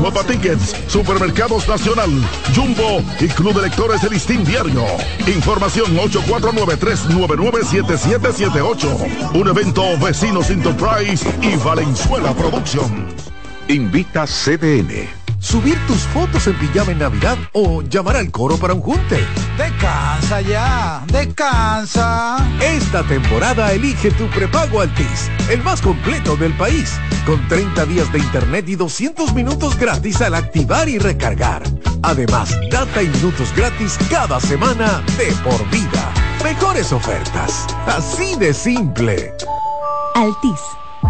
Huepa Tickets, Supermercados Nacional, Jumbo y Club de Lectores de Listín Diario. Información 849-399-7778. Un evento Vecinos Enterprise y Valenzuela Productions. Invita CDN. Subir tus fotos en pijama en Navidad o llamar al coro para un junte. Descansa ya, descansa. Esta temporada elige tu prepago Altis, el más completo del país, con 30 días de internet y 200 minutos gratis al activar y recargar. Además, data y minutos gratis cada semana de por vida. Mejores ofertas, así de simple. Altis.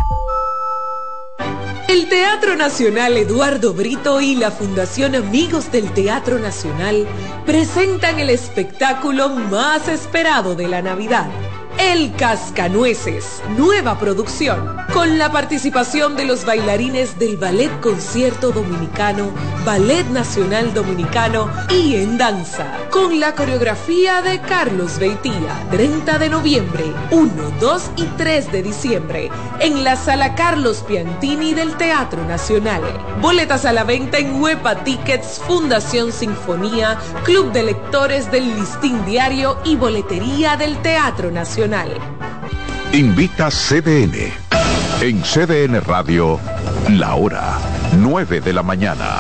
El Teatro Nacional Eduardo Brito y la Fundación Amigos del Teatro Nacional presentan el espectáculo más esperado de la Navidad, El Cascanueces, nueva producción, con la participación de los bailarines del Ballet Concierto Dominicano, Ballet Nacional Dominicano y en danza, con la coreografía de Carlos Beitía. 30 de noviembre, 1, 2 y 3 de diciembre, en la Sala Carlos Piantini del Teatro Nacional. Boletas a la venta en Huepa Tickets, Fundación Sinfonía, Club de Lectores del Listín Diario y Boletería del Teatro Nacional. Invita CDN. En CDN Radio, la hora 9 de la mañana.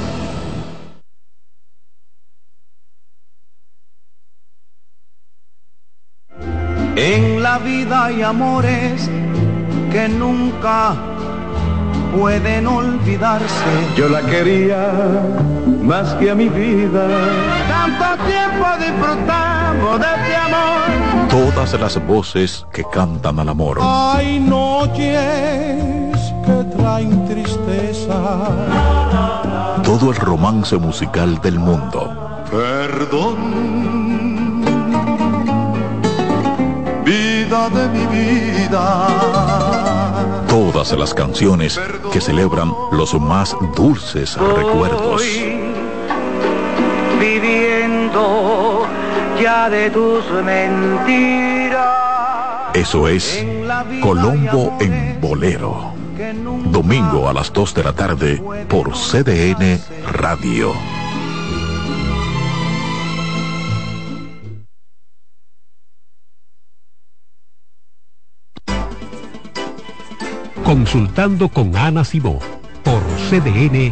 En la vida hay amores que nunca pueden olvidarse. Yo la quería más que a mi vida. Tanto tiempo disfrutamos de este amor. Todas las voces que cantan al amor. Hay noches que traen tristeza. Todo el romance musical del mundo. Perdón, vida de mi vida. Todas las canciones que celebran los más dulces recuerdos. Viviendo ya de tus mentiras. Eso es Colombo en Bolero. Domingo a las 2 de la tarde por CDN Radio. Consultando con Ana Simó por CDN.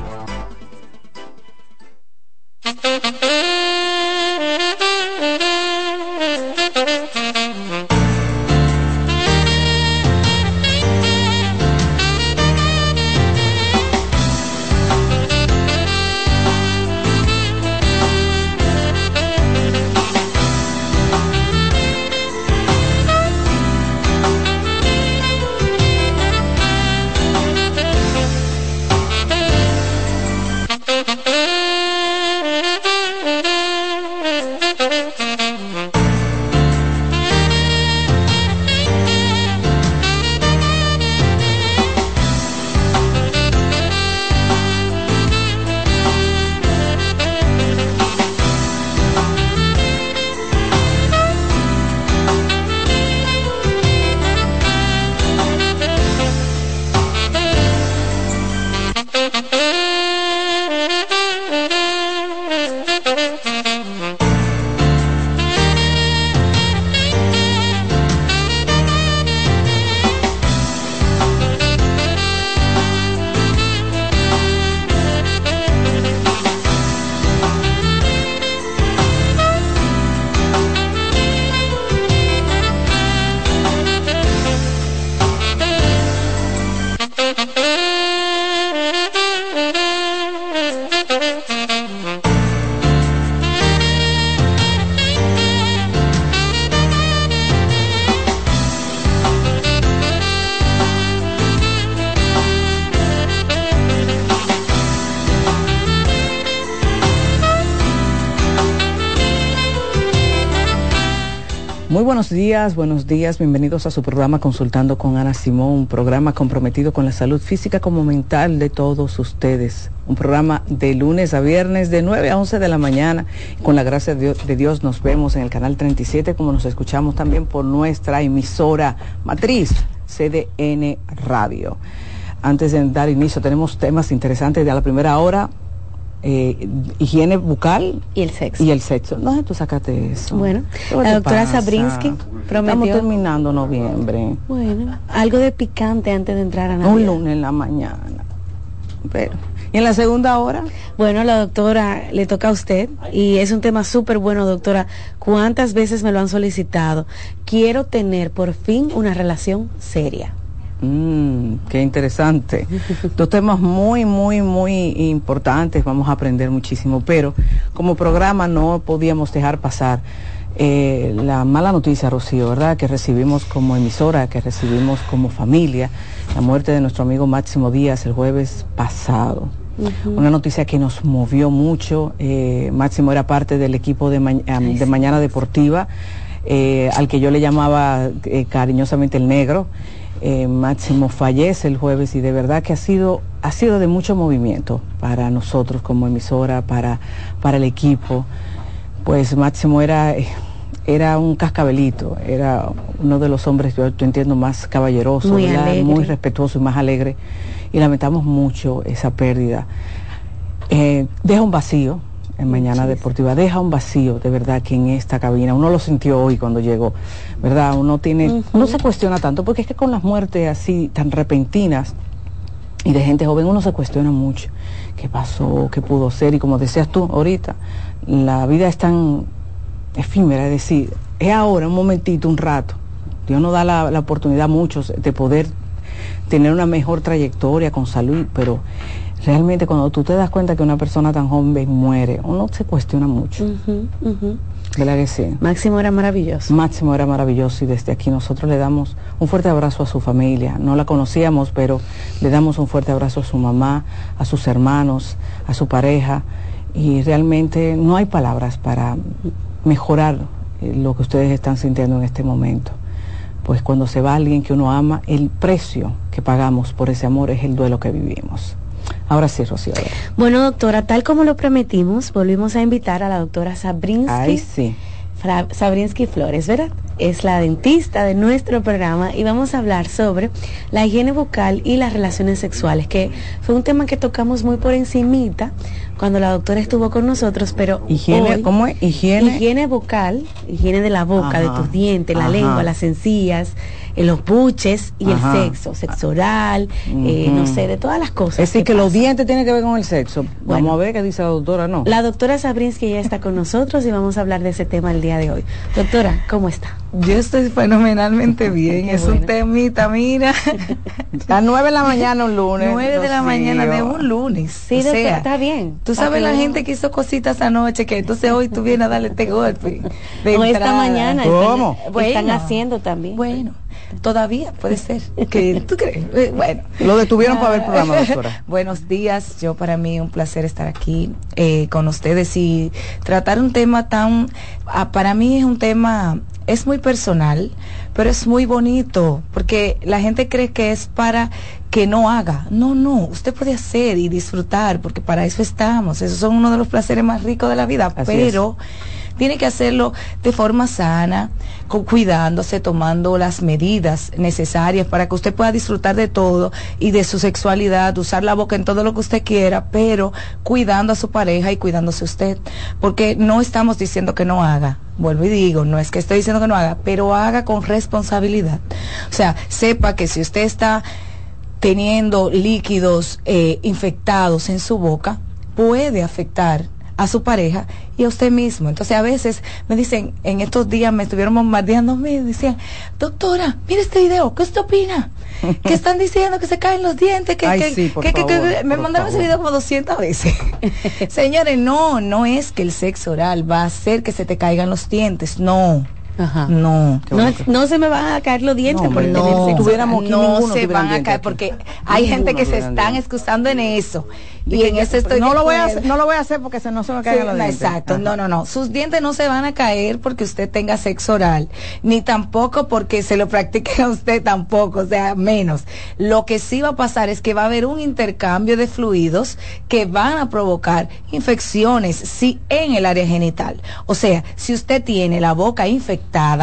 Muy buenos días, bienvenidos a su programa Consultando con Ana Simón, un programa comprometido con la salud física como mental de todos ustedes. Un programa de lunes a viernes de 9 a 11 de la mañana. Con la gracia de Dios nos vemos en el canal 37, como nos escuchamos también por nuestra emisora matriz, CDN Radio. antes de dar inicio, tenemos temas interesantes de a la primera hora. Higiene bucal y el sexo. ¿Dónde tú sacaste eso? Bueno, la doctora Sabrinsky prometió. Estamos terminando noviembre. Bueno, algo de picante antes de entrar a Navidad. Un lunes en la mañana. Pero, ¿y en la segunda hora? Bueno, la doctora, le toca a usted y es un tema súper bueno, doctora. ¿Cuántas veces me lo han solicitado? Quiero tener por fin una relación seria. Qué interesante. Dos temas muy, muy, muy importantes. Vamos a aprender muchísimo, pero como programa no podíamos dejar pasar la mala noticia, Rocío, ¿verdad? Que recibimos como emisora, que recibimos como familia, la muerte de nuestro amigo Máximo Díaz el jueves pasado. Una noticia que nos movió mucho. Máximo era parte del equipo de Mañana Deportiva, al que yo le llamaba cariñosamente el negro. Máximo fallece el jueves y de verdad que ha sido de mucho movimiento para nosotros como emisora, para el equipo. Pues Máximo era un cascabelito, era uno de los hombres, yo entiendo, más caballeroso, muy respetuoso y más alegre, y lamentamos mucho esa pérdida. Deja un vacío en Mañana Deportiva, deja un vacío de verdad que en esta cabina, uno lo sintió hoy cuando llegó, ¿verdad? Uno se cuestiona tanto, porque es que con las muertes así tan repentinas y de gente joven uno se cuestiona mucho qué pasó, qué pudo ser, y como decías tú ahorita, la vida es tan efímera, es decir, es ahora, un momentito, un rato. Dios nos da la oportunidad a muchos de poder tener una mejor trayectoria con salud, pero realmente cuando tú te das cuenta que una persona tan joven muere, uno se cuestiona mucho. ¿Verdad que sí? Máximo era maravilloso. Máximo era maravilloso, y desde aquí nosotros le damos un fuerte abrazo a su familia. No la conocíamos, pero le damos un fuerte abrazo a su mamá, a sus hermanos, a su pareja, y realmente no hay palabras para mejorar lo que ustedes están sintiendo en este momento. Pues cuando se va alguien que uno ama, el precio que pagamos por ese amor es el duelo que vivimos. Ahora sí, Rocío. Bueno, doctora, tal como lo prometimos, volvimos a invitar a la doctora Sabrinsky. Ay, sí. Sabrinsky Flores, ¿verdad? Es la dentista de nuestro programa y vamos a hablar sobre la higiene bucal y las relaciones sexuales, que fue un tema que tocamos muy por encimita cuando la doctora estuvo con nosotros, pero higiene, ¿cómo es? Higiene bucal, higiene de la boca, de tus dientes, la lengua, las encías, los buches y el sexo oral, no sé, de todas las cosas. Es decir, que los dientes tienen que ver con el sexo. Bueno, vamos a ver qué dice la doctora, ¿no? La doctora Sabrinsky ya está con nosotros y vamos a hablar de ese tema el día de hoy. Doctora, ¿cómo está? Yo estoy fenomenalmente bien. Es un temita, mira. A 9 de la mañana un lunes. 9 de la mañana de un lunes. Sí, o sea, está bien. Tú sabes la gente que hizo cositas anoche, que entonces hoy tú vienes a darle este golpe. O esta mañana. ¿Cómo? Están haciendo también. Bueno, todavía puede ser. ¿Tú crees? Bueno. Lo detuvieron para ver el programa, doctora. Buenos días. Para mí un placer estar aquí con ustedes y tratar un tema tan, para mí es un tema, es muy personal, pero es muy bonito, porque la gente cree que es para que no haga. No, usted puede hacer y disfrutar, porque para eso estamos. Esos son uno de los placeres más ricos de la vida, pero tiene que hacerlo de forma sana, cuidándose, tomando las medidas necesarias para que usted pueda disfrutar de todo y de su sexualidad, usar la boca en todo lo que usted quiera, pero cuidando a su pareja y cuidándose usted, porque no estamos diciendo que no haga. Vuelvo y digo, no es que estoy diciendo que no haga, pero haga con responsabilidad. O sea, sepa que si usted está teniendo líquidos infectados en su boca, puede afectar a su pareja y a usted mismo. Entonces a veces me dicen, en estos días me estuvieron bombardeando, me decían, doctora, mire este video, ¿qué usted opina? Que están diciendo que se caen los dientes, me mandaron ese video como 200 veces. Señores, no es que el sexo oral va a hacer que se te caigan los dientes, no se me van a caer los dientes por tener sexo. No se van a caer, porque hay gente que se están excusando en eso. Y en eso estoy no lo voy a hacer porque no se me caigan los dientes. Exacto, no. Sus dientes no se van a caer porque usted tenga sexo oral, ni tampoco porque se lo practique a usted tampoco, o sea, menos. Lo que sí va a pasar es que va a haber un intercambio de fluidos que van a provocar infecciones, sí, en el área genital. O sea, si usted tiene la boca infectada,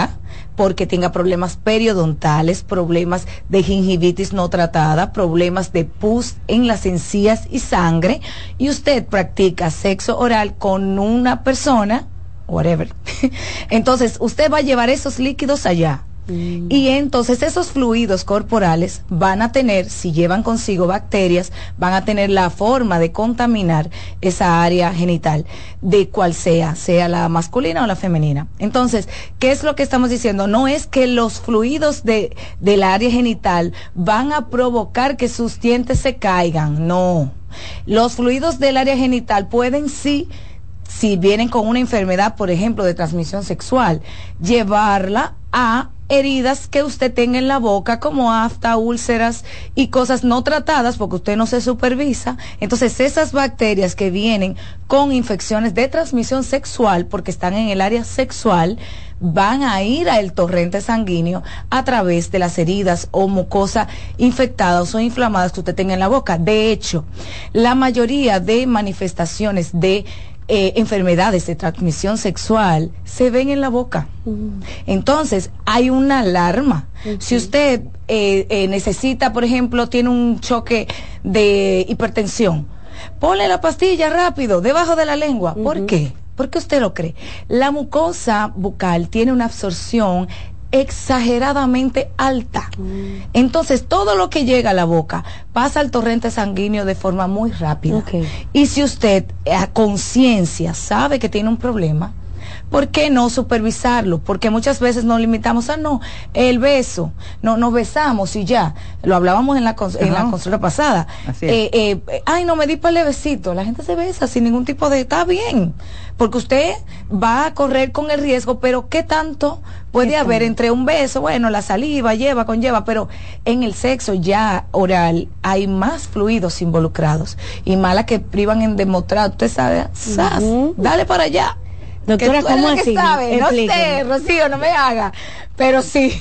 porque tenga problemas periodontales, problemas de gingivitis no tratada, problemas de pus en las encías y sangre, y usted practica sexo oral con una persona, whatever, entonces usted va a llevar esos líquidos allá. Y entonces esos fluidos corporales van a tener, si llevan consigo bacterias, van a tener la forma de contaminar esa área genital, de cual sea la masculina o la femenina. Entonces, ¿qué es lo que estamos diciendo? No es que los fluidos del área genital van a provocar que sus dientes se caigan, no. Los fluidos del área genital pueden si vienen con una enfermedad, por ejemplo, de transmisión sexual, llevarla a heridas que usted tenga en la boca, como afta, úlceras y cosas no tratadas porque usted no se supervisa. Entonces esas bacterias que vienen con infecciones de transmisión sexual, porque están en el área sexual, van a ir al torrente sanguíneo a través de las heridas o mucosas infectadas o inflamadas que usted tenga en la boca. De hecho, la mayoría de manifestaciones de enfermedades de transmisión sexual se ven en la boca. Entonces hay una alarma. Si usted necesita, por ejemplo, tiene un choque de hipertensión, ponle la pastilla rápido debajo de la lengua. ¿Por qué? ¿Por qué usted lo cree? La mucosa bucal tiene una absorción exageradamente alta. Entonces todo lo que llega a la boca pasa al torrente sanguíneo de forma muy rápida. Y si usted a conciencia sabe que tiene un problema, ¿por qué no supervisarlo? Porque muchas veces nos limitamos a el beso, nos besamos y ya. Lo hablábamos en la consulta pasada. Ay, no me di para el besito. La gente se besa sin ningún tipo de, está bien, porque usted va a correr con el riesgo, pero ¿qué tanto puede haber entre un beso? Bueno, la saliva conlleva, pero en el sexo ya oral hay más fluidos involucrados y malas que privan en demostrar, usted sabe, dale para allá. Doctora, ¿cómo así? Sabe, no sé, Rocío, no me haga, pero sí.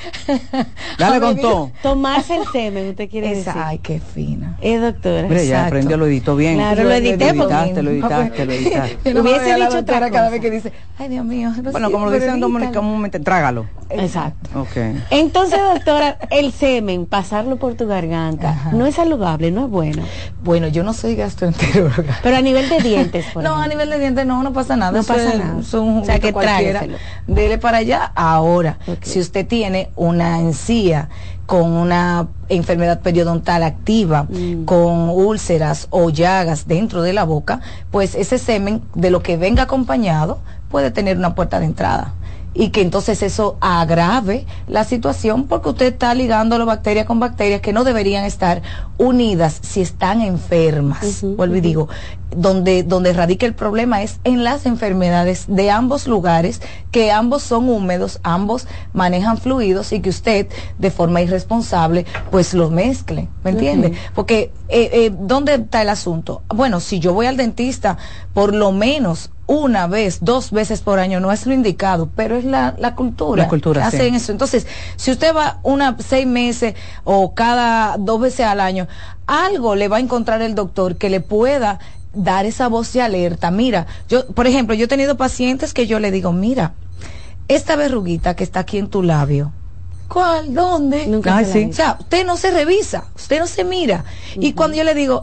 Dale con todo. Tomarse el semen, usted quiere decir. Ay, qué fina. Doctora. Mira, ya aprendió, lo editó bien. Claro, lo edité. Lo editaste. No hubiese dicho otra cada vez que dice, ay, Dios mío. Bueno, como lo dicen comúnmente, trágalo. Exacto. Entonces, doctora, el semen, pasarlo por tu garganta, no es saludable, no es bueno. Bueno, yo no soy gastroenteróloga. Pero a nivel de dientes, por ejemplo. A nivel de dientes no pasa nada. No pasa nada. O sea, que tráigaselo. Dele para allá. Ahora, si usted tiene una encía con una enfermedad periodontal activa, con úlceras o llagas dentro de la boca, pues ese semen, de lo que venga acompañado, puede tener una puerta de entrada. Y que entonces eso agrave la situación, porque usted está ligando bacterias con bacterias que no deberían estar unidas si están enfermas. Vuelvo y digo, donde radica el problema es en las enfermedades de ambos lugares, que ambos son húmedos, ambos manejan fluidos, y que usted de forma irresponsable pues los mezcle, ¿me entiende? Porque ¿dónde está el asunto? Bueno, si yo voy al dentista por lo menos una vez, 2 veces por año, no es lo indicado, pero es la cultura. La cultura, hacen eso. Entonces, si usted va 6 meses o cada 2 veces al año, algo le va a encontrar el doctor que le pueda dar esa voz de alerta. Mira, por ejemplo, yo he tenido pacientes que yo le digo, mira, esta verruguita que está aquí en tu labio, ¿cuál? ¿Dónde? Nunca O sea, usted no se revisa, usted no se mira. Y cuando yo le digo,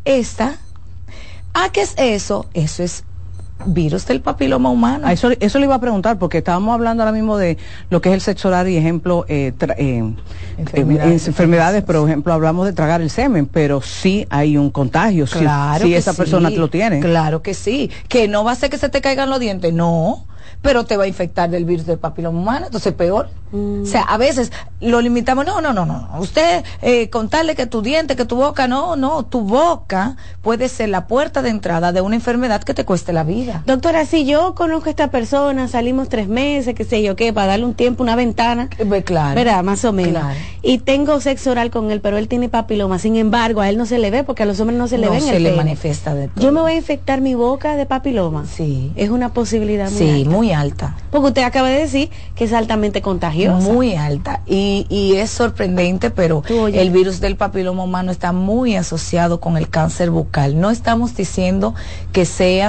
¿qué es eso? Eso es virus del papiloma humano. Eso le iba a preguntar, porque estábamos hablando ahora mismo de lo que es el sexo oral y ejemplo enfermedades, por ejemplo hablamos de tragar el semen, pero sí hay un contagio, claro, si esa persona lo tiene. Claro que sí, que no va a ser que se te caigan los dientes, no, pero te va a infectar del virus del papiloma humano, entonces peor. O sea, a veces lo limitamos, no, usted contarle que tu diente, que tu boca, no, tu boca puede ser la puerta de entrada de una enfermedad que te cueste la vida. Doctora, si yo conozco a esta persona, salimos 3 meses, qué sé yo qué, para darle un tiempo, una ventana, claro, ¿verdad? Más o menos. Claro. Y tengo sexo oral con él, pero él tiene papiloma, sin embargo, a él no se le ve, porque a los hombres no se le ven el le manifiesta de todo. Yo me voy a infectar mi boca de papiloma. Sí. Es una posibilidad muy alta. Porque usted acaba de decir que es altamente contagiosa. Muy alta. Y es sorprendente, pero el virus del papiloma humano está muy asociado con el cáncer bucal. No estamos diciendo que sea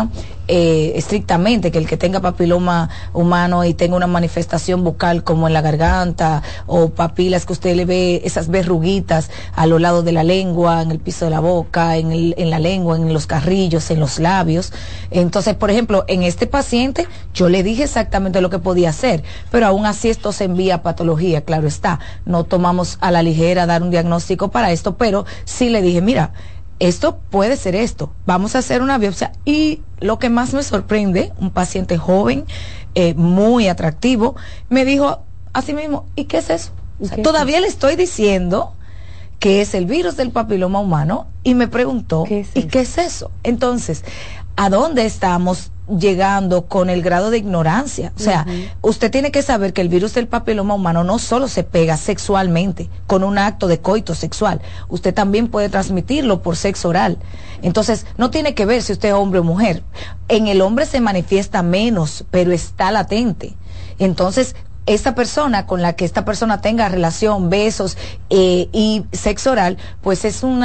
estrictamente que el que tenga papiloma humano y tenga una manifestación bucal como en la garganta o papilas que usted le ve esas verruguitas a lo lado de la lengua, en el piso de la boca, en la lengua, en los carrillos, en los labios. Entonces, por ejemplo, en este paciente yo le dije exactamente lo que podía hacer, pero aún así esto se envía a patología, claro está. No tomamos a la ligera dar un diagnóstico para esto, pero sí le dije, mira, esto puede ser esto, vamos a hacer una biopsia. Y lo que más me sorprende, un paciente joven, muy atractivo, me dijo así mismo, ¿y qué es eso? O sea, todavía le estoy diciendo que es el virus del papiloma humano y me preguntó, ¿y qué es eso? Entonces, ¿a dónde estamos llegando con el grado de ignorancia? O sea, usted tiene que saber que el virus del papiloma humano no solo se pega sexualmente con un acto de coito sexual, usted también puede transmitirlo por sexo oral. Entonces, no tiene que ver si usted es hombre o mujer. En el hombre se manifiesta menos, pero está latente. Entonces, esta persona con la que esta persona tenga relación, besos y sexo oral, pues es un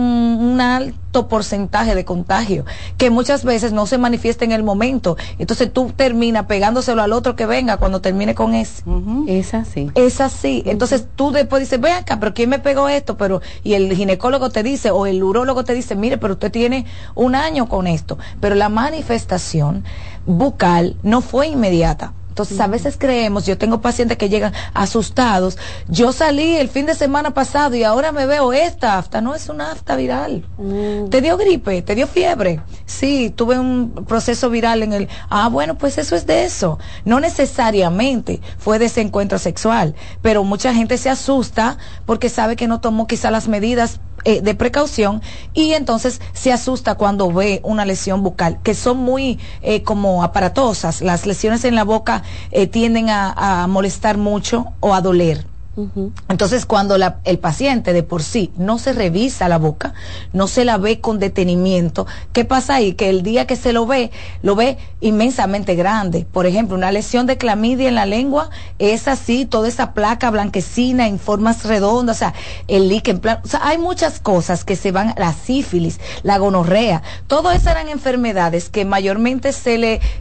alto porcentaje de contagio que muchas veces no se manifiesta en el momento. Entonces tú terminas pegándoselo al otro que venga cuando termine con ese. Es así. Es así. Entonces tú después dices, ve acá, pero ¿quién me pegó esto? Pero y el ginecólogo te dice, o el urólogo te dice, mire, pero usted tiene 1 año con esto. Pero la manifestación bucal no fue inmediata. Entonces, a veces creemos, yo tengo pacientes que llegan asustados, yo salí el fin de semana pasado y ahora me veo esta afta, no es una afta viral. ¿Te dio gripe? ¿Te dio fiebre? Sí, tuve un proceso viral en el... bueno, pues eso es de eso. No necesariamente fue de ese encuentro sexual, pero mucha gente se asusta porque sabe que no tomó quizá las medidas de precaución y entonces se asusta cuando ve una lesión bucal, que son muy como aparatosas. Las lesiones en la boca tienden a molestar mucho o a doler. Entonces, cuando el paciente de por sí no se revisa la boca, no se la ve con detenimiento, ¿qué pasa ahí? Que el día que se lo ve inmensamente grande. Por ejemplo, una lesión de clamidia en la lengua es así, toda esa placa blanquecina en formas redondas, o sea, el líquen plano, o sea, hay muchas cosas que se van, la sífilis, la gonorrea, todas esas eran enfermedades que mayormente se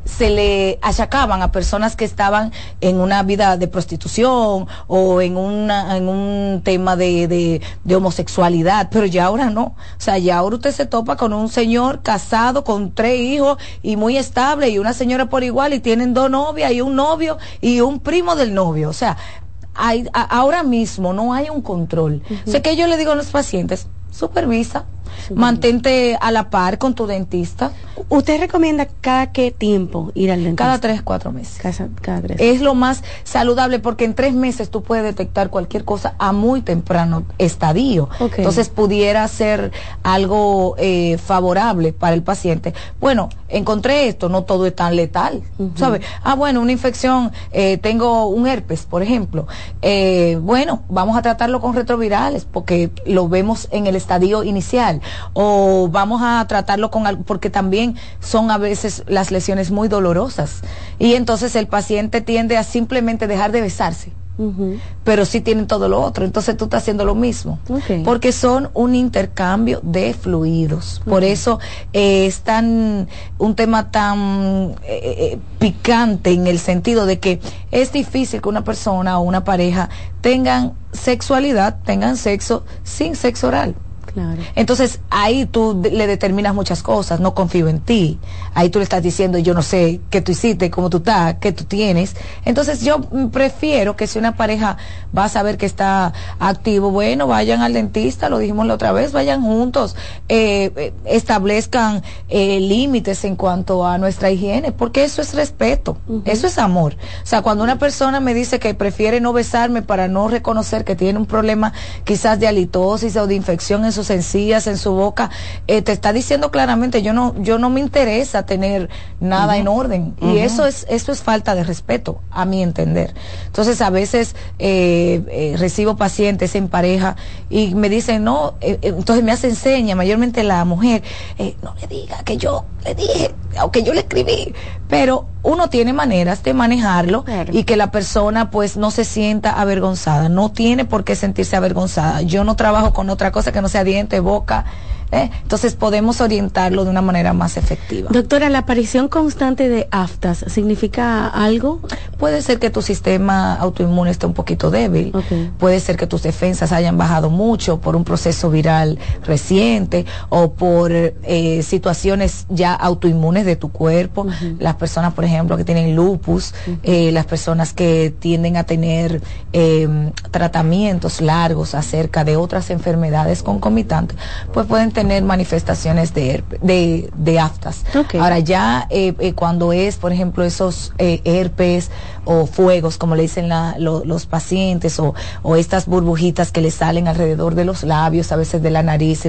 le achacaban a personas que estaban en una vida de prostitución o en un tema de homosexualidad, pero ya ahora no. O sea, ya ahora usted se topa con un señor casado con 3 hijos y muy estable, y una señora por igual, y tienen 2 novias y un novio y un primo del novio. O sea, ahora mismo no hay un control. O sea, que yo le digo a los pacientes, supervisa, mantente a la par con tu dentista. ¿Usted recomienda cada qué tiempo ir al dentista? Cada 3-4 meses. Cada 3. Es lo más saludable porque en 3 meses tú puedes detectar cualquier cosa a muy temprano estadio. Entonces pudiera ser algo favorable para el paciente. Bueno, encontré esto, no todo es tan letal, ¿sabe? Bueno, una infección, tengo un herpes, por ejemplo. Bueno, vamos a tratarlo con retrovirales porque lo vemos en el estadio inicial. O vamos a tratarlo con algo, porque también son a veces las lesiones muy dolorosas y entonces el paciente tiende a simplemente dejar de besarse, pero sí tienen todo lo otro, entonces tú estás haciendo lo mismo, porque son un intercambio de fluidos. Por eso es un tema tan picante en el sentido de que es difícil que una persona o una pareja tengan sexualidad, tengan sexo sin sexo oral. Claro. Entonces ahí tú le determinas muchas cosas, no confío en ti, ahí tú le estás diciendo yo no sé qué tú hiciste, cómo tú estás, qué tú tienes. Entonces yo prefiero que si una pareja va a saber que está activo, bueno, vayan al dentista, lo dijimos la otra vez, vayan juntos, establezcan límites en cuanto a nuestra higiene, porque eso es respeto, eso es amor. O sea, cuando una persona me dice que prefiere no besarme para no reconocer que tiene un problema quizás de halitosis o de infección en sus encías, en su boca, te está diciendo claramente yo no me interesa tener nada en orden, y eso es falta de respeto a mi entender. Entonces a veces recibo pacientes en pareja y me dicen no, entonces me hacen seña, mayormente la mujer, no le diga que yo le dije, aunque yo le escribí, pero uno tiene maneras de manejarlo, y que la persona pues no se sienta avergonzada, no tiene por qué sentirse avergonzada. Yo no trabajo con otra cosa que no sea diente, boca, Entonces podemos orientarlo de una manera más efectiva. Doctora, ¿la aparición constante de aftas significa algo? Puede ser que tu sistema autoinmune esté un poquito débil, puede ser que tus defensas hayan bajado mucho por un proceso viral reciente o por situaciones ya autoinmunes de tu cuerpo. Las personas, por ejemplo, que tienen lupus, las personas que tienden a tener tratamientos largos acerca de otras enfermedades concomitantes, pues pueden tener manifestaciones de aftas. Ahora ya cuando es, por ejemplo, esos herpes o fuegos, como le dicen los pacientes, o estas burbujitas que le salen alrededor de los labios, a veces de la nariz,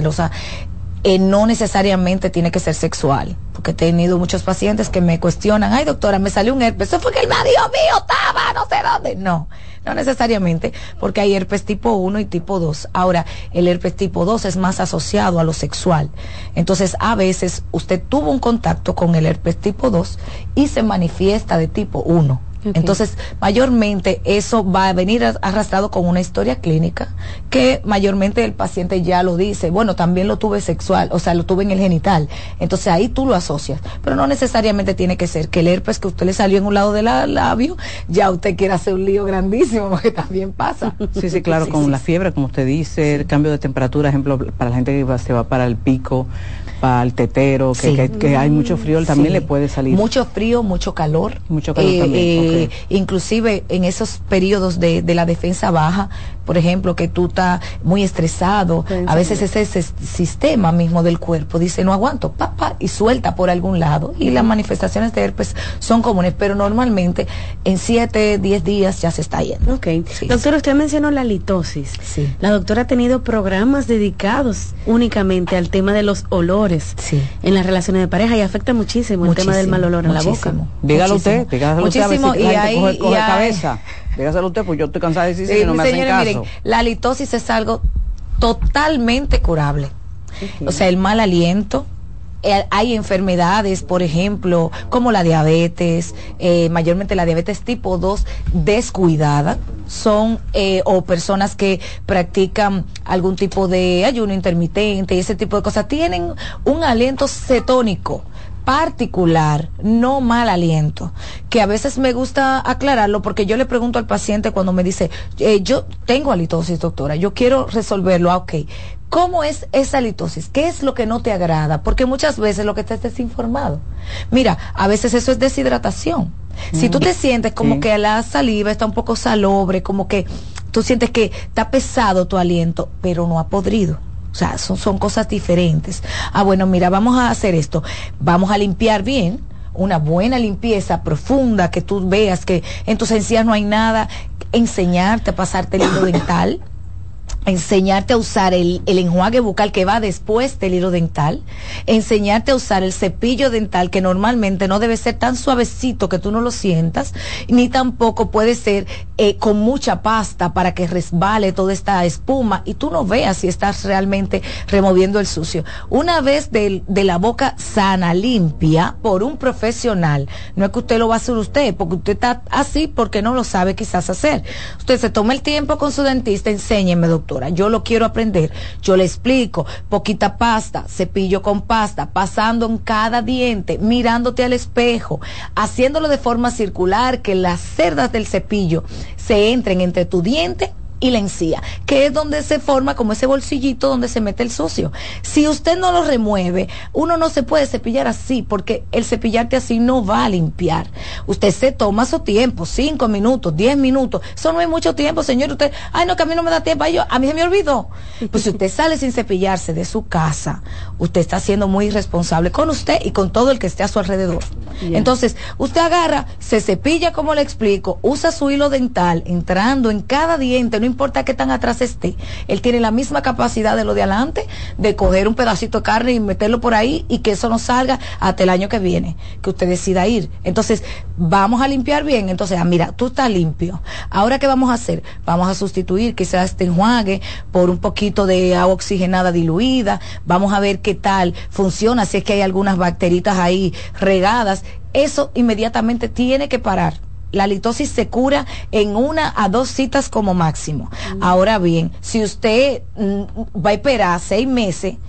no necesariamente tiene que ser sexual, porque he tenido muchos pacientes que me cuestionan, ay doctora, me salió un herpes, eso fue que el marido mío estaba no sé dónde. No necesariamente, porque hay herpes tipo 1 y tipo 2. Ahora, el herpes tipo 2 es más asociado a lo sexual. Entonces, a veces usted tuvo un contacto con el herpes tipo 2 y se manifiesta de tipo 1. Entonces, mayormente eso va a venir arrastrado con una historia clínica que mayormente el paciente ya lo dice, bueno, también lo tuve sexual, o sea, lo tuve en el genital. Entonces ahí tú lo asocias, pero no necesariamente tiene que ser que el herpes que usted le salió en un lado del labio, ya usted quiera hacer un lío grandísimo, porque también pasa. Sí, claro, con la fiebre, como usted dice, el cambio de temperatura, ejemplo, para la gente que se va para el pico, para el tetero, que hay mucho frío, también le puede salir. Mucho frío, mucho calor. Mucho calor también. Inclusive en esos periodos de la defensa baja, por ejemplo, que tú estás muy estresado, a veces ese sistema mismo del cuerpo dice, no aguanto, y suelta por algún lado. Y las manifestaciones de herpes son comunes, pero normalmente en 7, 10 días ya se está yendo. Doctora, usted mencionó la litosis. La doctora ha tenido programas dedicados únicamente al tema de los olores en las relaciones de pareja y afecta muchísimo el tema del mal olor en la boca. Dígalo usted, muchísimo. Y ahí coge cabeza. Dígaselo usted, pues yo estoy cansada de decir que no me hacen caso. Miren, la litosis es algo totalmente curable. O sea, el mal aliento, hay enfermedades, por ejemplo, como la diabetes, mayormente la diabetes tipo 2 descuidada, son o personas que practican algún tipo de ayuno intermitente y ese tipo de cosas, tienen un aliento cetónico particular, no mal aliento, que a veces me gusta aclararlo porque yo le pregunto al paciente cuando me dice, yo tengo halitosis, doctora, yo quiero resolverlo, ¿cómo es esa halitosis? ¿Qué es lo que no te agrada? Porque muchas veces lo que estás desinformado. Mira, a veces eso es deshidratación. Si tú te sientes como que la saliva está un poco salobre, como que tú sientes que está pesado tu aliento, pero no ha podrido. O sea, son cosas diferentes. Bueno, mira, vamos a hacer esto. Vamos a limpiar bien, una buena limpieza profunda, que tú veas que en tus encías no hay nada. Enseñarte a pasarte el hilo dental. Enseñarte a usar el enjuague bucal que va después del hilo dental, enseñarte a usar el cepillo dental, que normalmente no debe ser tan suavecito que tú no lo sientas, ni tampoco puede ser con mucha pasta para que resbale toda esta espuma y tú no veas si estás realmente removiendo el sucio. Una vez de la boca sana, limpia, por un profesional, no es que usted lo va a hacer usted, porque usted está así porque no lo sabe quizás hacer. Usted se toma el tiempo con su dentista, enséñeme, doctor. Yo lo quiero aprender, yo le explico, poquita pasta, cepillo con pasta, pasando en cada diente, mirándote al espejo, haciéndolo de forma circular, que las cerdas del cepillo se entren entre tu diente y la encía, que es donde se forma como ese bolsillito donde se mete el sucio. Si usted no lo remueve, uno no se puede cepillar así, porque el cepillarte así no va a limpiar. Usted se toma su tiempo, 5 minutos, 10 minutos, eso no es mucho tiempo, señor. Usted, no, que a mí no me da tiempo, a mí se me olvidó. Pues si usted sale sin cepillarse de su casa, usted está siendo muy irresponsable con usted y con todo el que esté a su alrededor. Entonces, usted agarra, se cepilla como le explico, usa su hilo dental, entrando en cada diente, no importa qué tan atrás esté, él tiene la misma capacidad de lo de adelante, de coger un pedacito de carne y meterlo por ahí y que eso no salga hasta el año que viene, que usted decida ir. Entonces, vamos a limpiar bien. Entonces, mira, tú estás limpio. Ahora, ¿qué vamos a hacer? Vamos a sustituir quizás este enjuague por un poquito de agua oxigenada diluida. Vamos a ver qué tal funciona, si es que hay algunas bacteritas ahí regadas. Eso inmediatamente tiene que parar. La litosis se cura en 1 a 2 citas como máximo. Ahora bien, si usted va a esperar 6 meses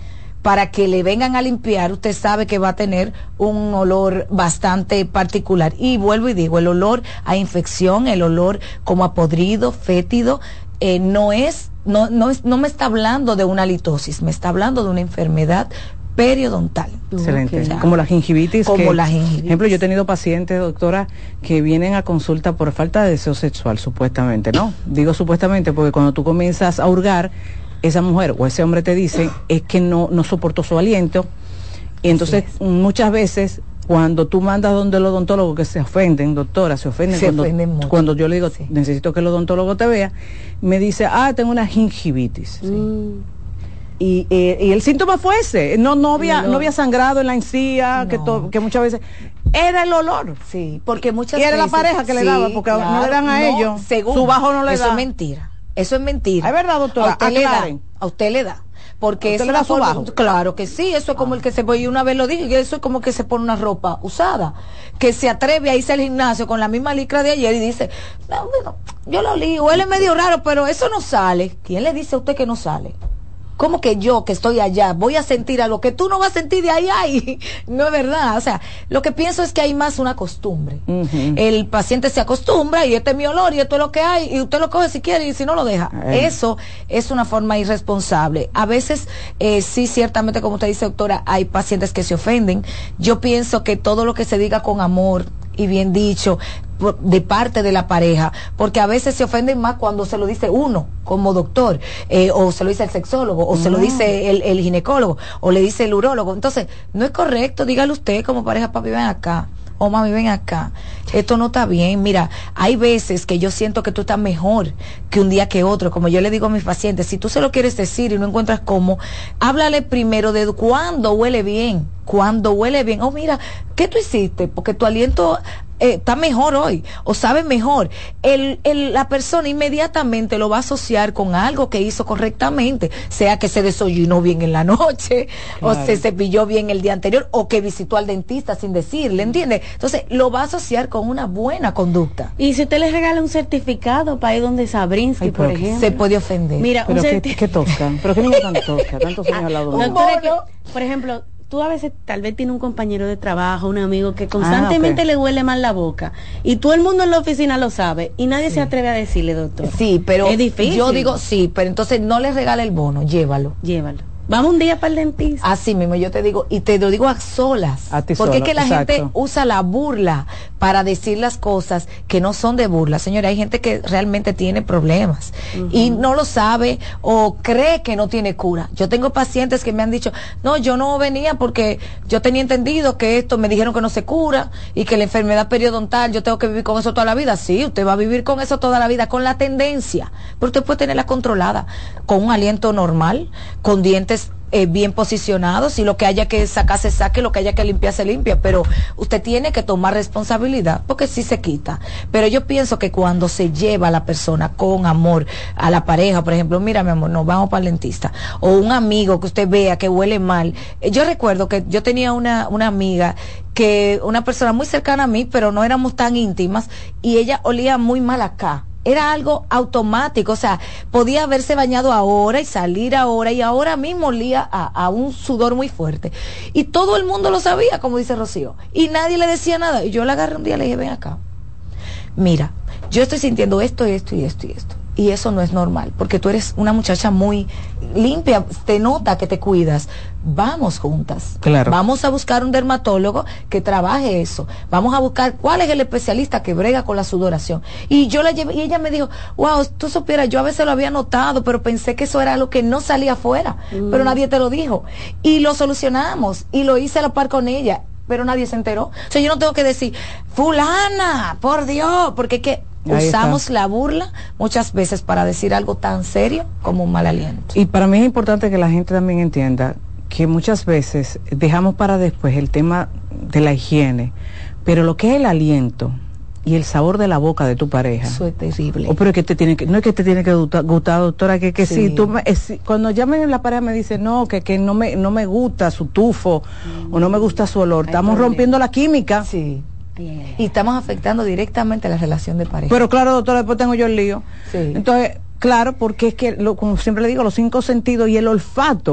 para que le vengan a limpiar, usted sabe que va a tener un olor bastante particular. Y vuelvo y digo, el olor a infección, el olor como a podrido, fétido, no me está hablando de una halitosis, me está hablando de una enfermedad periodontal. Excelente. Okay. Como la gingivitis. Como la gingivitis. Por ejemplo, yo he tenido pacientes, doctora, que vienen a consulta por falta de deseo sexual, supuestamente, ¿no? Digo supuestamente porque cuando tú comienzas a hurgar, esa mujer o ese hombre te dice es que no soportó su aliento. Y entonces, muchas veces, cuando tú mandas donde el odontólogo, que se ofenden, doctora, se ofenden cuando yo le digo, necesito que el odontólogo te vea, me dice, tengo una gingivitis. Y el síntoma fue ese, no había sangrado en la encía, que muchas veces era el olor. Sí, porque muchas veces. Y era veces, la pareja que le daba, porque no le dan a ellos, su bajo no le da. Eso es mentira. Eso es mentira. Es verdad, doctora. A usted le da. Porque eso da su bajo. Claro que sí, eso es como el que se pone, y una vez lo dije, que eso es como que se pone una ropa usada, que se atreve a irse al gimnasio con la misma licra de ayer y dice, no, bueno, yo lo olí, o él es medio raro, pero eso no sale. ¿Quién le dice a usted que no sale? ¿Cómo que yo, que estoy allá, voy a sentir algo que tú no vas a sentir de ahí? No es verdad. O sea, lo que pienso es que hay más una costumbre. El paciente se acostumbra y este es mi olor y esto es lo que hay y usted lo coge si quiere y si no lo deja. Eso es una forma irresponsable. A veces, sí, ciertamente, como usted dice, doctora, hay pacientes que se ofenden. Yo pienso que todo lo que se diga con amor y bien dicho, de parte de la pareja, porque a veces se ofenden más cuando se lo dice uno como doctor, o se lo dice el sexólogo, o se lo dice el ginecólogo, o le dice el urólogo. Entonces, no es correcto. Dígale usted como pareja, papi, ven acá, o mami, ven acá, esto no está bien. Mira, hay veces que yo siento que tú estás mejor que un día que otro. Como yo le digo a mis pacientes, si tú se lo quieres decir y no encuentras cómo, háblale primero de cuándo huele bien. Cuando huele bien, mira, ¿qué tú hiciste? Porque tu aliento está mejor hoy, o sabe mejor. La persona inmediatamente lo va a asociar con algo que hizo correctamente, sea que se desayunó bien en la noche, claro, o se cepilló bien el día anterior, o que visitó al dentista sin decirle, ¿entiende? Entonces, lo va a asociar con una buena conducta. Y si usted le regala un certificado para ir donde Sabrinsky, por ejemplo, se puede ofender. Mira, pero ¿qué tosca? ¿Pero qué niño tan tosca? Tantos años al lado de por ejemplo, tú a veces tal vez tienes un compañero de trabajo, un amigo que constantemente le huele mal la boca y todo el mundo en la oficina lo sabe y nadie se atreve a decirle, doctor. Sí, pero es difícil. Yo digo sí, pero entonces no le regale el bono, llévalo. Vamos un día para el dentista. Así mismo, yo te digo, y te lo digo a solas. Porque es que la gente usa la burla para decir las cosas que no son de burla. Señora, hay gente que realmente tiene problemas y no lo sabe o cree que no tiene cura. Yo tengo pacientes que me han dicho, no, yo no venía porque yo tenía entendido que esto, me dijeron que no se cura y que la enfermedad periodontal, yo tengo que vivir con eso toda la vida. Sí, usted va a vivir con eso toda la vida, con la tendencia, pero usted puede tenerla controlada, con un aliento normal, con dientes bien posicionados, y lo que haya que sacar se saque, lo que haya que limpiar se limpia, pero usted tiene que tomar responsabilidad porque sí se quita. Pero yo pienso que cuando se lleva a la persona con amor, a la pareja, por ejemplo, mira mi amor, nos vamos para el dentista, o un amigo que usted vea que huele mal. Yo recuerdo que yo tenía una amiga, que una persona muy cercana a mí, pero no éramos tan íntimas, y ella olía muy mal acá. Era algo automático, o sea, podía haberse bañado ahora y salir ahora, y ahora mismo olía a un sudor muy fuerte. Y todo el mundo lo sabía, como dice Rocío, y nadie le decía nada. Y yo la agarré un día y le dije, ven acá, mira, yo estoy sintiendo esto y esto y esto y esto. Y eso no es normal, porque tú eres una muchacha muy limpia, te nota que te cuidas. Vamos juntas. Claro. Vamos a buscar un dermatólogo que trabaje eso. Vamos a buscar cuál es el especialista que brega con la sudoración. Y yo la llevé, y ella me dijo, wow, tú supieras, yo a veces lo había notado, pero pensé que eso era algo que no salía afuera, pero nadie te lo dijo. Y lo solucionamos, y lo hice a la par con ella, pero nadie se enteró. O sea, yo no tengo que decir, fulana, por Dios, porque es que usamos la burla muchas veces para decir algo tan serio como un mal aliento. Y para mí es importante que la gente también entienda que muchas veces dejamos para después el tema de la higiene, pero lo que es el aliento y el sabor de la boca de tu pareja, eso es terrible. Pero que no es que te tiene que gustar, doctora, que sí, cuando llamen la pareja me dice no, que no me gusta su tufo, o no me gusta su olor, estamos rompiendo la química. Sí. Y estamos afectando directamente la relación de pareja. Pero claro, doctora, después tengo yo el lío. Sí. Entonces, claro, porque es que, como siempre le digo, los 5 sentidos y el olfato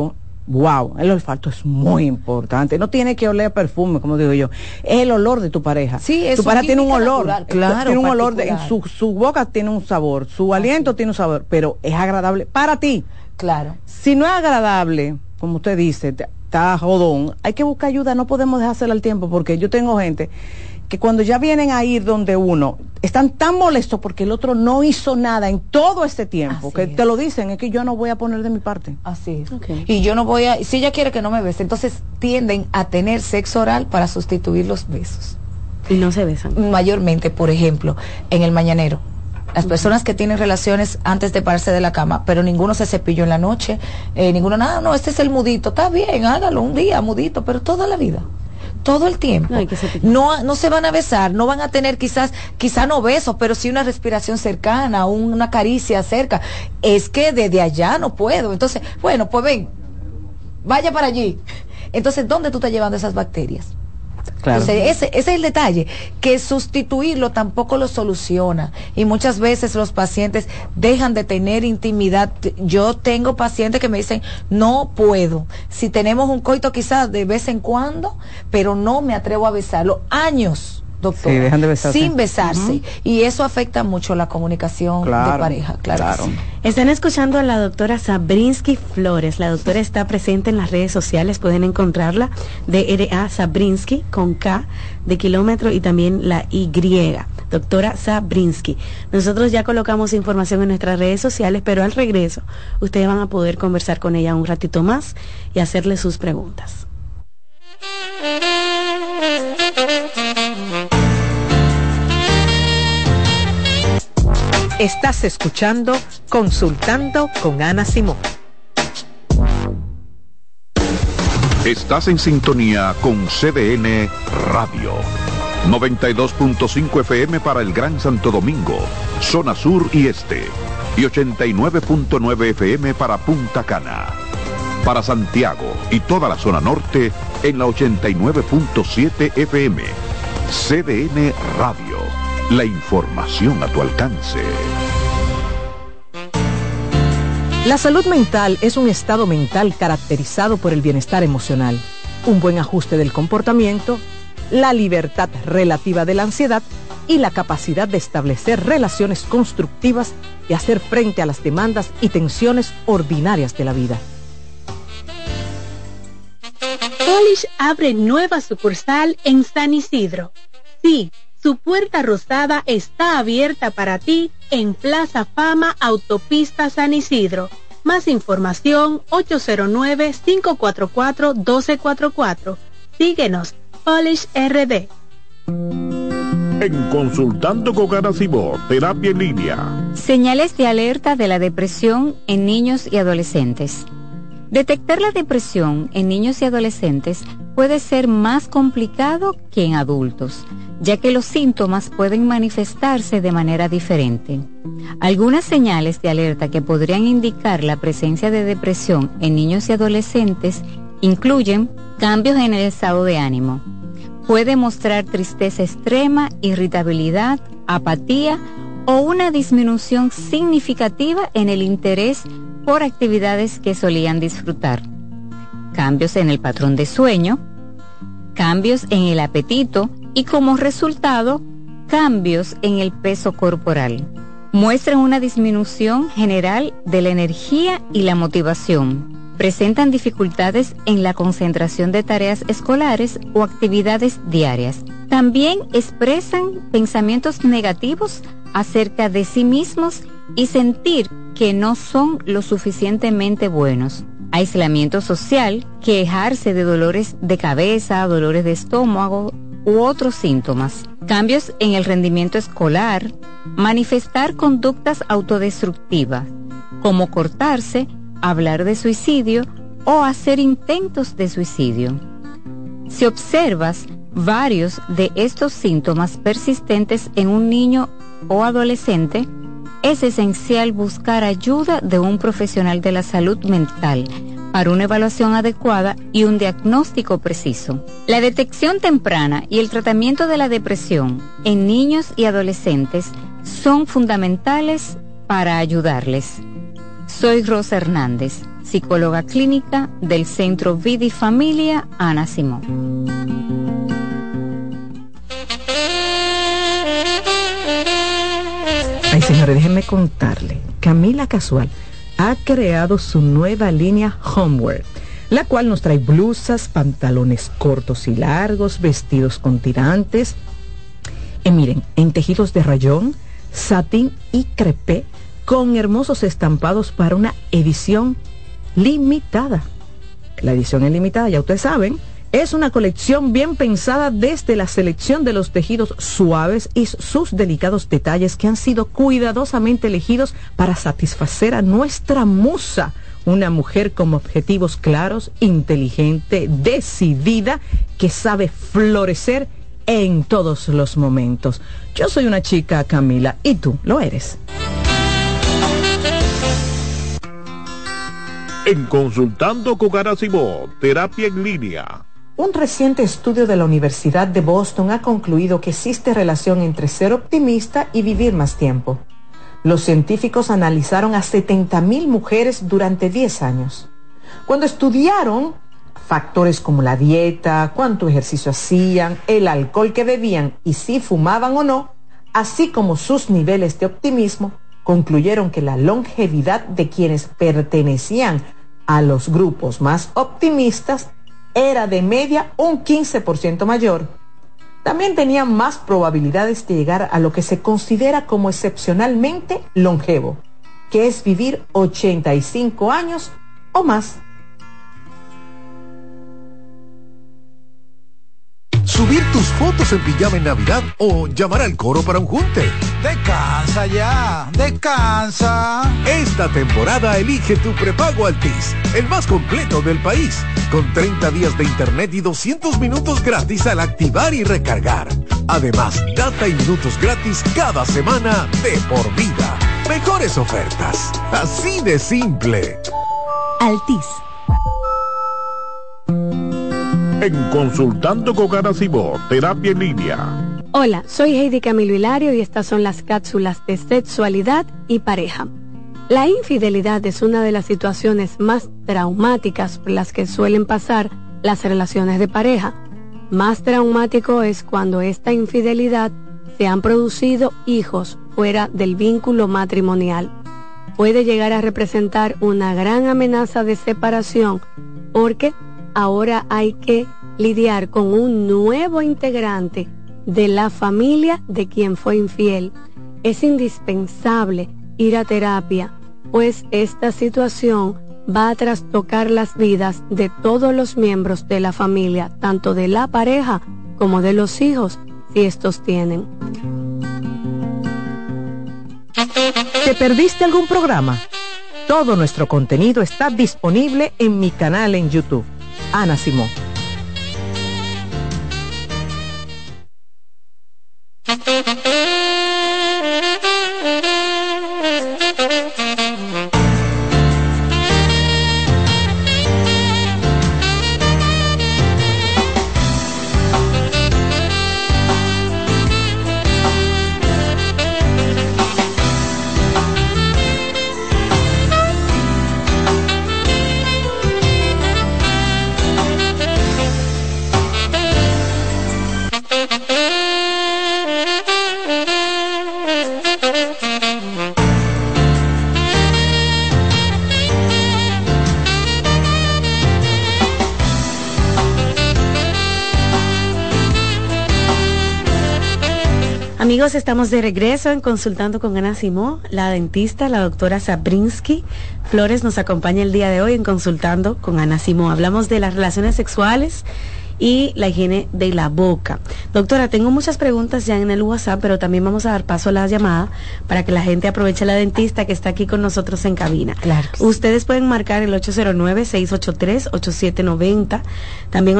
wow, el olfato es muy importante. No tiene que oler perfume, como digo yo. Es el olor de tu pareja. Sí, es tu pareja tiene un olor, natural, claro, tiene un olor, su boca tiene un sabor, su aliento tiene un sabor, pero es agradable para ti. Claro. Si no es agradable, como usted dice, está jodón, hay que buscar ayuda, no podemos dejársela al tiempo, porque yo tengo gente que cuando ya vienen a ir donde uno, están tan molestos porque el otro no hizo nada en todo este tiempo, Así que es. te lo dicen, es que yo no voy a poner de mi parte. Así es. Okay. Y yo no voy a, si ella quiere que no me bese, entonces tienden a tener sexo oral para sustituir los besos. Y no se besan. Mayormente, por ejemplo, en el mañanero. Las personas que tienen relaciones antes de pararse de la cama, pero ninguno se cepilló en la noche, ninguno, nada, no, este es el mudito, está bien, hágalo un día, mudito, pero toda la vida. Todo el tiempo. No se van a besar, no van a tener quizá no besos, pero sí una respiración cercana, una caricia cerca. Es que desde allá no puedo. Entonces, bueno, pues ven, vaya para allí. Entonces, ¿dónde tú estás llevando esas bacterias? Claro. Entonces, ese es el detalle, que sustituirlo tampoco lo soluciona, y muchas veces los pacientes dejan de tener intimidad. Yo tengo pacientes que me dicen, no puedo, si tenemos un coito quizás de vez en cuando, pero no me atrevo a besarlo, años, doctor, sí, dejan de besarse. Sin besarse, y eso afecta mucho la comunicación de pareja, claro. Sí. Están escuchando a la doctora Sabrinsky Flores. La doctora está presente en las redes sociales, pueden encontrarla, DRA Sabrinsky con K de kilómetro y también la Y, doctora Sabrinsky. Nosotros ya colocamos información en nuestras redes sociales, pero al regreso ustedes van a poder conversar con ella un ratito más y hacerle sus preguntas. Estás escuchando Consultando con Ana Simón. Estás en sintonía con CDN Radio. 92.5 FM para el Gran Santo Domingo, zona sur y este. Y 89.9 FM para Punta Cana. Para Santiago y toda la zona norte en la 89.7 FM. CDN Radio. La información a tu alcance. La salud mental es un estado mental caracterizado por el bienestar emocional, un buen ajuste del comportamiento, la libertad relativa de la ansiedad y la capacidad de establecer relaciones constructivas y hacer frente a las demandas y tensiones ordinarias de la vida. Polish abre nueva sucursal en San Isidro. Sí, su puerta rosada está abierta para ti en Plaza Fama, Autopista San Isidro. Más información 809-544-1244. Síguenos, Polish RD. En Consultando con Ana Simón, terapia en línea. Señales de alerta de la depresión en niños y adolescentes. Detectar la depresión en niños y adolescentes puede ser más complicado que en adultos, ya que los síntomas pueden manifestarse de manera diferente. Algunas señales de alerta que podrían indicar la presencia de depresión en niños y adolescentes incluyen cambios en el estado de ánimo. Puede mostrar tristeza extrema, irritabilidad, apatía o una disminución significativa en el interés por actividades que solían disfrutar. Cambios en el patrón de sueño, cambios en el apetito y como resultado, cambios en el peso corporal. Muestran una disminución general de la energía y la motivación. Presentan dificultades en la concentración de tareas escolares o actividades diarias. También expresan pensamientos negativos acerca de sí mismos y sentir que no son lo suficientemente buenos. Aislamiento social, quejarse de dolores de cabeza, dolores de estómago u otros síntomas. Cambios en el rendimiento escolar, manifestar conductas autodestructivas, como cortarse, hablar de suicidio o hacer intentos de suicidio. Si observas varios de estos síntomas persistentes en un niño o adolescente, es esencial buscar ayuda de un profesional de la salud mental para una evaluación adecuada y un diagnóstico preciso. La detección temprana y el tratamiento de la depresión en niños y adolescentes son fundamentales para ayudarles. Soy Rosa Hernández, psicóloga clínica del Centro Vida y Familia Ana Simón. Ay, señores, déjenme contarle. Camila Casual ha creado su nueva línea Homeware, la cual nos trae blusas, pantalones cortos y largos, vestidos con tirantes. Miren, en tejidos de rayón, satín y crepé, con hermosos estampados para una edición limitada. La edición es limitada, ya ustedes saben. Es una colección bien pensada desde la selección de los tejidos suaves y sus delicados detalles que han sido cuidadosamente elegidos para satisfacer a nuestra musa, una mujer con objetivos claros, inteligente, decidida, que sabe florecer en todos los momentos. Yo soy una chica, Camila, y tú lo eres. En Consultando con Ana Simó, terapia en línea. Un reciente estudio de la Universidad de Boston ha concluido que existe relación entre ser optimista y vivir más tiempo. Los científicos analizaron a 70,000 mujeres durante 10 años. Cuando estudiaron factores como la dieta, cuánto ejercicio hacían, el alcohol que bebían y si fumaban o no, así como sus niveles de optimismo, concluyeron que la longevidad de quienes pertenecían a los grupos más optimistas era de media un 15% mayor. También tenían más probabilidades de llegar a lo que se considera como excepcionalmente longevo, que es vivir 85 años o más. Subir tus fotos en pijama en Navidad o llamar al coro para un junte. Descansa ya, descansa. Esta temporada elige tu prepago Altis, el más completo del país, con 30 días de internet y 200 minutos gratis al activar y recargar. Además, data y minutos gratis cada semana de por vida. Mejores ofertas, así de simple. Altis. En Consultando con Ana Simó, terapia en línea. Hola, soy Heidi Camilo Hilario y estas son las cápsulas de sexualidad y pareja. La infidelidad es una de las situaciones más traumáticas por las que suelen pasar las relaciones de pareja. Más traumático es cuando esta infidelidad se han producido hijos fuera del vínculo matrimonial. Puede llegar a representar una gran amenaza de separación porque ahora hay que lidiar con un nuevo integrante de la familia de quien fue infiel. Es indispensable ir a terapia, pues esta situación va a trastocar las vidas de todos los miembros de la familia, tanto de la pareja como de los hijos, si estos tienen. ¿Te perdiste algún programa? Todo nuestro contenido está disponible en mi canal en YouTube, Ana Simón. Amigos, estamos de regreso en Consultando con Ana Simó, la dentista, la doctora Sabrinsky Flores nos acompaña el día de hoy en Consultando con Ana Simó. Hablamos de las relaciones sexuales y la higiene de la boca. Doctora, tengo muchas preguntas ya en el WhatsApp, pero también vamos a dar paso a la llamada para que la gente aproveche a la dentista que está aquí con nosotros en cabina. Claro que sí. Ustedes pueden marcar el 809-683-8790, también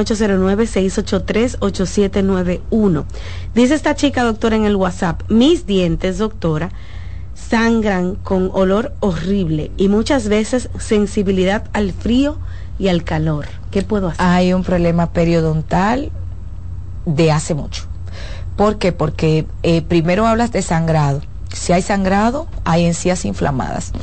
809-683-8791. Dice esta chica, doctora, en el WhatsApp: mis dientes, doctora, sangran con olor horrible y muchas veces sensibilidad al frío y al calor. ¿Qué puedo hacer? Hay un problema periodontal de hace mucho. ¿Por qué? Porque primero hablas de sangrado. Si hay sangrado, hay encías inflamadas.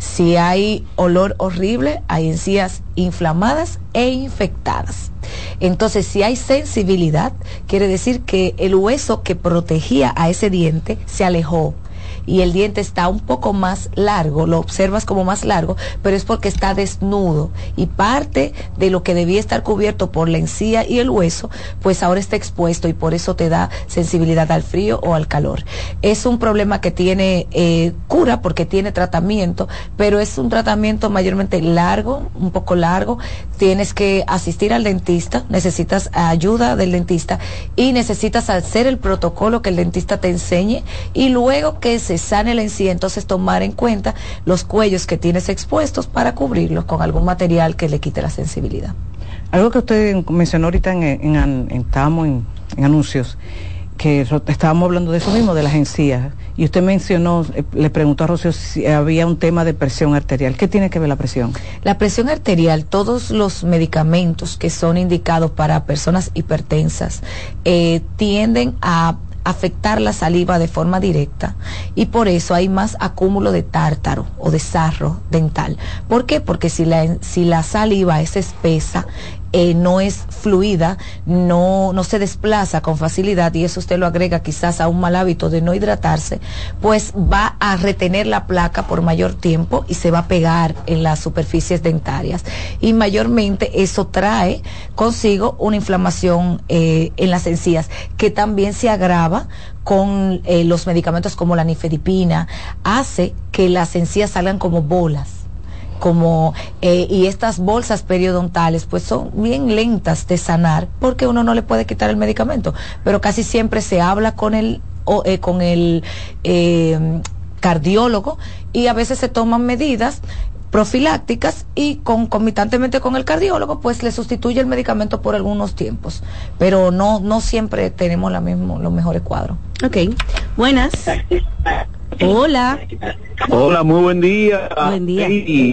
Si hay olor horrible, hay encías inflamadas e infectadas. Entonces, si hay sensibilidad, quiere decir que el hueso que protegía a ese diente se alejó y el diente está un poco más largo, lo observas como más largo, pero es porque está desnudo y parte de lo que debía estar cubierto por la encía y el hueso, pues ahora está expuesto y por eso te da sensibilidad al frío o al calor. Es un problema que tiene cura porque tiene tratamiento, pero es un tratamiento mayormente largo, un poco largo. Tienes que asistir al dentista, necesitas ayuda del dentista y necesitas hacer el protocolo que el dentista te enseñe y luego que se sane la encía, entonces tomar en cuenta los cuellos que tienes expuestos para cubrirlos con algún material que le quite la sensibilidad. Algo que usted mencionó ahorita estábamos en anuncios, que estábamos hablando de eso mismo, de las encías, y usted mencionó, le preguntó a Rocío si había un tema de presión arterial. ¿Qué tiene que ver la presión? La presión arterial, todos los medicamentos que son indicados para personas hipertensas tienden a afectar la saliva de forma directa y por eso hay más acúmulo de tártaro o de sarro dental. ¿Por qué? Porque si la saliva es espesa, no es fluida, no se desplaza con facilidad y eso usted lo agrega quizás a un mal hábito de no hidratarse, pues va a retener la placa por mayor tiempo y se va a pegar en las superficies dentarias y mayormente eso trae consigo una inflamación en las encías que también se agrava con los medicamentos como la nifedipina, hace que las encías salgan como bolas. Y estas bolsas periodontales pues son bien lentas de sanar porque uno no le puede quitar el medicamento, pero casi siempre se habla con el cardiólogo y a veces se toman medidas profilácticas y concomitantemente con el cardiólogo pues le sustituye el medicamento por algunos tiempos, pero no siempre tenemos los mejores cuadros. Ok, buenas. Hola. Hola, muy buen día. Buen día.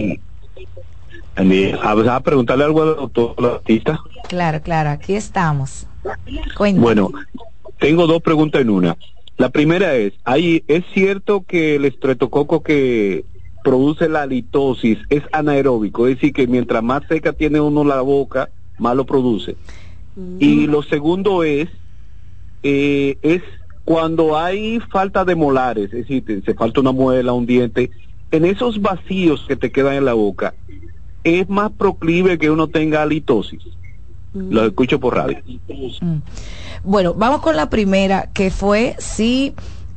¿Vas a preguntarle algo al doctor Batista? Claro, aquí estamos. Cuéntame. Bueno, tengo dos preguntas en una. La primera ¿es cierto que el estreptococo que produce la halitosis es anaeróbico? Es decir, que mientras más seca tiene uno la boca, más lo produce. Y lo segundo es cuando hay falta de molares, es decir, se falta una muela, un diente, en esos vacíos que te quedan en la boca, es más proclive que uno tenga halitosis. Lo escucho por radio. Bueno, vamos con la primera, que fue si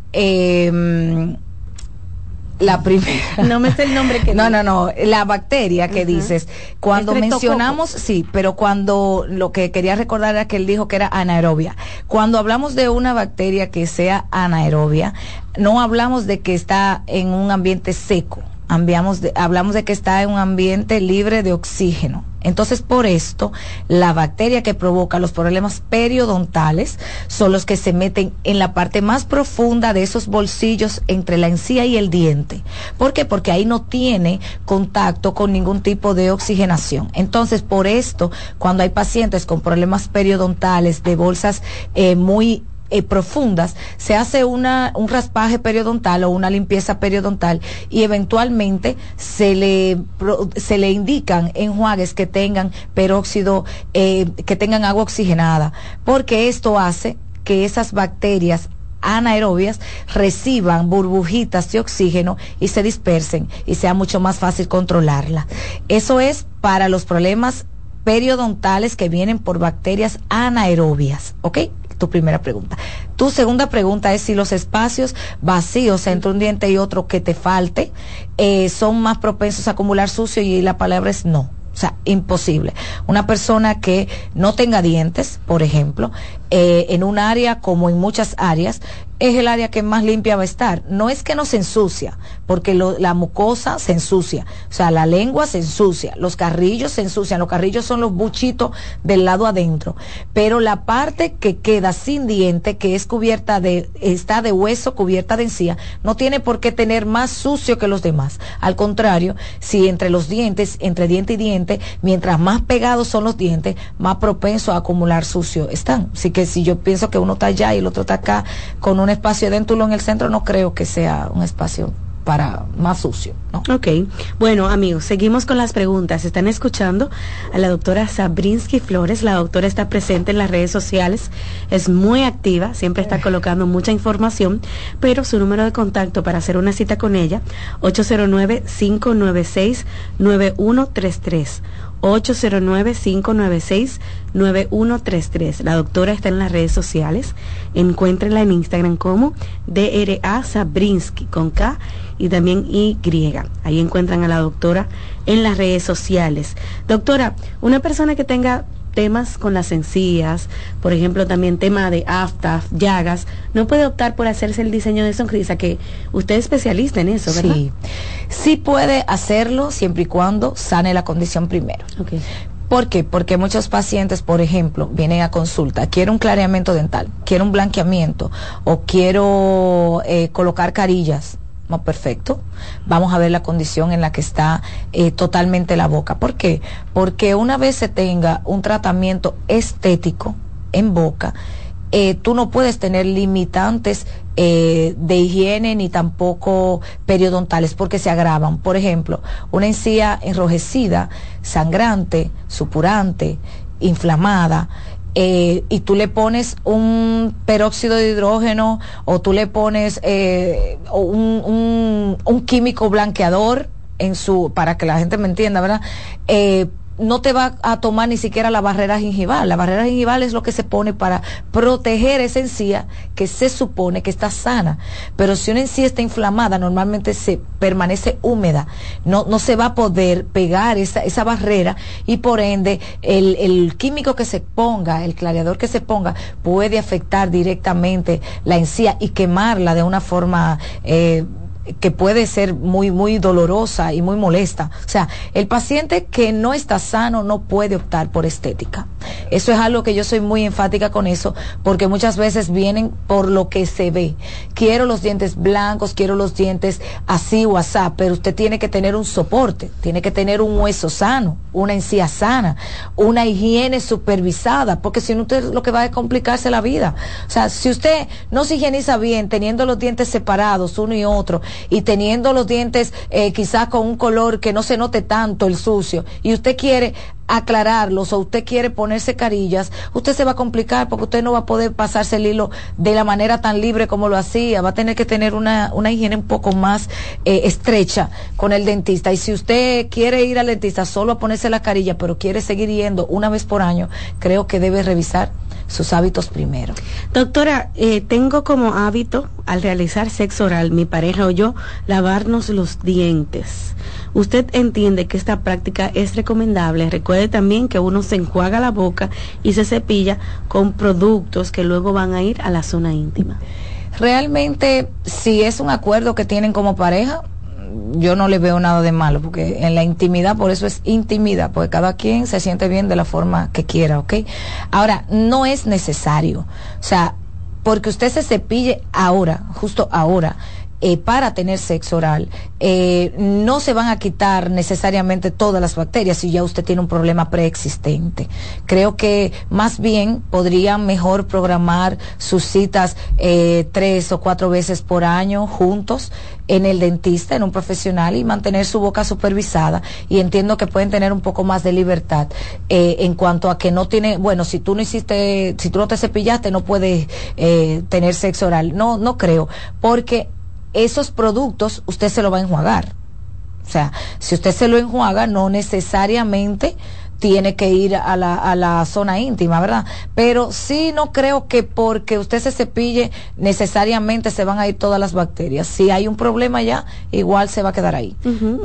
la primera. No me sé el nombre que No, la bacteria que dices. Cuando mencionamos, sí, pero cuando lo que quería recordar era que él dijo que era anaerobia. Cuando hablamos de una bacteria que sea anaerobia, no hablamos de que está en un ambiente seco. Hablamos de que está en un ambiente libre de oxígeno. Entonces, por esto, la bacteria que provoca los problemas periodontales son los que se meten en la parte más profunda de esos bolsillos entre la encía y el diente. ¿Por qué? Porque ahí no tiene contacto con ningún tipo de oxigenación. Entonces, por esto, cuando hay pacientes con problemas periodontales de bolsas muy profundas, se hace un raspaje periodontal o una limpieza periodontal y eventualmente se le indican enjuagues que tengan peróxido, que tengan agua oxigenada, porque esto hace que esas bacterias anaerobias reciban burbujitas de oxígeno y se dispersen y sea mucho más fácil controlarla. Eso es para los problemas periodontales que vienen por bacterias anaerobias, ¿ok? Tu primera pregunta. Tu segunda pregunta es si los espacios vacíos entre un diente y otro que te falte son más propensos a acumular sucio, y la palabra es no. O sea, imposible. Una persona que no tenga dientes, por ejemplo, en un área como en muchas áreas, es el área que más limpia va a estar. No es que no se ensucia, porque la mucosa se ensucia, o sea, la lengua se ensucia, los carrillos se ensucian, los carrillos son los buchitos del lado adentro, pero la parte que queda sin diente, que es está de hueso, cubierta de encía, no tiene por qué tener más sucio que los demás. Al contrario, si entre los dientes, entre diente y diente, mientras más pegados son los dientes, más propensos a acumular sucio están. Así que si yo pienso que uno está allá y el otro está acá, con un espacio de déntulo en el centro, no creo que sea un espacio para más sucio, ¿no? Ok, bueno amigos, seguimos con las preguntas. Están escuchando a la doctora Sabrinsky Flores. La doctora está presente en las redes sociales, es muy activa, siempre está colocando mucha información, pero su número de contacto para hacer una cita con ella, 809-596-9133. 809-596-9133. La doctora está en las redes sociales. Encuéntrenla en Instagram como DRA Sabrinsky con K y también Y. Ahí encuentran a la doctora en las redes sociales. Doctora, una persona que tenga temas con las encías, por ejemplo también tema de afta, llagas, no puede optar por hacerse el diseño de sonrisa, que usted es especialista en eso, ¿verdad? Sí puede hacerlo siempre y cuando sane la condición primero. Okay. ¿Por qué? Porque muchos pacientes, por ejemplo, vienen a consulta, quiero un clareamiento dental, quiero un blanqueamiento o quiero colocar carillas. No, perfecto. Vamos a ver la condición en la que está totalmente la boca. ¿Por qué? Porque una vez se tenga un tratamiento estético en boca, tú no puedes tener limitantes de higiene ni tampoco periodontales porque se agravan. Por ejemplo, una encía enrojecida, sangrante, supurante, inflamada, y tú le pones un peróxido de hidrógeno o tú le pones un químico blanqueador para que la gente me entienda, ¿verdad? No te va a tomar ni siquiera la barrera gingival. La barrera gingival es lo que se pone para proteger esa encía que se supone que está sana. Pero si una encía está inflamada, normalmente se permanece húmeda. No se va a poder pegar esa barrera y por ende el químico que se ponga, el clareador que se ponga, puede afectar directamente la encía y quemarla de una forma que puede ser muy, muy dolorosa y muy molesta. O sea, el paciente que no está sano no puede optar por estética. Eso es algo que yo soy muy enfática con eso, porque muchas veces vienen por lo que se ve. Quiero los dientes blancos, quiero los dientes así o asá, pero usted tiene que tener un soporte, tiene que tener un hueso sano, una encía sana, una higiene supervisada, porque si no usted lo que va a complicarse la vida. O sea, si usted no se higieniza bien, teniendo los dientes separados uno y otro, y teniendo los dientes quizás con un color que no se note tanto el sucio, y usted quiere aclararlos o usted quiere ponerse carillas, usted se va a complicar porque usted no va a poder pasarse el hilo de la manera tan libre como lo hacía. Va a tener que tener una higiene un poco más estrecha con el dentista. Y si usted quiere ir al dentista solo a ponerse la carilla, pero quiere seguir yendo una vez por año, creo que debe revisar sus hábitos primero. Doctora, tengo como hábito al realizar sexo oral, mi pareja o yo, lavarnos los dientes. ¿Usted entiende que esta práctica es recomendable? Recuerde también que uno se enjuaga la boca y se cepilla con productos que luego van a ir a la zona íntima. Realmente, si es un acuerdo que tienen como pareja, yo no le veo nada de malo, porque en la intimidad, por eso es intimidad, porque cada quien se siente bien de la forma que quiera, ¿ok? Ahora, no es necesario, o sea, porque usted se cepille ahora, justo ahora, para tener sexo oral, no se van a quitar necesariamente todas las bacterias si ya usted tiene un problema preexistente. Creo que más bien podrían mejor programar sus citas 3 o 4 veces por año juntos en el dentista, en un profesional, y mantener su boca supervisada. Y entiendo que pueden tener un poco más de libertad en cuanto a que no tiene, bueno, si tú no te cepillaste, no puedes tener sexo oral. No creo, porque esos productos usted se lo va a enjuagar. O sea, si usted se lo enjuaga, no necesariamente tiene que ir a la zona íntima, ¿verdad? Pero sí, no creo que porque usted se cepille necesariamente se van a ir todas las bacterias. Si hay un problema ya, igual se va a quedar ahí.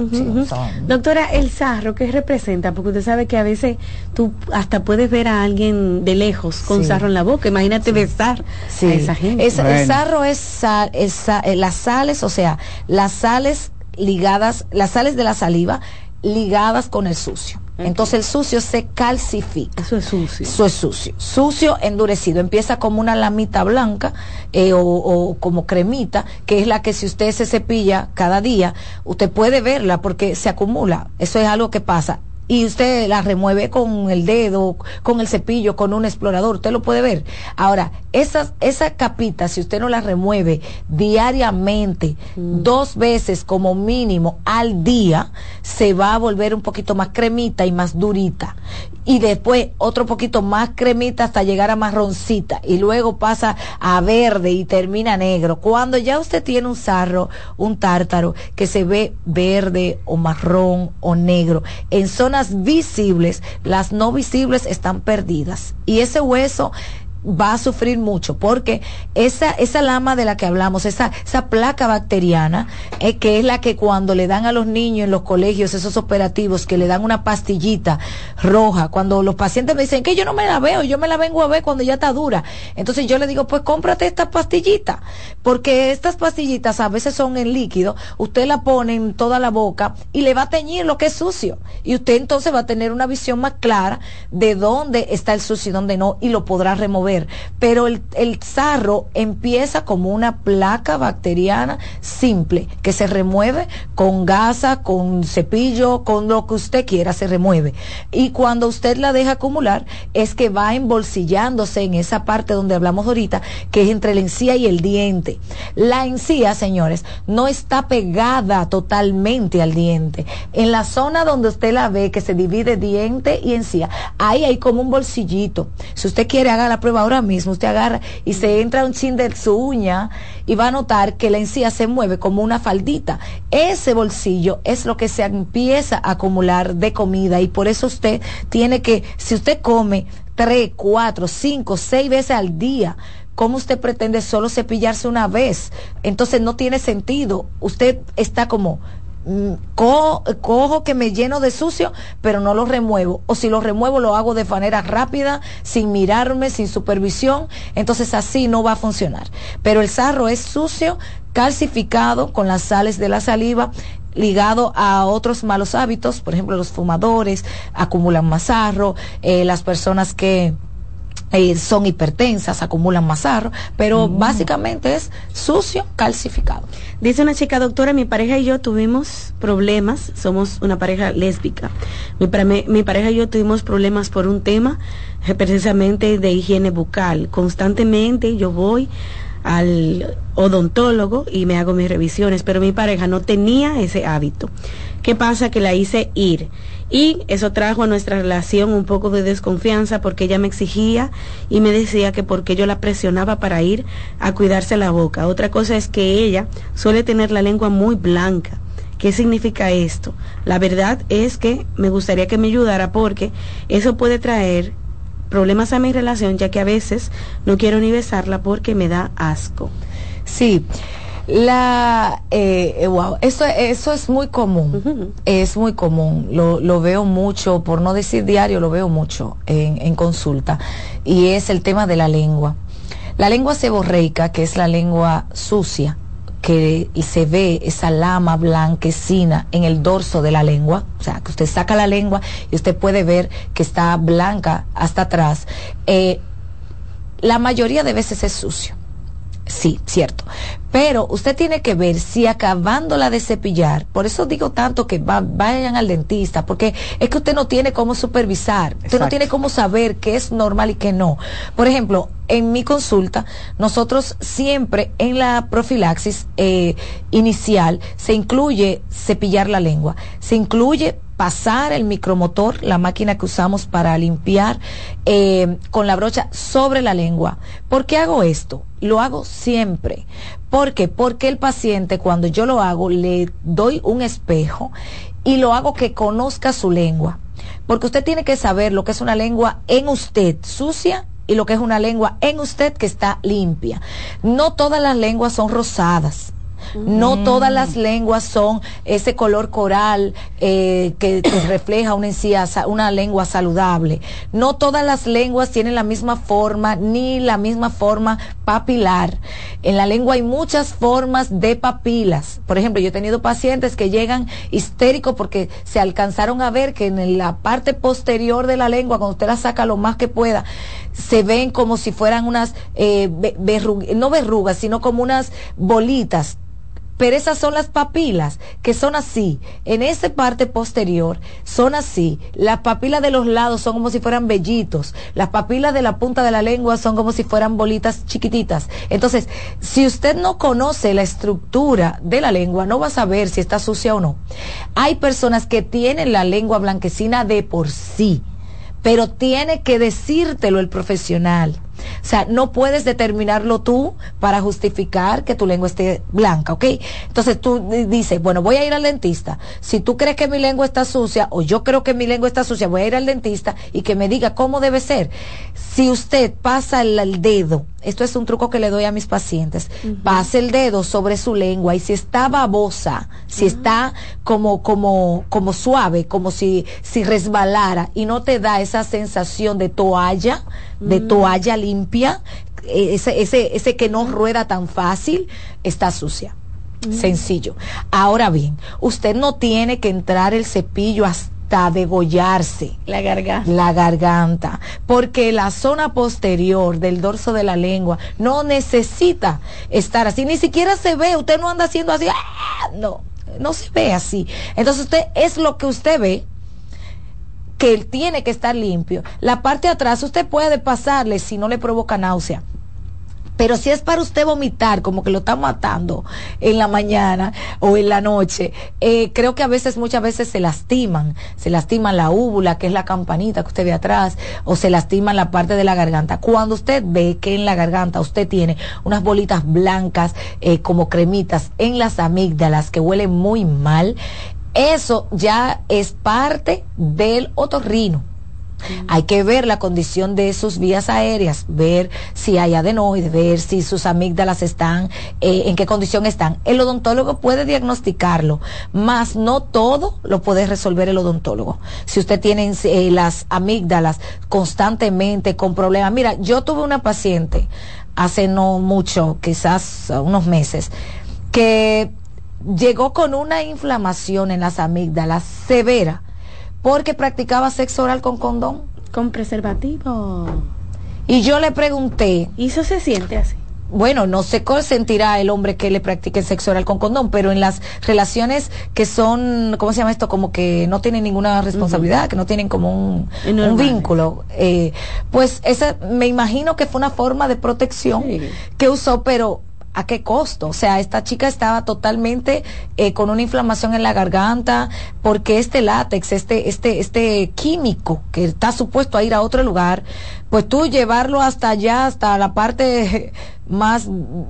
Doctora, el sarro, ¿qué representa? Porque usted sabe que a veces tú hasta puedes ver a alguien de lejos con sarro en la boca. Imagínate besar a esa gente. El sarro es las sales, o sea, las sales ligadas, las sales de la saliva ligadas con el sucio. Entonces el sucio se calcifica. Eso es sucio. Eso es sucio. Sucio endurecido. Empieza como una lamita blanca o como cremita, que es la que si usted se cepilla cada día, usted puede verla porque se acumula. Eso es algo que pasa. y usted la remueve con el dedo, con el cepillo, con un explorador, usted lo puede ver. Ahora, esa capita, si usted no la remueve diariamente, 2 veces como mínimo al día, se va a volver un poquito más cremita y más durita. Y después otro poquito más cremita hasta llegar a marroncita. Y luego pasa a verde y termina negro. Cuando ya usted tiene un sarro, un tártaro, que se ve verde o marrón o negro, en zonas visibles, las no visibles están perdidas. Y ese hueso va a sufrir mucho, porque esa lama de la que hablamos, esa placa bacteriana, que es la que cuando le dan a los niños en los colegios esos operativos, que le dan una pastillita roja, cuando los pacientes me dicen que yo no me la veo, yo me la vengo a ver cuando ya está dura, entonces yo le digo, pues cómprate esta pastillita, porque estas pastillitas a veces son en líquido, usted la pone en toda la boca y le va a teñir lo que es sucio, y usted entonces va a tener una visión más clara de dónde está el sucio y dónde no, y lo podrá remover. Pero el sarro empieza como una placa bacteriana simple que se remueve con gasa, con cepillo, con lo que usted quiera, se remueve. Y cuando usted la deja acumular es que va embolsillándose en esa parte donde hablamos ahorita, que es entre la encía y el diente. La encía, señores, no está pegada totalmente al diente. En la zona donde usted la ve, que se divide diente y encía, ahí hay como un bolsillito. Si usted quiere, haga la prueba ahora mismo. Usted agarra y se entra un chin de su uña y va a notar que la encía se mueve como una faldita. Ese bolsillo es lo que se empieza a acumular de comida, y por eso usted tiene que, si usted come 3, 4, 5, 6 veces al día, ¿cómo usted pretende solo cepillarse una vez? Entonces no tiene sentido. Usted está como cojo que me lleno de sucio, pero no lo remuevo, o si lo remuevo lo hago de manera rápida, sin mirarme, sin supervisión, entonces así no va a funcionar. Pero el sarro es sucio, calcificado con las sales de la saliva, ligado a otros malos hábitos. Por ejemplo, los fumadores acumulan más sarro, las personas que son hipertensas acumulan más sarro, pero básicamente es sucio, calcificado. Dice una chica, doctora, mi pareja y yo tuvimos problemas, somos una pareja lésbica, mi pareja y yo tuvimos problemas por un tema precisamente de higiene bucal. Constantemente yo voy al odontólogo y me hago mis revisiones, pero mi pareja no tenía ese hábito. ¿Qué pasa? Que la hice ir, y eso trajo a nuestra relación un poco de desconfianza, porque ella me exigía y me decía que porque yo la presionaba para ir a cuidarse la boca. Otra cosa es que ella suele tener la lengua muy blanca. ¿Qué significa esto? La verdad es que me gustaría que me ayudara, porque eso puede traer problemas a mi relación, ya que a veces no quiero ni besarla porque me da asco. Sí, eso es muy común, es muy común, lo veo mucho, por no decir diario, lo veo mucho en consulta, y es el tema de la lengua. La lengua seborreica, que es la lengua sucia, que se ve esa lama blanquecina en el dorso de la lengua, o sea, que usted saca la lengua y usted puede ver que está blanca hasta atrás. La mayoría de veces es sucio. Sí, cierto. Pero usted tiene que ver si acabándola de cepillar, por eso digo tanto que vayan al dentista, porque es que usted no tiene cómo supervisar, usted no tiene cómo saber qué es normal y qué no. Por ejemplo, en mi consulta, nosotros siempre en la profilaxis inicial se incluye cepillar la lengua, se incluye pasar el micromotor, la máquina que usamos para limpiar, con la brocha sobre la lengua. ¿Por qué hago esto? Lo hago siempre. ¿Por qué? Porque el paciente, cuando yo lo hago, le doy un espejo y lo hago que conozca su lengua. Porque usted tiene que saber lo que es una lengua en usted sucia y lo que es una lengua en usted que está limpia. No todas las lenguas son rosadas. No todas las lenguas son ese color coral que refleja una lengua saludable. No todas las lenguas tienen la misma forma ni la misma forma papilar. En la lengua hay muchas formas de papilas. Por ejemplo, yo he tenido pacientes que llegan histéricos porque se alcanzaron a ver que en la parte posterior de la lengua, cuando usted la saca lo más que pueda, se ven como si fueran unas no verrugas, sino como unas bolitas pero esas son las papilas, que son así, en esa parte posterior, son así, las papilas de los lados son como si fueran vellitos, las papilas de la punta de la lengua son como si fueran bolitas chiquititas. Entonces, si usted no conoce la estructura de la lengua, no va a saber si está sucia o no. Hay personas que tienen la lengua blanquecina de por sí, pero tiene que decírtelo el profesional. O sea, no puedes determinarlo tú para justificar que tu lengua esté blanca, ¿ok? Entonces tú dices, bueno, voy a ir al dentista. Si tú crees que mi lengua está sucia, o yo creo que mi lengua está sucia, voy a ir al dentista y que me diga cómo debe ser. Si usted pasa el dedo, esto es un truco que le doy a mis pacientes, pase el dedo sobre su lengua y si está babosa, si está como suave, como si resbalara y no te da esa sensación de toalla limpia, ese que no rueda tan fácil, está sucia. Sencillo. Ahora bien, usted no tiene que entrar el cepillo hasta degollarse la garganta, porque la zona posterior del dorso de la lengua no necesita estar así, ni siquiera se ve, usted no anda haciendo así, no se ve así. Entonces usted es lo que usted ve, que él tiene que estar limpio. La parte de atrás usted puede pasarle si no le provoca náusea, pero si es para usted vomitar como que lo está matando en la mañana o en la noche, creo que muchas veces se lastiman la úvula, que es la campanita que usted ve atrás, o se lastiman la parte de la garganta. Cuando usted ve que en la garganta usted tiene unas bolitas blancas como cremitas en las amígdalas que huelen muy mal, eso ya es parte del otorrino. Hay que ver la condición de sus vías aéreas, ver si hay adenoides, ver si sus amígdalas están, en qué condición están. El odontólogo puede diagnosticarlo, mas no todo lo puede resolver el odontólogo. Si usted tiene las amígdalas constantemente con problemas. Mira, yo tuve una paciente hace no mucho, quizás unos meses, que llegó con una inflamación en las amígdalas severa porque practicaba sexo oral con condón. ¿Con preservativo? Y yo le pregunté... ¿Y eso se siente así? Bueno, no sé cómo sentirá el hombre que le practique sexo oral con condón, pero en las relaciones que son, ¿cómo se llama esto? Como que no tienen ninguna responsabilidad, que no tienen como un vínculo. Pues esa, me imagino que fue una forma de protección que usó, pero... ¿a qué costo? O sea, esta chica estaba totalmente con una inflamación en la garganta, porque este látex, este químico que está supuesto a ir a otro lugar, pues tú llevarlo hasta allá, hasta la parte más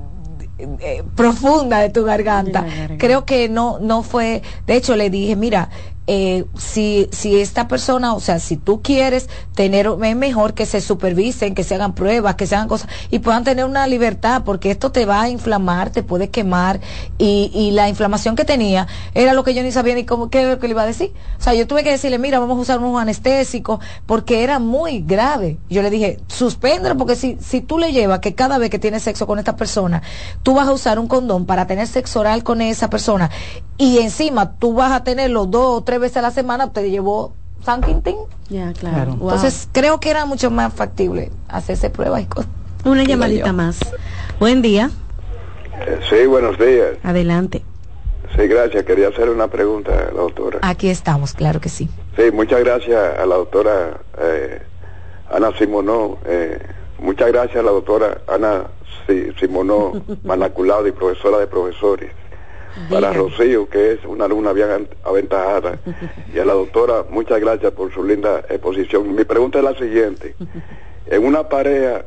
profunda de tu garganta. Creo que no fue. De hecho, le dije, mira, si esta persona, o sea, si tú quieres tener, es mejor que se supervisen, que se hagan pruebas, que se hagan cosas y puedan tener una libertad, porque esto te va a inflamar, te puede quemar, y la inflamación que tenía era lo que yo ni sabía ni cómo, qué le iba a decir. O sea, yo tuve que decirle, mira, vamos a usar unos anestésicos, porque era muy grave. Yo le dije, suspéndelo, porque si tú le llevas que cada vez que tienes sexo con esta persona, tú vas a usar un condón para tener sexo oral con esa persona, y encima tú vas a tenerlo 2 o 3 veces a la semana, te llevó San Quintín. Ya, claro. Wow. Entonces creo que era mucho más factible hacerse pruebas y cosas. Una llamadita más. Buen día. Sí, buenos días. Adelante. Sí, gracias. Quería hacer una pregunta a la doctora. Aquí estamos, claro que sí. Sí, muchas gracias a la doctora Ana Simonó. Muchas gracias a la doctora Ana Simonó Manaculado y profesora de profesores. Para Rocío, que es una alumna bien aventajada, y a la doctora, muchas gracias por su linda exposición. Mi pregunta es la siguiente: en una pareja,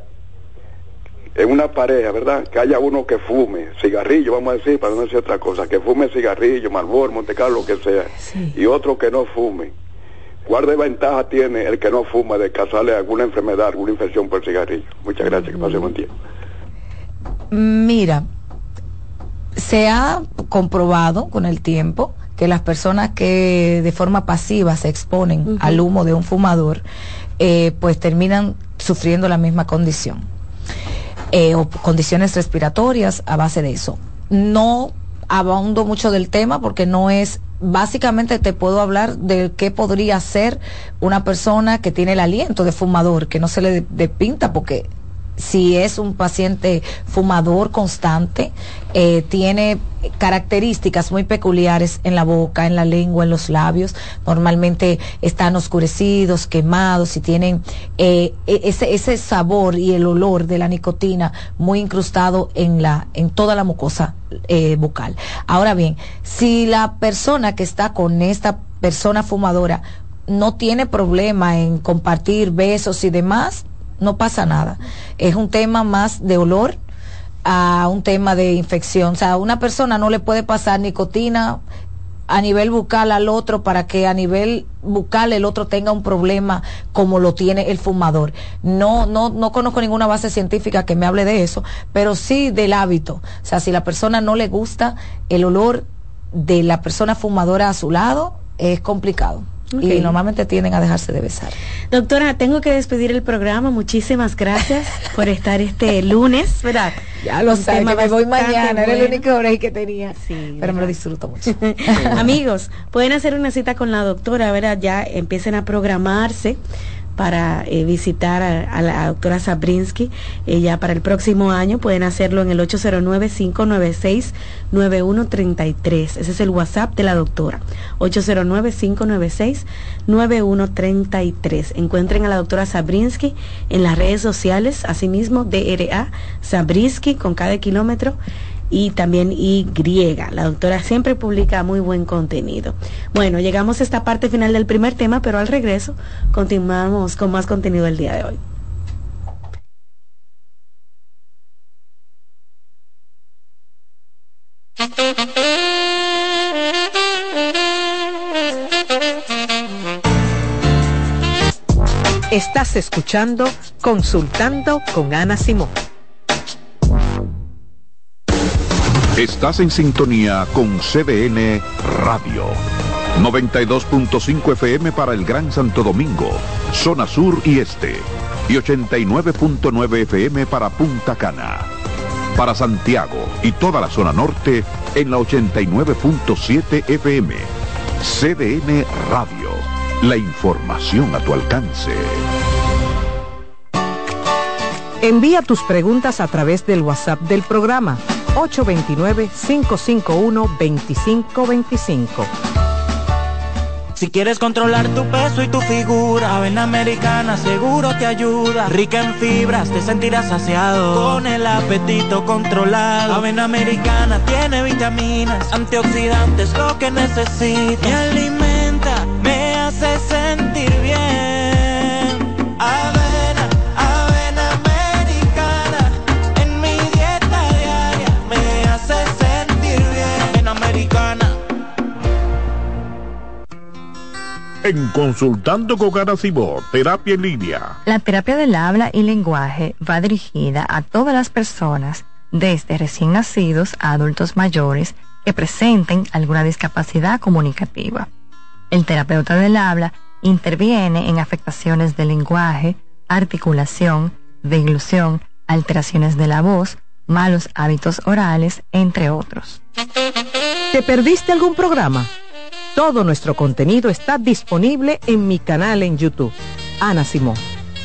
¿verdad?, que haya uno que fume cigarrillo, vamos a decir, para no decir otra cosa, que fume cigarrillo, Marlboro, Montecarlo, lo que sea, y otro que no fume, ¿cuál de ventaja tiene el que no fuma de causarle alguna enfermedad, alguna infección por el cigarrillo? Muchas gracias, que pase buen tiempo. Mira, se ha comprobado con el tiempo que las personas que de forma pasiva se exponen al humo de un fumador, pues terminan sufriendo la misma condición, o condiciones respiratorias a base de eso. No abondo mucho del tema porque no es, básicamente te puedo hablar de qué podría ser una persona que tiene el aliento de fumador, que no se le despinta, porque si es un paciente fumador constante, tiene características muy peculiares en la boca, en la lengua, en los labios. Normalmente están oscurecidos, quemados y tienen ese sabor y el olor de la nicotina muy incrustado en toda la mucosa bucal. Ahora bien, si la persona que está con esta persona fumadora no tiene problema en compartir besos y demás, no pasa nada. Es un tema más de olor a un tema de infección. O sea, a una persona no le puede pasar nicotina a nivel bucal al otro para que a nivel bucal el otro tenga un problema como lo tiene el fumador. No conozco ninguna base científica que me hable de eso, pero sí del hábito. O sea, si la persona no le gusta el olor de la persona fumadora a su lado, es complicado. Okay. Y normalmente tienden a dejarse de besar. Doctora, tengo que despedir el programa. Muchísimas gracias por estar este lunes, ¿verdad? Ya lo sé, que me voy mañana, era el único break que tenía. Sí, pero me lo disfruto mucho. Amigos, pueden hacer una cita con la doctora, ¿verdad? Ya empiecen a programarse para visitar a la doctora Zabrinsky ya para el próximo año. Pueden hacerlo en el 809-596-9133. Ese es el WhatsApp de la doctora, 809-596-9133. Encuentren a la doctora Zabrinsky en las redes sociales, asimismo DRA Zabrinsky con cada kilómetro y también Y. La doctora siempre publica muy buen contenido. Bueno, llegamos a esta parte final del primer tema, pero al regreso continuamos con más contenido el día de hoy. Estás escuchando Consultando con Ana Simón. Estás en sintonía con CDN Radio. 92.5 FM para el Gran Santo Domingo, zona sur y este. Y 89.9 FM para Punta Cana. Para Santiago y toda la zona norte en la 89.7 FM. CDN Radio. La información a tu alcance. Envía tus preguntas a través del WhatsApp del programa 829-551-2525. Si quieres controlar tu peso y tu figura, Avena Americana seguro te ayuda. Rica en fibras, te sentirás saciado, con el apetito controlado. Avena Americana tiene vitaminas, antioxidantes, lo que necesitas. Me alimenta, me hace sentir bien. Avena Americana, en mi dieta diaria, me hace sentir bien. Avena Americana. En Consultando con Ana Simón, terapia en línea. La terapia del habla y lenguaje va dirigida a todas las personas, desde recién nacidos a adultos mayores, que presenten alguna discapacidad comunicativa. El terapeuta del habla interviene en afectaciones del lenguaje, articulación, deglución, alteraciones de la voz, malos hábitos orales, entre otros. ¿Te perdiste algún programa? Todo nuestro contenido está disponible en mi canal en YouTube, Ana Simón.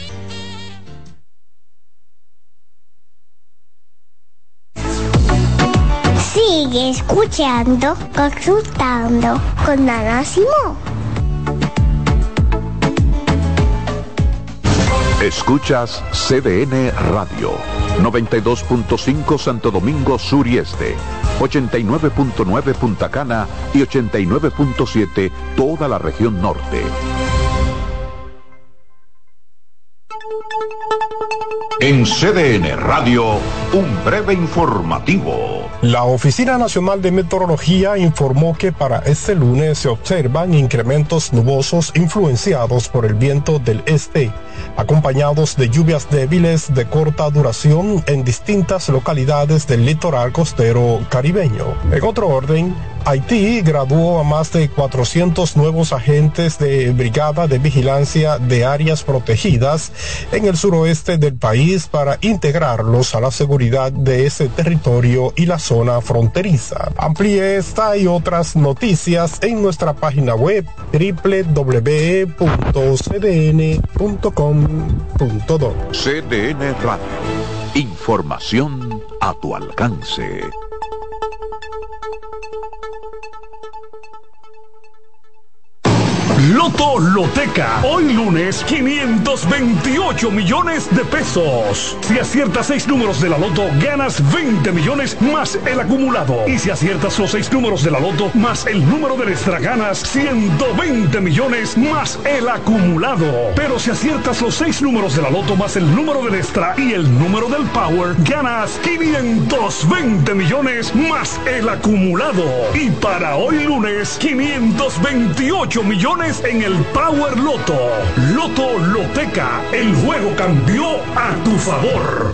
Sigue escuchando, consultando con Ana Simón. Escuchas CDN Radio, 92.5 Santo Domingo Sur y Este, 89.9 Punta Cana y 89.7 toda la región norte. En CDN Radio, un breve informativo. La Oficina Nacional de Meteorología informó que para este lunes se observan incrementos nubosos influenciados por el viento del este, acompañados de lluvias débiles de corta duración en distintas localidades del litoral costero caribeño. En otro orden, Haití graduó a más de 400 nuevos agentes de brigada de vigilancia de áreas protegidas en el suroeste del país para integrarlos a la seguridad de ese territorio y la zona fronteriza. Amplíe esta y otras noticias en nuestra página web www.cdn.com.do. CDN Radio. Información a tu alcance. Loto Loteca, hoy lunes, 528 millones de pesos. Si aciertas 6 números de la Loto, ganas 20 millones más el acumulado. Y si aciertas los 6 números de la Loto más el número del extra, ganas 120 millones más el acumulado. Pero si aciertas los 6 números de la Loto más el número del extra y el número del Power, ganas 520 millones más el acumulado. Y para hoy lunes, 528 millones en el Power Loto. Loto Loteca, el juego cambió a tu favor.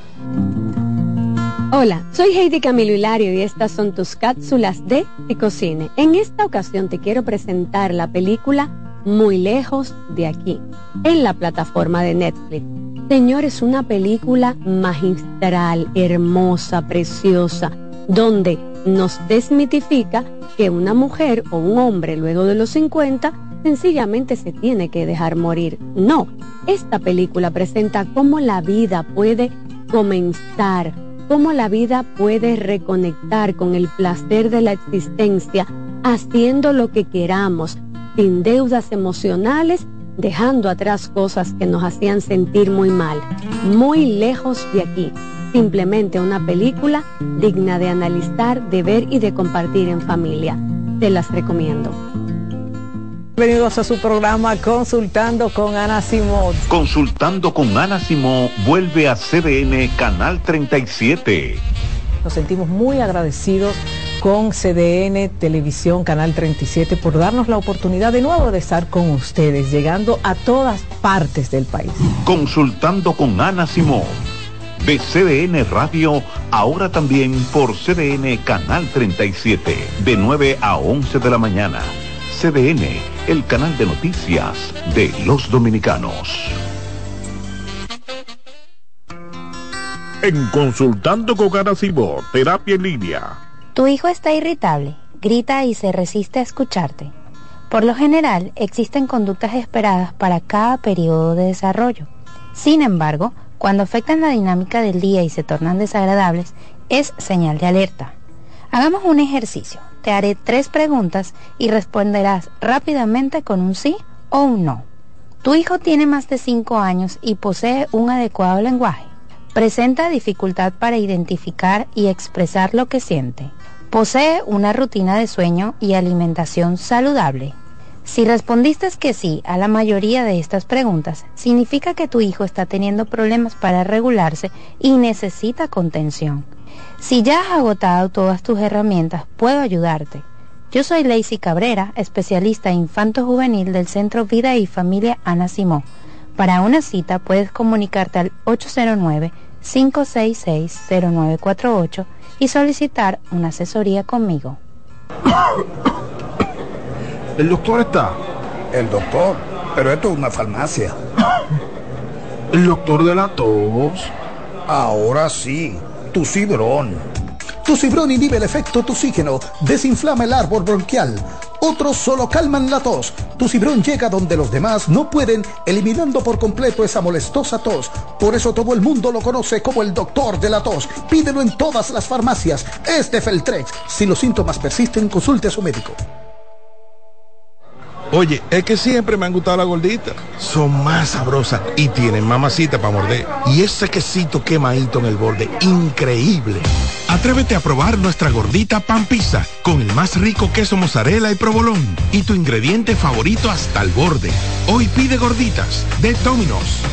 Hola, soy Heidi Camilo Hilario y estas son tus cápsulas de Ticocine. En esta ocasión te quiero presentar la película Muy lejos de aquí, en la plataforma de Netflix. Señores, una película magistral, hermosa, preciosa, donde nos desmitifica que una mujer o un hombre luego de los 50 sencillamente se tiene que dejar morir. No, esta película presenta cómo la vida puede comenzar, cómo la vida puede reconectar con el placer de la existencia, haciendo lo que queramos, sin deudas emocionales, dejando atrás cosas que nos hacían sentir muy mal. Muy lejos de aquí. Simplemente una película digna de analizar, de ver y de compartir en familia. Te las recomiendo. Bienvenidos a su programa Consultando con Ana Simó. Consultando con Ana Simó vuelve a CDN Canal 37. Nos sentimos muy agradecidos con CDN Televisión Canal 37 por darnos la oportunidad de nuevo de estar con ustedes, llegando a todas partes del país. Consultando con Ana Simó. De CDN Radio, ahora también por CDN Canal 37, de 9 a 11 de la mañana. CDN, el canal de noticias de los dominicanos. En Consultando con Ana Simó, terapia en línea. Tu hijo está irritable, grita y se resiste a escucharte. Por lo general, existen conductas esperadas para cada periodo de desarrollo. Sin embargo, cuando afectan la dinámica del día y se tornan desagradables, es señal de alerta. Hagamos un ejercicio. Te haré 3 preguntas y responderás rápidamente con un sí o un no. Tu hijo tiene más de 5 años y posee un adecuado lenguaje. Presenta dificultad para identificar y expresar lo que siente. Posee una rutina de sueño y alimentación saludable. Si respondiste que sí a la mayoría de estas preguntas, significa que tu hijo está teniendo problemas para regularse y necesita contención. Si ya has agotado todas tus herramientas, puedo ayudarte. Yo soy Lacey Cabrera, especialista infanto-juvenil del Centro Vida y Familia Ana Simó. Para una cita puedes comunicarte al 809-566-0948 y solicitar una asesoría conmigo. ¿El doctor está? El doctor, pero esto es una farmacia. ¿El doctor de la tos? Ahora sí, tu Cibrón. Tu Cibrón inhibe el efecto toxígeno, desinflama el árbol bronquial. Otros solo calman la tos. Tu Cibrón llega donde los demás no pueden, eliminando por completo esa molestosa tos. Por eso todo el mundo lo conoce como el doctor de la tos. Pídelo en todas las farmacias. Es de Feltrex. Si los síntomas persisten, consulte a su médico. Oye, es que siempre me han gustado las gorditas. Son más sabrosas y tienen mamacita para morder. Y ese quesito quemadito en el borde, increíble. Atrévete a probar nuestra gordita pan pizza con el más rico queso mozzarella y provolón y tu ingrediente favorito hasta el borde. Hoy pide gorditas de Domino's.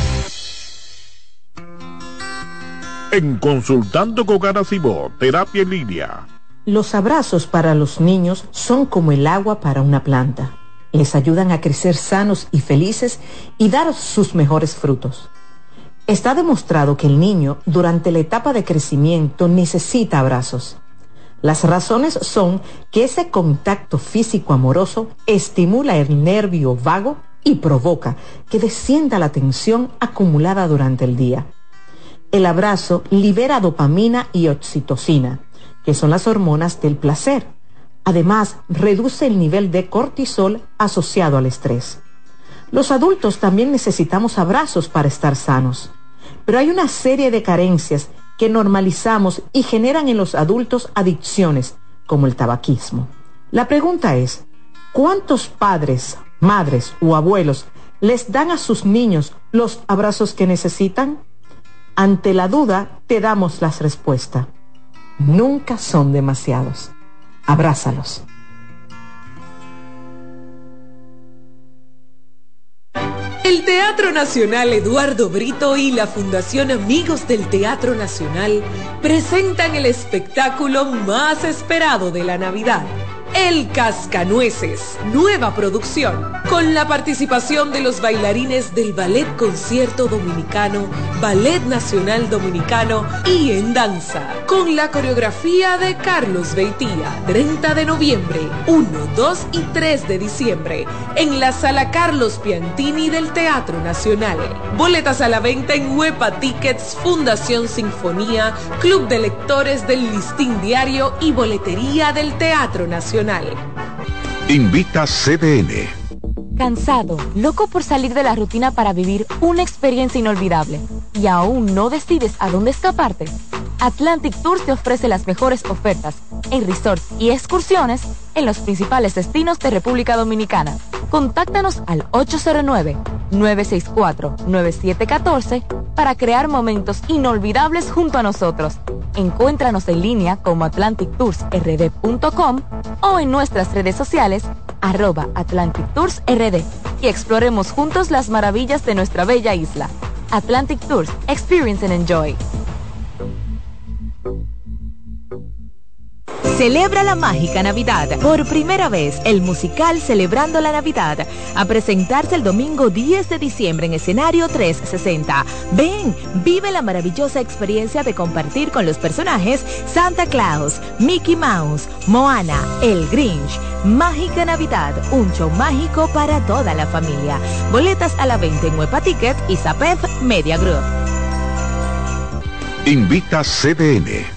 En Consultando con Ana Simó, terapia en línea. Los abrazos para los niños son como el agua para una planta. Les ayudan a crecer sanos y felices y dar sus mejores frutos. Está demostrado que el niño, durante la etapa de crecimiento, necesita abrazos. Las razones son que ese contacto físico amoroso estimula el nervio vago y provoca que descienda la tensión acumulada durante el día. El abrazo libera dopamina y oxitocina, que son las hormonas del placer. Además, reduce el nivel de cortisol asociado al estrés. Los adultos también necesitamos abrazos para estar sanos. pero hay una serie de carencias que normalizamos y generan en los adultos adicciones, como el tabaquismo. La pregunta es, ¿cuántos padres, madres o abuelos les dan a sus niños los abrazos que necesitan? Ante la duda, te damos la respuesta. Nunca son demasiados. Abrázalos. El Teatro Nacional Eduardo Brito y la Fundación Amigos del Teatro Nacional presentan el espectáculo más esperado de la Navidad, El Cascanueces, nueva producción, con la participación de los bailarines del Ballet Concierto Dominicano, Ballet Nacional Dominicano y en danza, con la coreografía de Carlos Beitía, 30 de noviembre, 1, 2 y 3 de diciembre, en la Sala Carlos Piantini del Teatro Nacional. Boletas a la venta en Huepa Tickets, Fundación Sinfonía, Club de Lectores del Listín Diario y Boletería del Teatro Nacional. Invita CDN. ¿Cansado, loco por salir de la rutina para vivir una experiencia inolvidable y aún no decides a dónde escaparte? Atlantic Tours te ofrece las mejores ofertas en resorts y excursiones en los principales destinos de República Dominicana. Contáctanos al 809-964-9714 para crear momentos inolvidables junto a nosotros. Encuéntranos en línea como atlantictoursrd.com o en nuestras redes sociales @AtlanticToursRD y exploremos juntos las maravillas de nuestra bella isla. Atlantic Tours, experience and enjoy. Celebra la mágica Navidad. Por primera vez, el musical Celebrando la Navidad, a presentarse el domingo 10 de diciembre en escenario 360. Ven, vive la maravillosa experiencia de compartir con los personajes Santa Claus, Mickey Mouse, Moana, El Grinch. Mágica Navidad, un show mágico para toda la familia. Boletas a la venta en Huepa Ticket y Zapef Media Group. Invita CDN.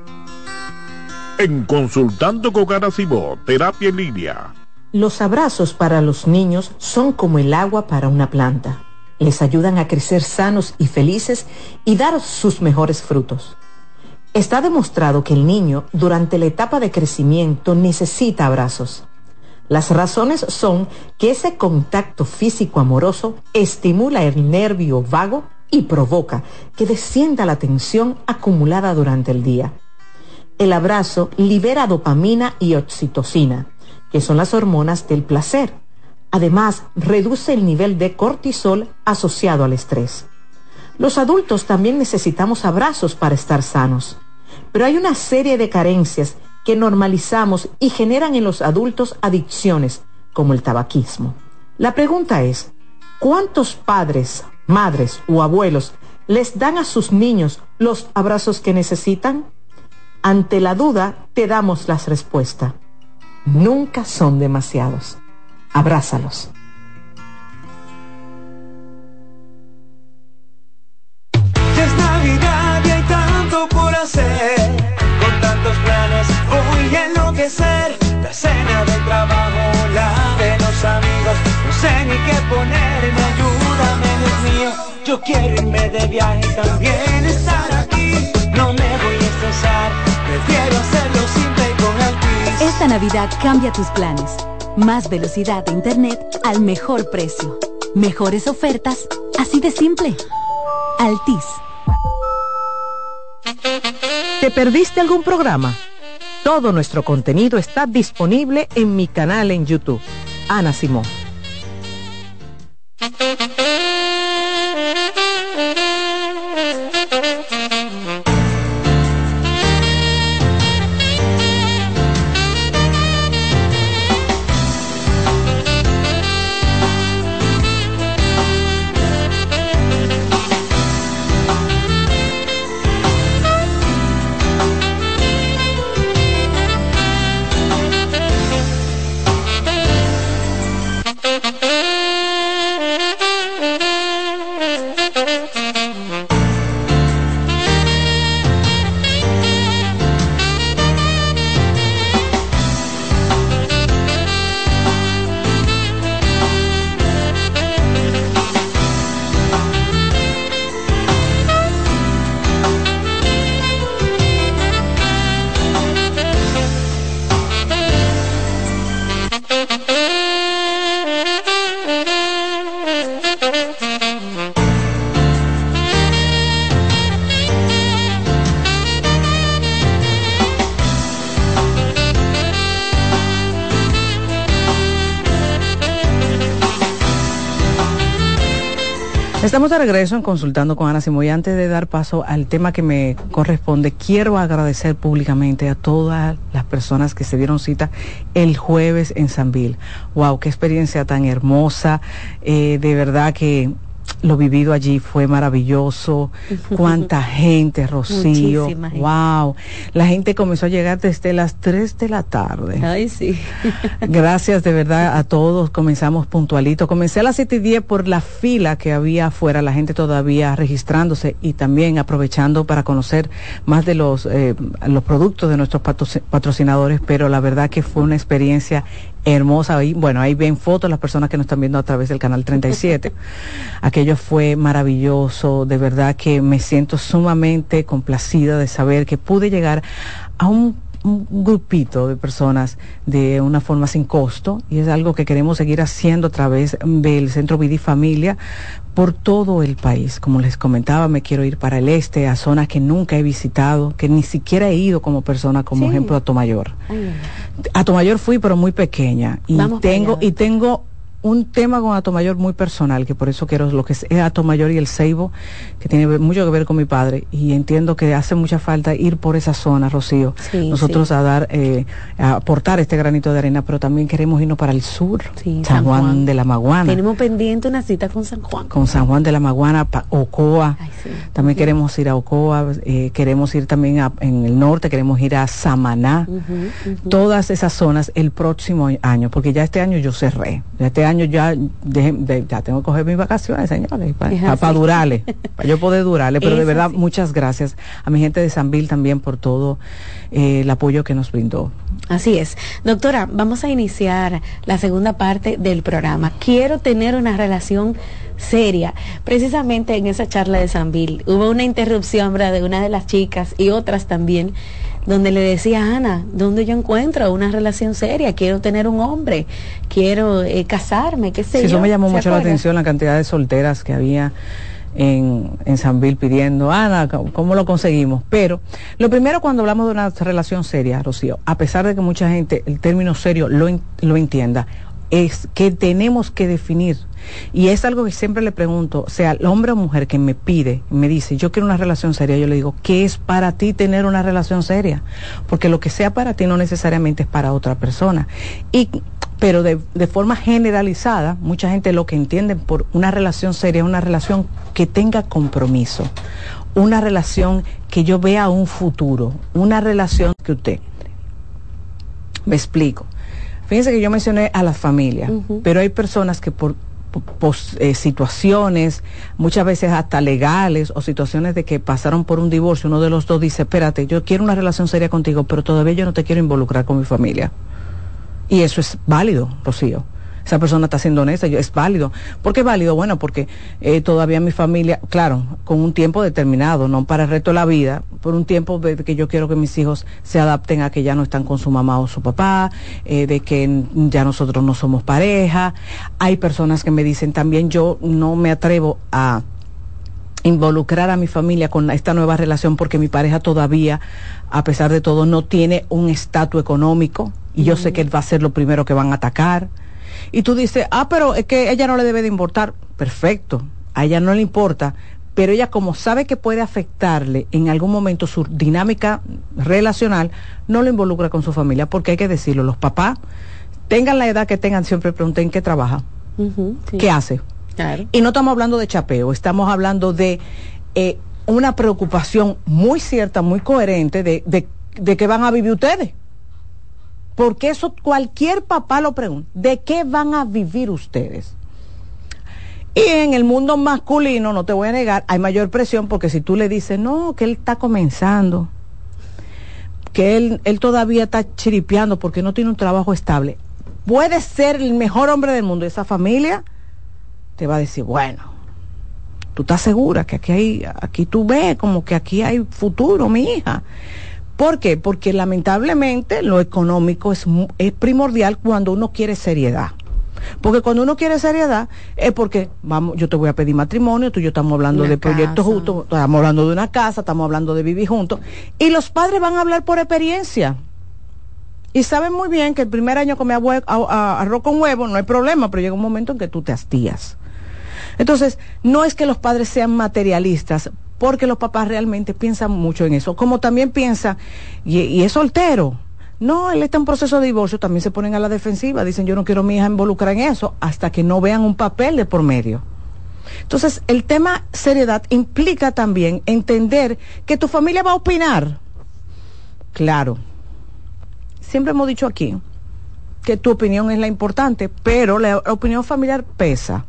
En Consultando con Ana Simó, terapia en línea. Los abrazos para los niños son como el agua para una planta. Les ayudan a crecer sanos y felices y dar sus mejores frutos. Está demostrado que el niño, durante la etapa de crecimiento, necesita abrazos. Las razones son que ese contacto físico amoroso estimula el nervio vago y provoca que descienda la tensión acumulada durante el día. El abrazo libera dopamina y oxitocina, que son las hormonas del placer. Además, reduce el nivel de cortisol asociado al estrés. Los adultos también necesitamos abrazos para estar sanos, pero hay una serie de carencias que normalizamos y generan en los adultos adicciones, como el tabaquismo. La pregunta es, ¿cuántos padres, madres o abuelos les dan a sus niños los abrazos que necesitan? Ante la duda, te damos la respuesta. Nunca son demasiados. Abrázalos. Ya es Navidad y hay tanto por hacer. Con tantos planes voy a enloquecer. La cena del trabajo, la de los amigos. No sé ni qué ponerme, ayúdame, Dios mío. Yo quiero irme de viaje y también estar aquí. No me voy a estresar. Prefiero hacerlo simple y con Altis. Esta Navidad cambia tus planes. Más velocidad de internet al mejor precio. Mejores ofertas, así de simple. Altis. ¿Te perdiste algún programa? Todo nuestro contenido está disponible en mi canal en YouTube, Ana Simón. Estamos de regreso en Consultando con Ana Simón y antes de dar paso al tema que me corresponde, quiero agradecer públicamente a todas las personas que se dieron cita el jueves en Sanvil. Wow, qué experiencia tan hermosa, de verdad que lo vivido allí fue maravilloso. Cuánta gente, Rocío. Wow. La gente comenzó a llegar desde las 3 de la tarde. Ay, sí. Gracias de verdad a todos. Comenzamos puntualito. Comencé a las 7:10 por la fila que había afuera, la gente todavía registrándose y también aprovechando para conocer más de los productos de nuestros patrocinadores, pero la verdad que fue una experiencia hermosa. Bueno, ahí ven fotos las personas que nos están viendo a través del canal 37. Aquello fue maravilloso, de verdad que me siento sumamente complacida de saber que pude llegar a un grupito de personas de una forma sin costo, y es algo que queremos seguir haciendo a través del Centro Vida y Familia por todo el país. Como les comentaba, me quiero ir para el este, a zonas que nunca he visitado, que ni siquiera he ido como persona, como ejemplo a Atomayor. A Atomayor fui, pero muy pequeña, y tengo un tema con Atomayor muy personal, que por eso quiero lo que es Atomayor y el Ceibo, que tiene mucho que ver con mi padre, y entiendo que hace mucha falta ir por esa zona, Rocío, nosotros a aportar este granito de arena, pero también queremos irnos para el sur, San Juan de la Maguana. Tenemos pendiente una cita con San Juan. Con San Juan de la Maguana, Ocoa. También queremos ir a Ocoa, queremos ir también en el norte, queremos ir a Samaná, todas esas zonas el próximo año, porque ya este año yo cerré, ya este año ya tengo que coger mis vacaciones, señores, para durarle, para yo poder durarle, pero de verdad muchas gracias a mi gente de Sanvil también por todo el apoyo que nos brindó. Así es. Doctora, vamos a iniciar la segunda parte del programa. Quiero tener una relación seria. Precisamente en esa charla de Sanvil hubo una interrupción, ¿verdad?, de una de las chicas y otras también, donde le decía, Ana, ¿dónde yo encuentro una relación seria? Quiero tener un hombre, quiero casarme, qué sé yo. Eso me llamó mucho la atención, la cantidad de solteras que había en Sanvil pidiendo, Ana, ¿cómo lo conseguimos? Pero lo primero, cuando hablamos de una relación seria, Rocío, a pesar de que mucha gente el término serio lo entienda, es que tenemos que definir, y es algo que siempre le pregunto, sea el hombre o mujer que me pide, me dice, yo quiero una relación seria, yo le digo, ¿qué es para ti tener una relación seria? Porque lo que sea para ti no necesariamente es para otra persona. Pero de forma generalizada, mucha gente lo que entiende por una relación seria es una relación que tenga compromiso, una relación que yo vea un futuro, una relación que usted... Me explico. Fíjense que yo mencioné a las familias, pero hay personas que por situaciones, muchas veces hasta legales, o situaciones de que pasaron por un divorcio, uno de los dos dice, espérate, yo quiero una relación seria contigo, pero todavía yo no te quiero involucrar con mi familia. Y eso es válido, Rocío. Esa persona está siendo honesta, es válido. ¿Por qué es válido? Bueno, porque todavía mi familia, claro, con un tiempo determinado, no para el resto de la vida, por un tiempo de que yo quiero que mis hijos se adapten a que ya no están con su mamá o su papá, de que ya nosotros no somos pareja. Hay personas que me dicen también, yo no me atrevo a involucrar a mi familia con esta nueva relación porque mi pareja todavía, a pesar de todo, no tiene un estatus económico, y yo sé que va a ser lo primero que van a atacar. Y tú dices, pero es que ella no le debe de importar. Perfecto, a ella no le importa, pero ella, como sabe que puede afectarle en algún momento su dinámica relacional, no lo involucra con su familia, porque hay que decirlo, los papás, tengan la edad que tengan, siempre pregunten qué trabaja, qué hace. Claro. Y no estamos hablando de chapeo, estamos hablando de una preocupación muy cierta, muy coherente de que van a vivir ustedes. Porque eso cualquier papá lo pregunta, ¿de qué van a vivir ustedes? Y en el mundo masculino, no te voy a negar, hay mayor presión, porque si tú le dices, no, que él está comenzando, que él todavía está chiripeando porque no tiene un trabajo estable, puede ser el mejor hombre del mundo, esa familia te va a decir, bueno, tú estás segura que aquí tú ves como que aquí hay futuro, mi hija. ¿Por qué? Porque lamentablemente lo económico es primordial cuando uno quiere seriedad. Porque cuando uno quiere seriedad es porque, vamos, yo te voy a pedir matrimonio, tú y yo estamos hablando de proyectos juntos, estamos hablando de una casa, estamos hablando de vivir juntos, y los padres van a hablar por experiencia. Y saben muy bien que el primer año comer arroz con huevo no hay problema, pero llega un momento en que tú te hastías. Entonces, no es que los padres sean materialistas, porque los papás realmente piensan mucho en eso, como también piensan, y es soltero. No, él está en proceso de divorcio, también se ponen a la defensiva, dicen yo no quiero a mi hija involucrada en eso, hasta que no vean un papel de por medio. Entonces, el tema seriedad implica también entender que tu familia va a opinar. Claro, siempre hemos dicho aquí que tu opinión es la importante, pero la opinión familiar pesa.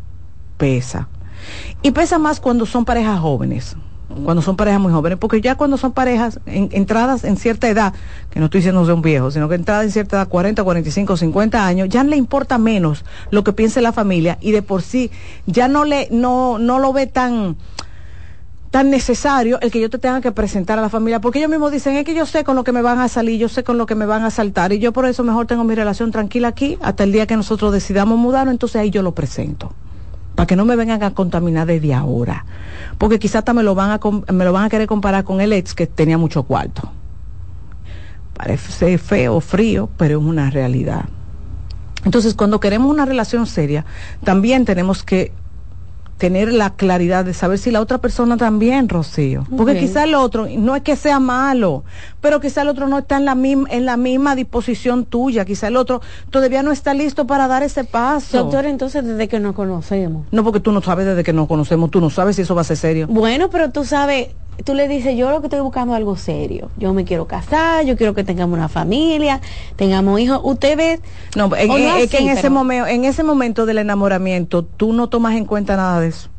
Y pesa más cuando son parejas jóvenes. Cuando son parejas muy jóvenes, porque ya cuando son parejas entradas en cierta edad, que no estoy diciendo de un viejo, sino que entradas en cierta edad, 40, 45, 50 años, ya le importa menos lo que piense la familia, y de por sí ya no lo ve tan necesario el que yo te tenga que presentar a la familia, porque ellos mismos dicen, es que yo sé con lo que me van a salir, yo sé con lo que me van a saltar, y yo por eso mejor tengo mi relación tranquila aquí hasta el día que nosotros decidamos mudarnos, entonces ahí yo lo presento, para que no me vengan a contaminar desde ahora, porque quizás hasta me lo van a querer comparar con el ex que tenía mucho cuarto. Parece feo, frío, pero es una realidad. Entonces, cuando queremos una relación seria, también tenemos que tener la claridad de saber si la otra persona también, Rocío, porque quizá el otro, no es que sea malo, pero quizá el otro no está en la misma disposición tuya, quizá el otro todavía no está listo para dar ese paso. Doctor, entonces desde que nos conocemos. No, porque tú no sabes desde que nos conocemos, tú no sabes si eso va a ser serio. Bueno, pero tú sabes, tú le dices, yo lo que estoy buscando es algo serio, yo me quiero casar, yo quiero que tengamos una familia, tengamos hijos, usted ve. No, es que en ese momento del enamoramiento tú no tomas en cuenta nada de eso.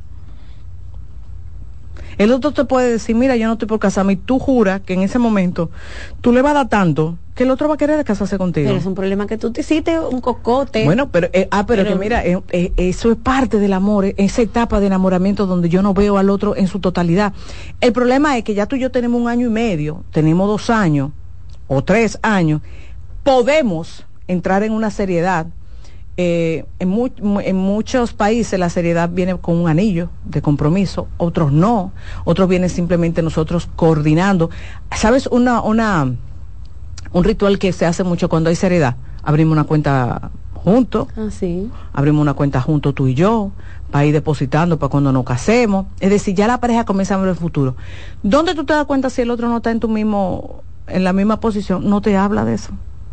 El otro te puede decir, mira, yo no estoy por casarme, y tú juras que en ese momento tú le vas a dar tanto que el otro va a querer casarse contigo. Pero es un problema que tú te hiciste un cocote. Bueno, pero que mira, eso es parte del amor, esa etapa de enamoramiento donde yo no veo al otro en su totalidad. El problema es que ya tú y yo tenemos 1 año y medio, tenemos 2 años o 3 años, podemos entrar en una seriedad. En muchos países la seriedad viene con un anillo de compromiso, otros no, otros vienen simplemente nosotros coordinando. ¿Sabes un ritual que se hace mucho cuando hay seriedad? Abrimos una cuenta juntos, abrimos una cuenta juntos tú y yo, para ir depositando para cuando nos casemos. Es decir, ya la pareja comienza a ver el futuro. ¿Dónde tú te das cuenta si el otro no está en la misma posición? No te habla de eso.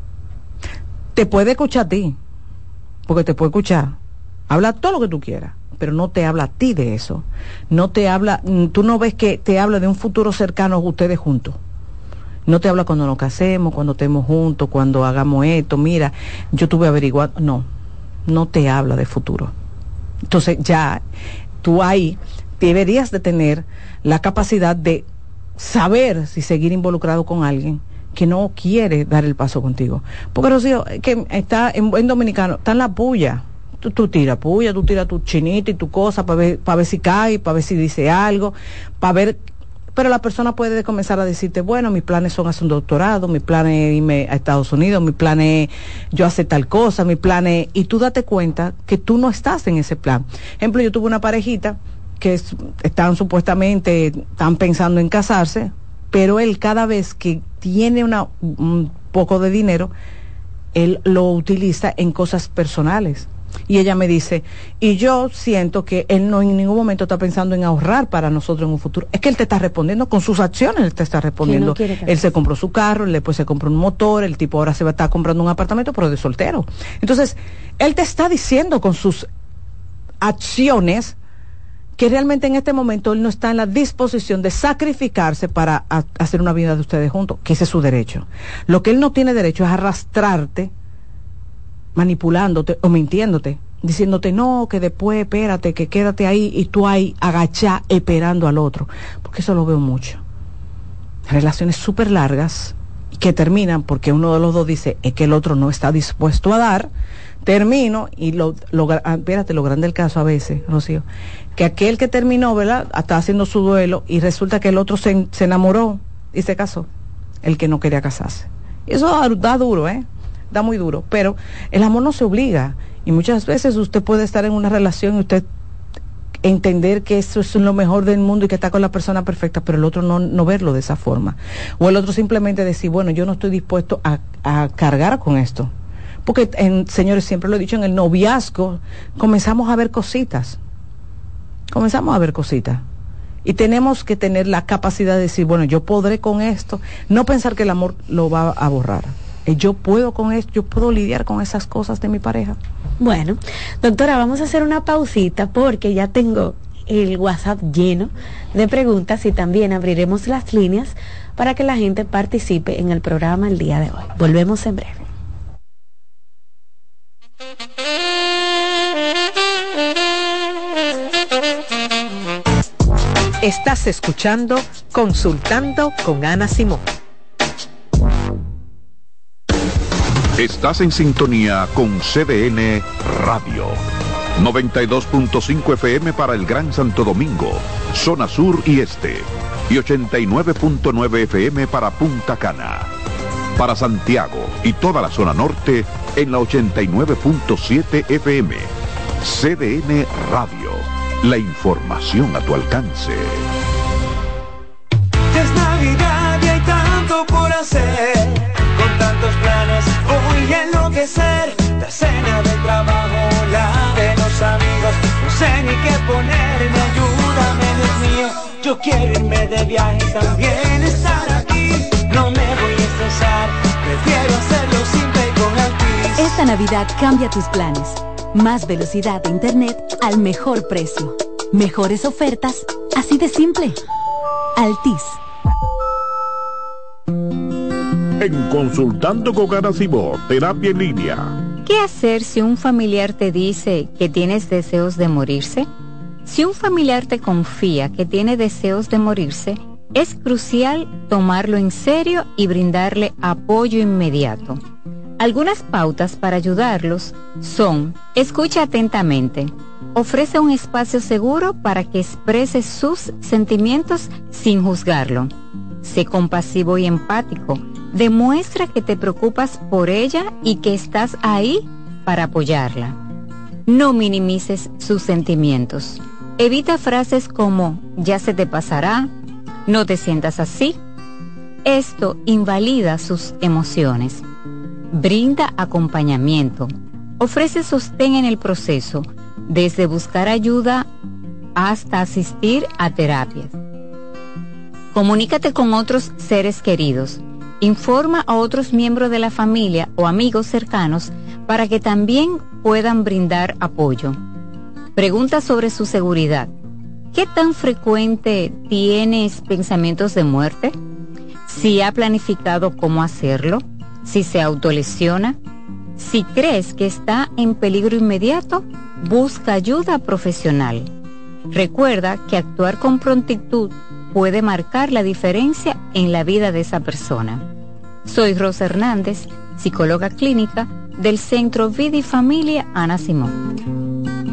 Te puede escuchar a ti, porque te puede escuchar, habla todo lo que tú quieras, pero no te habla a ti de eso, no te habla, tú no ves que te habla de un futuro cercano ustedes juntos, no te habla cuando nos casemos, cuando estemos juntos, cuando hagamos esto, mira, yo estuve averiguando, no te habla de futuro. Entonces ya, tú ahí deberías de tener la capacidad de saber si seguir involucrado con alguien que no quiere dar el paso contigo. Porque, Rocío, que está en dominicano, está en la puya. Tú tiras puya, tú tiras tu chinita y tu cosa para ver si cae, para ver si dice algo, para ver. Pero la persona puede comenzar a decirte, bueno, mis planes son hacer un doctorado, mis planes es irme a Estados Unidos, mis planes es yo hacer tal cosa, mis planes, y tú date cuenta que tú no estás en ese plan. Ejemplo, yo tuve una parejita que están pensando en casarse, pero él cada vez que tiene un poco de dinero, él lo utiliza en cosas personales. Y ella me dice, y yo siento que él no en ningún momento está pensando en ahorrar para nosotros en un futuro. Es que él te está respondiendo con sus acciones, él te está respondiendo. Él se compró su carro, después se compró un motor, el tipo ahora se va a estar comprando un apartamento, pero de soltero. Entonces, él te está diciendo con sus acciones que realmente en este momento él no está en la disposición de sacrificarse para hacer una vida de ustedes juntos, que ese es su derecho. Lo que él no tiene derecho es arrastrarte, manipulándote o mintiéndote, diciéndote no, que después espérate, que quédate ahí, y tú ahí agachá esperando al otro, porque eso lo veo mucho. Relaciones súper largas que terminan porque uno de los dos dice es que el otro no está dispuesto a dar. Termino y espérate, lo grande del caso a veces, Rocío, que aquel que terminó, ¿verdad?, está haciendo su duelo y resulta que el otro se enamoró y se casó, el que no quería casarse. Eso da duro, da muy duro, pero el amor no se obliga, y muchas veces usted puede estar en una relación y usted entender que eso es lo mejor del mundo y que está con la persona perfecta, pero el otro no verlo de esa forma, o el otro simplemente decir, bueno, yo no estoy dispuesto a cargar con esto. Porque, señores, siempre lo he dicho, en el noviazgo comenzamos a ver cositas. comenzamos a ver cositas. Y tenemos que tener la capacidad de decir, bueno, yo podré con esto, no pensar que el amor lo va a borrar. Yo puedo con esto, yo puedo lidiar con esas cosas de mi pareja. Bueno, doctora, vamos a hacer una pausita porque ya tengo el WhatsApp lleno de preguntas y también abriremos las líneas para que la gente participe en el programa el día de hoy. Volvemos en breve. Estás escuchando Consultando con Ana Simón. Estás en sintonía con CDN Radio. 92.5 FM para el Gran Santo Domingo, zona sur y este. Y 89.9 FM para Punta Cana. Para Santiago y toda la zona norte en la 89.7 FM. CDN Radio. La información a tu alcance. Ya es Navidad y hay tanto por hacer. Con tantos planes voy a enloquecer. La cena del trabajo, la de los amigos. No sé ni qué ponerme, ayúdame, Dios mío. Yo quiero irme de viaje y también estar aquí. No me voy a estresar, prefiero hacerlo simple y con Altis. Esta Navidad cambia tus planes. Más velocidad de internet al mejor precio. Mejores ofertas, así de simple. Altis. En Consultando con Ana Simón, terapia en línea. ¿Qué hacer si un familiar te dice que tienes deseos de morirse? Si un familiar te confía que tiene deseos de morirse, es crucial tomarlo en serio y brindarle apoyo inmediato. Algunas pautas para ayudarlos son: escucha atentamente, ofrece un espacio seguro para que exprese sus sentimientos sin juzgarlo, sé compasivo y empático, demuestra que te preocupas por ella y que estás ahí para apoyarla. No minimices sus sentimientos. Evita frases como ya se te pasará, no te sientas así. Esto invalida sus emociones. Brinda acompañamiento. Ofrece sostén en el proceso, desde buscar ayuda hasta asistir a terapias. Comunícate con otros seres queridos. Informa a otros miembros de la familia o amigos cercanos para que también puedan brindar apoyo. Pregunta sobre su seguridad. ¿Qué tan frecuente tienes pensamientos de muerte? Si ha planificado cómo hacerlo, si se autolesiona, si crees que está en peligro inmediato, busca ayuda profesional. Recuerda que actuar con prontitud puede marcar la diferencia en la vida de esa persona. Soy Rosa Hernández, psicóloga clínica del Centro Vida y Familia Ana Simón.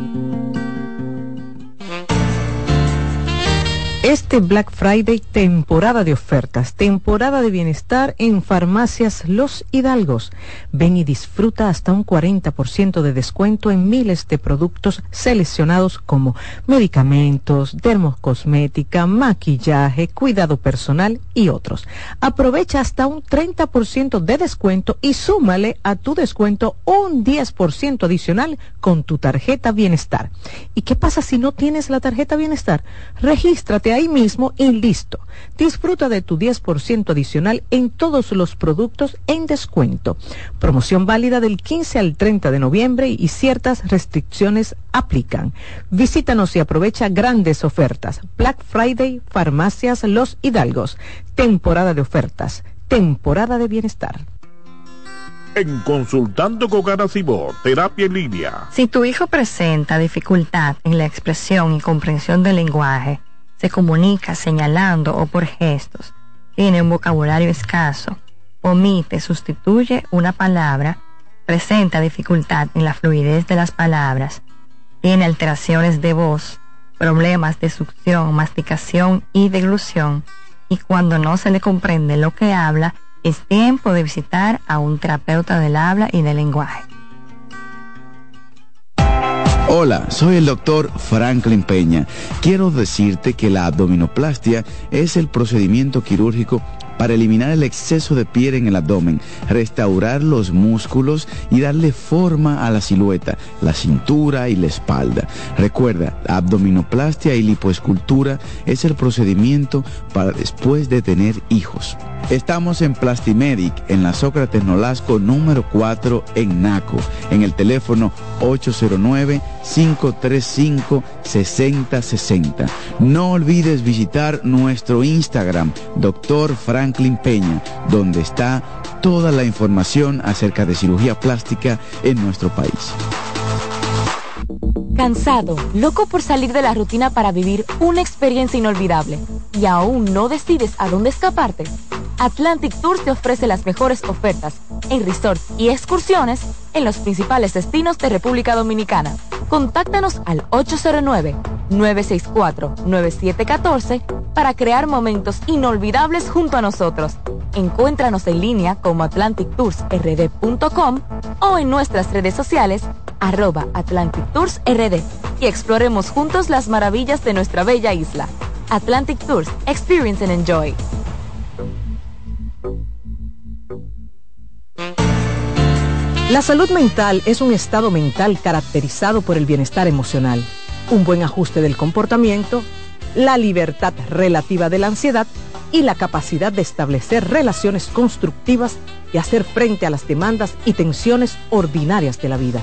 Este Black Friday, temporada de ofertas, temporada de bienestar en Farmacias Los Hidalgos. Ven y disfruta hasta un 40% de descuento en miles de productos seleccionados como medicamentos, dermocosmética, maquillaje, cuidado personal y otros. Aprovecha hasta un 30% de descuento y súmale a tu descuento un 10% adicional con tu tarjeta Bienestar. ¿Y qué pasa si no tienes la tarjeta Bienestar? Regístrate ahí mismo y listo. Disfruta de tu 10% adicional en todos los productos en descuento. Promoción válida del 15 al 30 de noviembre y ciertas restricciones aplican. Visítanos y aprovecha grandes ofertas. Black Friday, Farmacias Los Hidalgos. Temporada de ofertas. Temporada de bienestar. En Consultando con Ana Simón, terapia en línea. Si tu hijo presenta dificultad en la expresión y comprensión del lenguaje, se comunica señalando o por gestos, tiene un vocabulario escaso, omite, sustituye una palabra, presenta dificultad en la fluidez de las palabras, tiene alteraciones de voz, problemas de succión, masticación y deglución, y cuando no se le comprende lo que habla, es tiempo de visitar a un terapeuta del habla y del lenguaje. Hola, soy el doctor Franklin Peña. Quiero decirte que la abdominoplastia es el procedimiento quirúrgico para eliminar el exceso de piel en el abdomen, restaurar los músculos y darle forma a la silueta, la cintura y la espalda. Recuerda, abdominoplastia y lipoescultura es el procedimiento para después de tener hijos. Estamos en Plastimedic, en la Sócrates Nolasco número 4 en Naco, en el teléfono 809-535-6060. No olvides visitar nuestro Instagram, Dr. Franklin Peña, donde está toda la información acerca de cirugía plástica en nuestro país. ¿Cansado, loco por salir de la rutina para vivir una experiencia inolvidable y aún no decides a dónde escaparte? Atlantic Tours te ofrece las mejores ofertas en resorts y excursiones en los principales destinos de República Dominicana. Contáctanos al 809-964-9714 para crear momentos inolvidables junto a nosotros. Encuéntranos en línea como atlantictoursrd.com o en nuestras redes sociales @AtlanticToursRD y exploremos juntos las maravillas de nuestra bella isla. Atlantic Tours, experience and enjoy. La salud mental es un estado mental caracterizado por el bienestar emocional, un buen ajuste del comportamiento, la libertad relativa de la ansiedad y la capacidad de establecer relaciones constructivas y hacer frente a las demandas y tensiones ordinarias de la vida.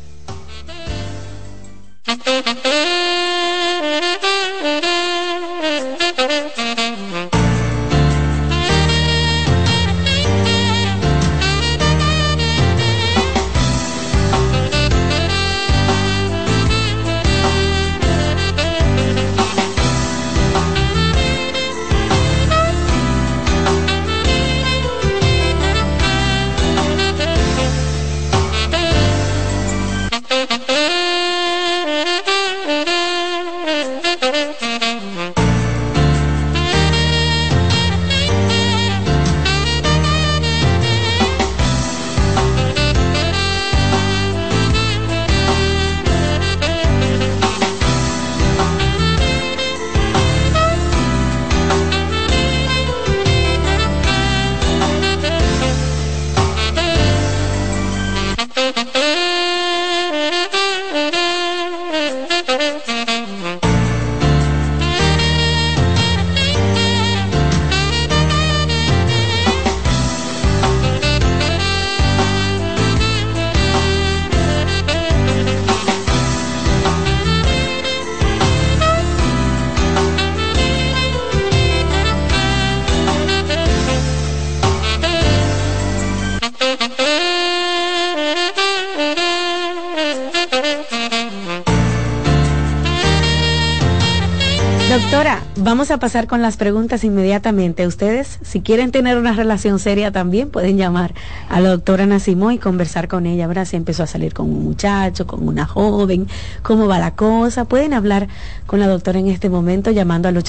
Doctora, vamos a pasar con las preguntas inmediatamente. Ustedes, si quieren tener una relación seria también, pueden llamar a la doctora Ana Simón y conversar con ella, ¿verdad? Si empezó a salir con un muchacho, con una joven, cómo va la cosa. Pueden hablar con la doctora en este momento llamando al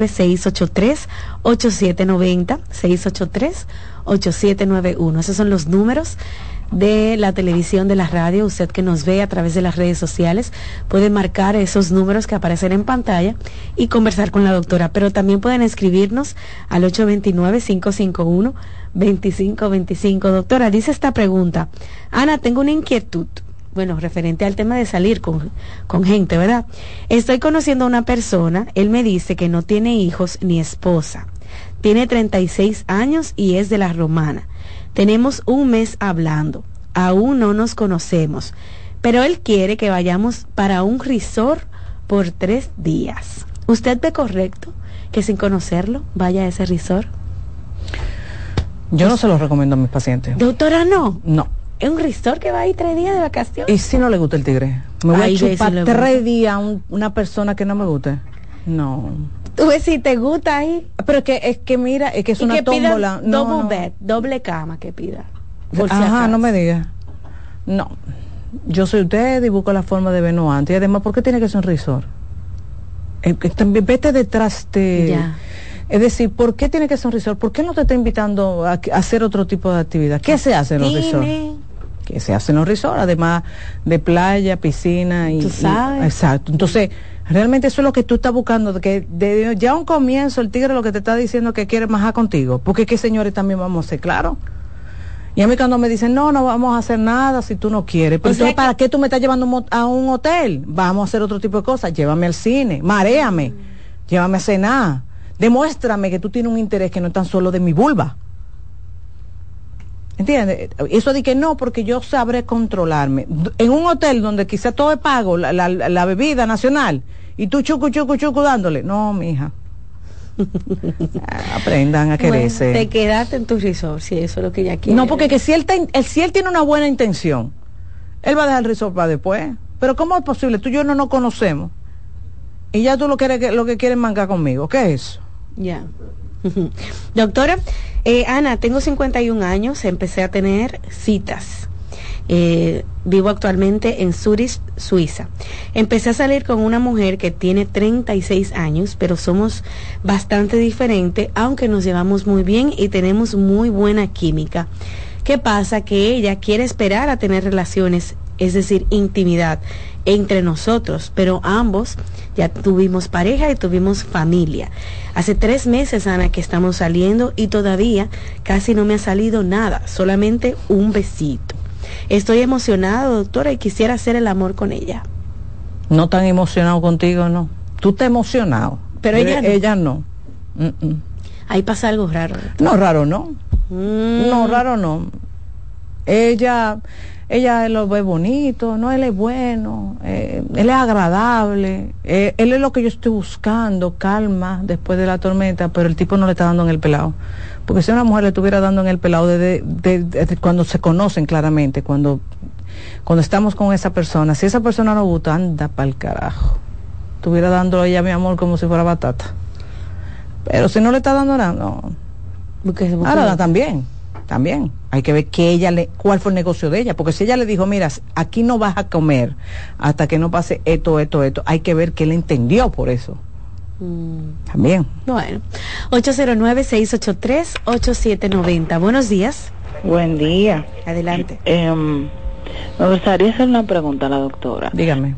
809-683-8790, 683-8791. Esos son los números de la televisión, de la radio. Usted que nos ve a través de las redes sociales puede marcar esos números que aparecen en pantalla y conversar con la doctora, pero también pueden escribirnos al 829-551-2525. Doctora, dice esta pregunta: Ana, tengo una inquietud, bueno, referente al tema de salir con gente, ¿verdad? Estoy conociendo a una persona, él me dice que no tiene hijos ni esposa, tiene 36 años y es de La Romana. Tenemos un mes hablando, aún no nos conocemos, pero él quiere que vayamos para un resort por 3 días. ¿Usted ve correcto que sin conocerlo vaya a ese resort? Yo no se lo recomiendo a mis pacientes. Doctora, no. No. ¿Es un resort que va a ir 3 días de vacaciones? ¿Y si no le gusta el tigre? ¿Me voy a chupar 3 días a una persona que no me guste? No. Tú ves si te gusta ahí. Pero es que mira, es que es una tómbola. Bed, doble cama que pida. Ajá, no me digas. No. Yo soy usted y busco la forma de vernos antes. Y además, ¿por qué tiene que ser un resort? Vete detrás de... Ya. Es decir, ¿por qué tiene que ser un resort? ¿Por qué no te está invitando a hacer otro tipo de actividad? ¿Qué se hace en los resorts? ¿Qué se hace en los resorts? Además de playa, piscina y... ¿Tú sabes? Exacto. Entonces, Realmente eso es lo que tú estás buscando, que de ya un comienzo el tigre lo que te está diciendo que quiere majar contigo, porque que señores también vamos a ser claros. Y a mí cuando me dicen, no vamos a hacer nada si tú no quieres, pero entonces, ¿para qué tú me estás llevando a un hotel? Vamos a hacer otro tipo de cosas, llévame al cine, maréame, llévame a cenar, demuéstrame que tú tienes un interés que no es tan solo de mi vulva. ¿Entiendes? Eso de que no, porque yo sabré controlarme. En un hotel donde quizá todo es pago, la bebida nacional, y tú chucu dándole. No, mija. Aprendan a quererse. Bueno, te quedaste en tu resort, si eso es lo que ella quiere. No, porque que si él tiene una buena intención, él va a dejar el resort para después. Pero ¿cómo es posible? Tú y yo no nos conocemos. Y ya tú lo que quieres mangar conmigo. ¿Qué es eso? Ya. Doctora, Ana, tengo 51 años, empecé a tener citas. Vivo actualmente en Zurich, Suiza. Empecé a salir con una mujer que tiene 36 años, pero somos bastante diferentes, aunque nos llevamos muy bien y tenemos muy buena química. ¿Qué pasa? Que ella quiere esperar a tener relaciones, es decir, intimidad entre nosotros, pero ambos ya tuvimos pareja y tuvimos familia. Hace 3 meses, Ana, que estamos saliendo y todavía casi no me ha salido nada, solamente un besito. Estoy emocionado, doctora, y quisiera hacer el amor con ella. No tan emocionado contigo, no. Tú estás emocionado, pero ella no. Ahí pasa algo raro. Doctora. No, raro no. No, raro no. Ella lo ve bonito, no, él es bueno, él es agradable, él es lo que yo estoy buscando, calma después de la tormenta, pero el tipo no le está dando en el pelado. Porque si una mujer le estuviera dando en el pelado desde cuando se conocen claramente, cuando estamos con esa persona, si esa persona no gusta, anda pa'l carajo. Estuviera dando a ella, mi amor, como si fuera batata. Pero si no le está dando nada, no. Ahora también hay que ver cuál fue el negocio de ella, porque si ella le dijo, mira, aquí no vas a comer hasta que no pase esto, hay que ver que él entendió por eso. También. Bueno, 809-683-8790. Buenos días. Buen día. Adelante. Me gustaría hacer una pregunta a la doctora. Dígame.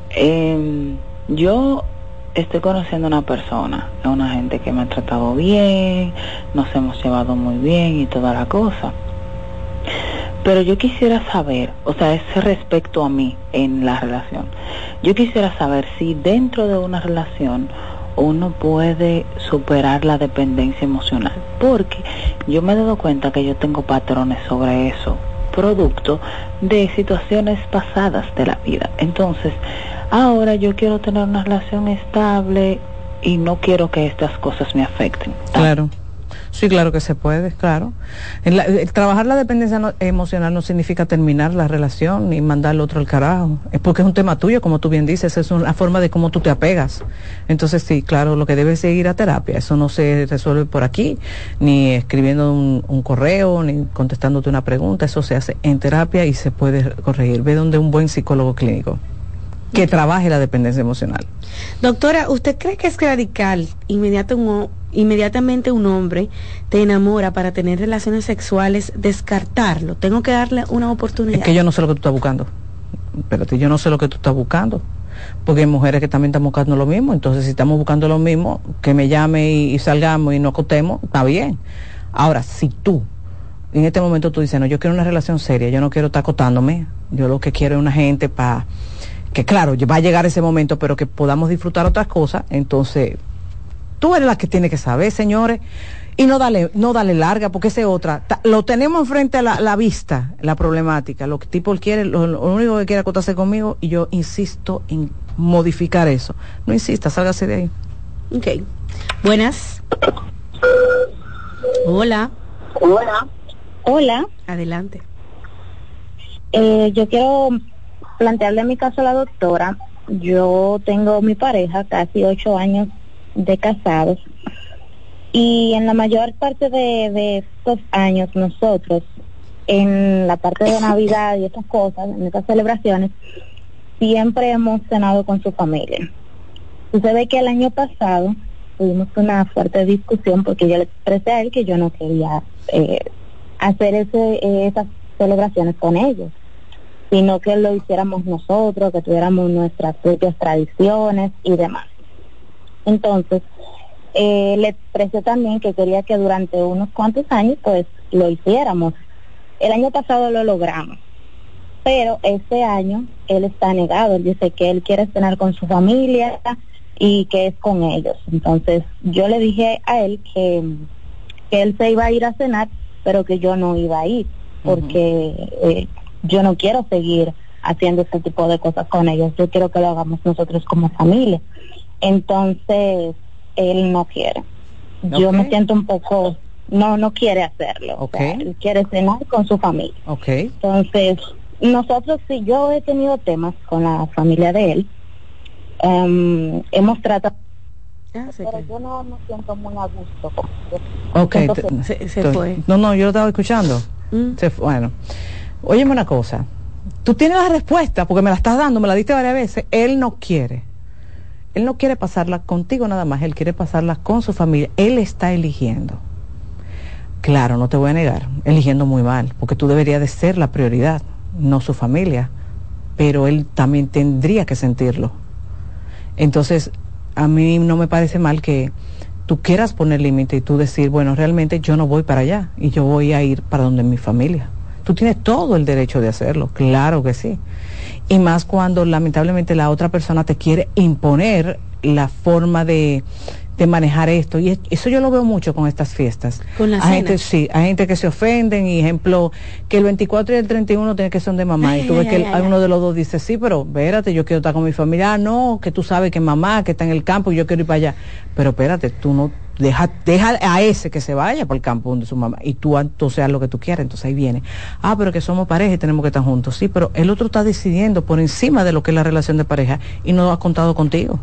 Yo estoy conociendo a una persona, es una gente que me ha tratado bien, nos hemos llevado muy bien y toda la cosa. Pero yo quisiera saber, o sea, es respecto a mí en la relación. Yo quisiera saber si dentro de una relación uno puede superar la dependencia emocional, porque yo me he dado cuenta que yo tengo patrones sobre eso, producto de situaciones pasadas de la vida. Entonces, ahora yo quiero tener una relación estable y no quiero que estas cosas me afecten. Claro. Sí, claro que se puede, claro. Trabajar la dependencia emocional no significa terminar la relación ni mandar al otro al carajo. Es porque es un tema tuyo, como tú bien dices, es una forma de cómo tú te apegas. Entonces, sí, claro, lo que debe es ir a terapia. Eso no se resuelve por aquí, ni escribiendo un correo, ni contestándote una pregunta. Eso se hace en terapia y se puede corregir. Ve donde un buen psicólogo clínico que trabaje la dependencia emocional. Doctora, ¿usted cree que es radical inmediatamente un hombre te enamora para tener relaciones sexuales, descartarlo? Tengo que darle una oportunidad. Es que yo no sé lo que tú estás buscando. Espérate, yo no sé lo que tú estás buscando. Porque hay mujeres que también están buscando lo mismo. Entonces, si estamos buscando lo mismo, que me llame y salgamos y nos acostemos, está bien. Ahora, si tú, en este momento tú dices, no, yo quiero una relación seria, yo no quiero estar acostándome, yo lo que quiero es una gente para que claro, va a llegar ese momento, pero que podamos disfrutar otras cosas. Entonces, tú eres la que tiene que saber, señores, y no dale larga, porque esa es otra. Lo tenemos enfrente a la vista, la problemática. Lo que tipo quiere, lo único que quiere acostarse conmigo, y yo insisto en modificar eso. No insista, sálgase de ahí. Ok. Buenas. Hola. Hola. Adelante. Yo quiero plantearle mi caso a la doctora. Yo tengo mi pareja, casi 8 años de casados, y en la mayor parte de estos años nosotros, en la parte de Navidad y estas cosas, en estas celebraciones, siempre hemos cenado con su familia. Sucede que el año pasado tuvimos una fuerte discusión porque yo le expresé a él que yo no quería hacer esas celebraciones con ellos. sino que lo hiciéramos nosotros, que tuviéramos nuestras propias tradiciones y demás. Entonces, le expresé también que quería que durante unos cuantos años pues lo hiciéramos. El año pasado lo logramos, pero este año él está negado. Él dice que él quiere cenar con su familia y que es con ellos. Entonces yo le dije a él que él se iba a ir a cenar, pero que yo no iba a ir, porque yo no quiero seguir haciendo este tipo de cosas con ellos. Yo quiero que lo hagamos nosotros como familia. Entonces él no quiere. Yo me siento un poco, no quiere hacerlo. O sea, él quiere cenar con su familia. Entonces nosotros, sí, yo he tenido temas con la familia de él. Hemos tratado, pero yo no me siento muy a gusto. Se fue. No, yo lo estaba escuchando. Se fue. Bueno, óyeme una cosa. Tú tienes la respuesta, porque me la estás dando, me la diste varias veces. Él no quiere pasarla contigo nada más, él quiere pasarla con su familia. Él está eligiendo. Claro, no te voy a negar, eligiendo muy mal, porque tú deberías de ser la prioridad, no su familia, pero él también tendría que sentirlo. Entonces, a mí no me parece mal que tú quieras poner límite y tú decir, bueno, realmente yo no voy para allá y yo voy a ir para donde mi familia. Tú tienes todo el derecho de hacerlo, claro que sí. Y más cuando lamentablemente la otra persona te quiere imponer la forma de manejar esto. Y eso yo lo veo mucho con estas fiestas. Con la hay gente, sí, hay gente que se ofenden, y ejemplo, que el 24 y el 31 tienen que ser de mamá. Y tú ves que uno de los dos dice, sí, pero espérate, yo quiero estar con mi familia. Ah, no, que tú sabes que mamá, que está en el campo y yo quiero ir para allá. Pero espérate, tú no, deja a ese que se vaya para el campo donde su mamá, y tú entonces haz lo que tú quieras. Entonces ahí viene, pero que somos pareja y tenemos que estar juntos. Sí, pero el otro está decidiendo por encima de lo que es la relación de pareja y no ha contado contigo.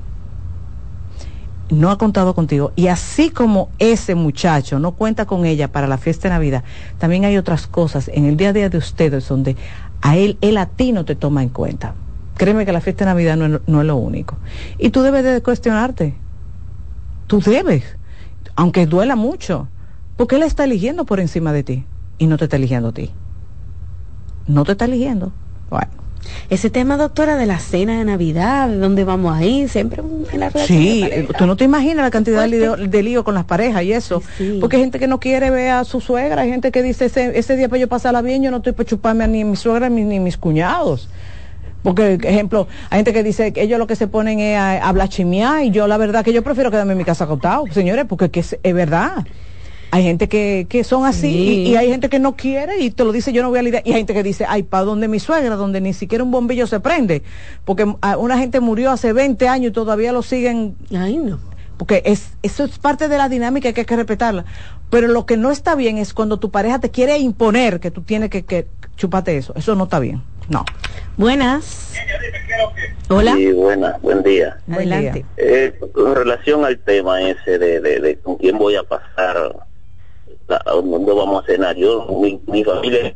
No ha contado contigo. Y así como ese muchacho no cuenta con ella para la fiesta de Navidad, también hay otras cosas en el día a día de ustedes donde él a ti no te toma en cuenta. Créeme que la fiesta de Navidad no es lo único. Y tú debes de cuestionarte. Tú debes, aunque duela mucho, porque él está eligiendo por encima de ti y no te está eligiendo a ti. No te está eligiendo. Bueno. Ese tema, doctora, de la cena de Navidad, de dónde vamos a ir, siempre en la relación. Sí, tú no te imaginas la cantidad de lío con las parejas y eso. Sí. Porque hay gente que no quiere ver a su suegra, hay gente que dice, ese día para yo pasarla bien, yo no estoy para chuparme a ni mi suegra ni mis cuñados. Porque, ejemplo, hay gente que dice que ellos lo que se ponen es a blaschimear, y yo la verdad que yo prefiero quedarme en mi casa acostado, señores, porque es verdad. Hay gente que son así, sí. y hay gente que no quiere y te lo dice, yo no voy a lidiar. Y hay gente que dice, ay, ¿para dónde mi suegra? Donde ni siquiera un bombillo se prende. Porque una gente murió hace 20 años y todavía lo siguen. Ay, no. Porque eso es parte de la dinámica que hay que respetarla. Pero lo que no está bien es cuando tu pareja te quiere imponer que tú tienes que chuparte eso. Eso no está bien. No. Buenas. Hola. Sí, buenas, buen día. Adelante. Con relación al tema ese de con quién voy a pasar, dónde vamos a cenar, yo, mi familia.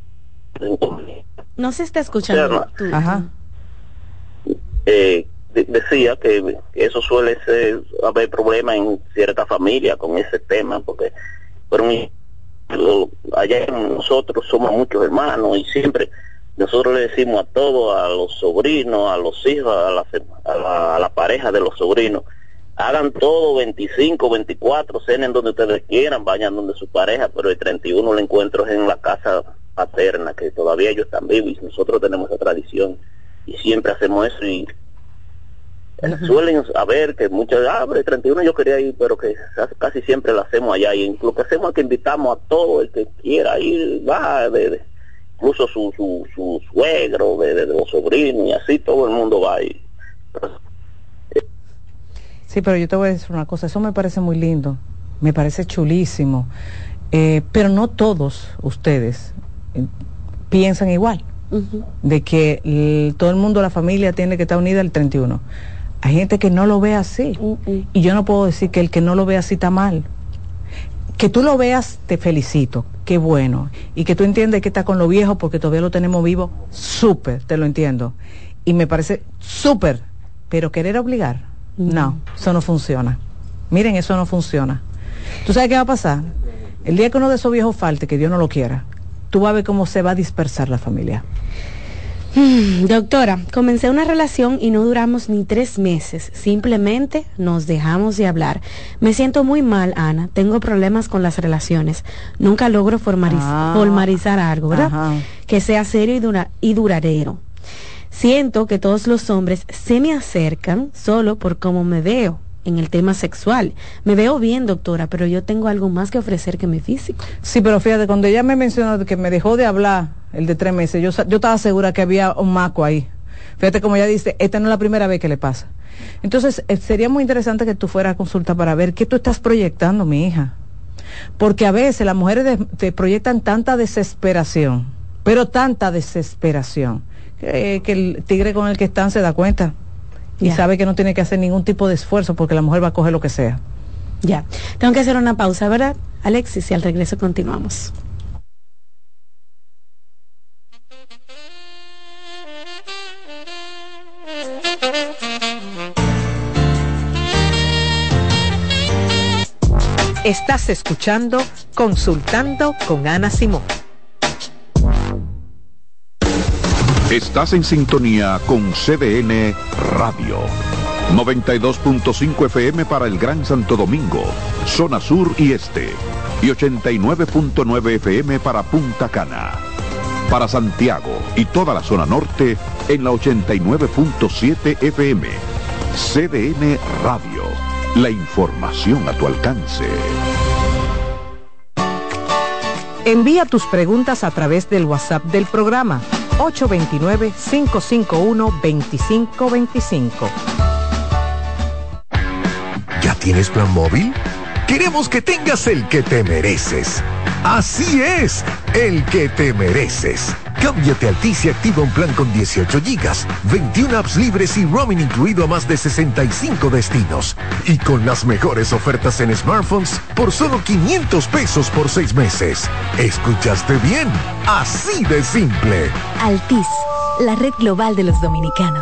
No se está escuchando. Ajá. Decía que eso suele ser, haber problemas en cierta familia con ese tema, porque allá nosotros somos muchos hermanos y siempre nosotros le decimos a todos, a los sobrinos, a los hijos, a la pareja de los sobrinos, hagan todo 25, 24, cenen donde ustedes quieran, vayan donde su pareja, pero el 31 el encuentro es en la casa paterna, que todavía ellos están vivos y nosotros tenemos esa tradición y siempre hacemos eso. Y suelen saber que muchas, el 31 yo quería ir, pero que casi siempre lo hacemos allá, y lo que hacemos es que invitamos a todo el que quiera ir, va, incluso su suegro, de los sobrinos, y así todo el mundo va ahí. Sí, pero yo te voy a decir una cosa, eso me parece muy lindo, me parece chulísimo, pero no todos ustedes piensan igual, de que todo el mundo, la familia tiene que estar unida el 31. Hay gente que no lo ve así, y yo no puedo decir que el que no lo ve así está mal. Que tú lo veas, te felicito, qué bueno, y que tú entiendes que está con lo viejo porque todavía lo tenemos vivo, súper, te lo entiendo, y me parece súper, pero querer obligar, no, eso no funciona. Miren, eso no funciona. ¿Tú sabes qué va a pasar? El día que uno de esos viejos falte, que Dios no lo quiera, tú vas a ver cómo se va a dispersar la familia. Doctora, comencé una relación y no duramos ni 3 meses. Simplemente nos dejamos de hablar. Me siento muy mal, Ana. Tengo problemas con las relaciones. Nunca logro formalizar algo, ¿verdad? Ajá. Que sea serio y duradero. Siento que todos los hombres se me acercan solo por cómo me veo en el tema sexual. Me veo bien, doctora, pero yo tengo algo más que ofrecer que mi físico. Sí, pero fíjate, cuando ella me mencionó que me dejó de hablar el de 3 meses, yo estaba segura que había un maco ahí. Fíjate como ella dice, esta no es la primera vez que le pasa. Entonces, sería muy interesante que tú fueras a consulta para ver qué tú estás proyectando, mi hija. Porque a veces las mujeres te proyectan tanta desesperación, pero tanta desesperación, que el tigre con el que están se da cuenta. Y sabe que no tiene que hacer ningún tipo de esfuerzo porque la mujer va a coger lo que sea. Ya. Tengo que hacer una pausa, ¿verdad, Alexis? Y al regreso continuamos. Estás escuchando Consultando con Ana Simón. Estás en sintonía con CDN Radio. 92.5 FM para el Gran Santo Domingo, zona sur y este. Y 89.9 FM para Punta Cana. Para Santiago y toda la zona norte en la 89.7 FM. CDN Radio. La información a tu alcance. Envía tus preguntas a través del WhatsApp del programa 829-551-2525. ¿Ya tienes plan móvil? Queremos que tengas el que te mereces. Así es, el que te mereces. Cámbiate a Altis y activa un plan con 18 gigas, 21 apps libres y roaming incluido a más de 65 destinos. Y con las mejores ofertas en smartphones por solo 500 pesos por 6 meses. ¿Escuchaste bien? Así de simple. Altis, la red global de los dominicanos.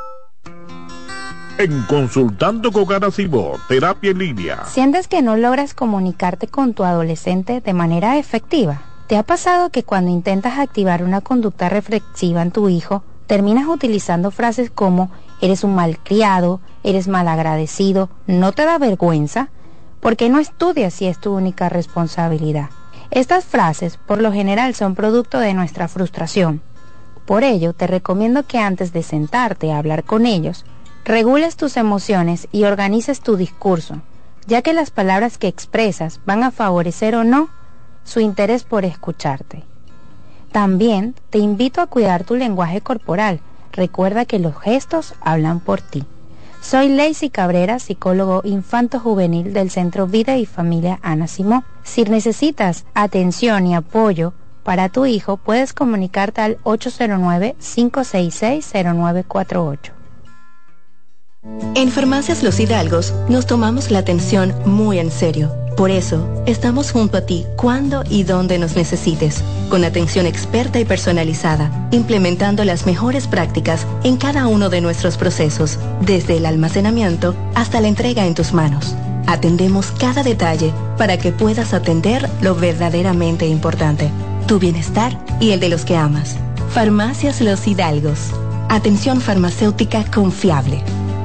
En Consultando con Ana Simón, terapia en línea. ¿Sientes que no logras comunicarte con tu adolescente de manera efectiva? ¿Te ha pasado que cuando intentas activar una conducta reflexiva en tu hijo, terminas utilizando frases como eres un malcriado, eres malagradecido, no te da vergüenza? ¿Por qué no estudias si es tu única responsabilidad? Estas frases, por lo general, son producto de nuestra frustración. Por ello, te recomiendo que antes de sentarte a hablar con ellos, regules tus emociones y organices tu discurso, ya que las palabras que expresas van a favorecer o no su interés por escucharte. También te invito a cuidar tu lenguaje corporal. Recuerda que los gestos hablan por ti. Soy Lacey Cabrera, psicólogo infanto-juvenil del Centro Vida y Familia Ana Simón. Si necesitas atención y apoyo para tu hijo, puedes comunicarte al 809-566-0948. En Farmacias Los Hidalgos nos tomamos la atención muy en serio. Por eso, estamos junto a ti cuando y donde nos necesites, con atención experta y personalizada, implementando las mejores prácticas en cada uno de nuestros procesos, desde el almacenamiento hasta la entrega en tus manos. Atendemos cada detalle para que puedas atender lo verdaderamente importante, tu bienestar y el de los que amas. Farmacias Los Hidalgos. Atención farmacéutica confiable.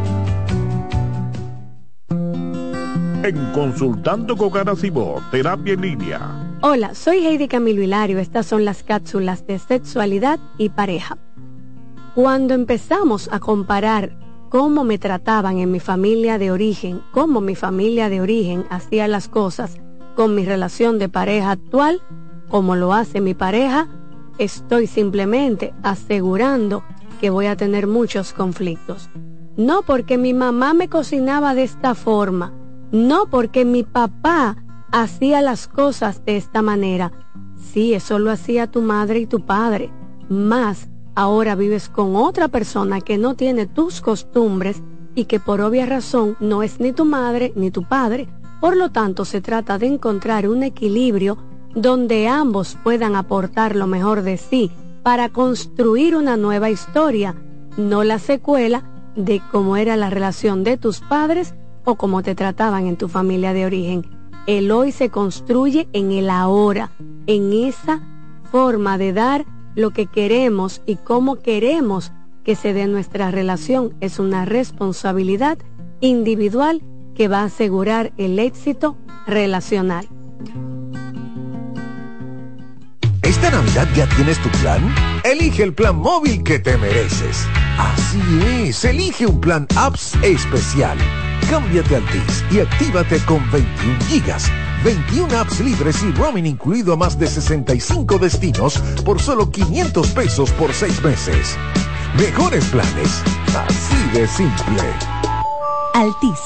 En Consultando con Ana Simón, terapia en línea. Hola, soy Heidi Camilo Hilario. Estas son las cápsulas de sexualidad y pareja. Cuando empezamos a comparar cómo me trataban en mi familia de origen, cómo mi familia de origen hacía las cosas con mi relación de pareja actual, como lo hace mi pareja, estoy simplemente asegurando que voy a tener muchos conflictos. No porque mi mamá me cocinaba de esta forma, no porque mi papá hacía las cosas de esta manera. Sí, eso lo hacía tu madre y tu padre, más ahora vives con otra persona que no tiene tus costumbres y que por obvia razón no es ni tu madre ni tu padre. Por lo tanto, se trata de encontrar un equilibrio donde ambos puedan aportar lo mejor de sí para construir una nueva historia, no la secuela de cómo era la relación de tus padres o cómo te trataban en tu familia de origen. El hoy se construye en el ahora, en esa forma de dar lo que queremos y cómo queremos que se dé nuestra relación es una responsabilidad individual que va a asegurar el éxito relacional. ¿Esta Navidad ya tienes tu plan? Elige el plan móvil que te mereces. Así es, elige un plan apps especial. Cámbiate a Altis y actívate con 21 gigas, 21 apps libres y roaming incluido a más de 65 destinos por solo 500 pesos por 6 meses. Mejores planes, así de simple. Altis.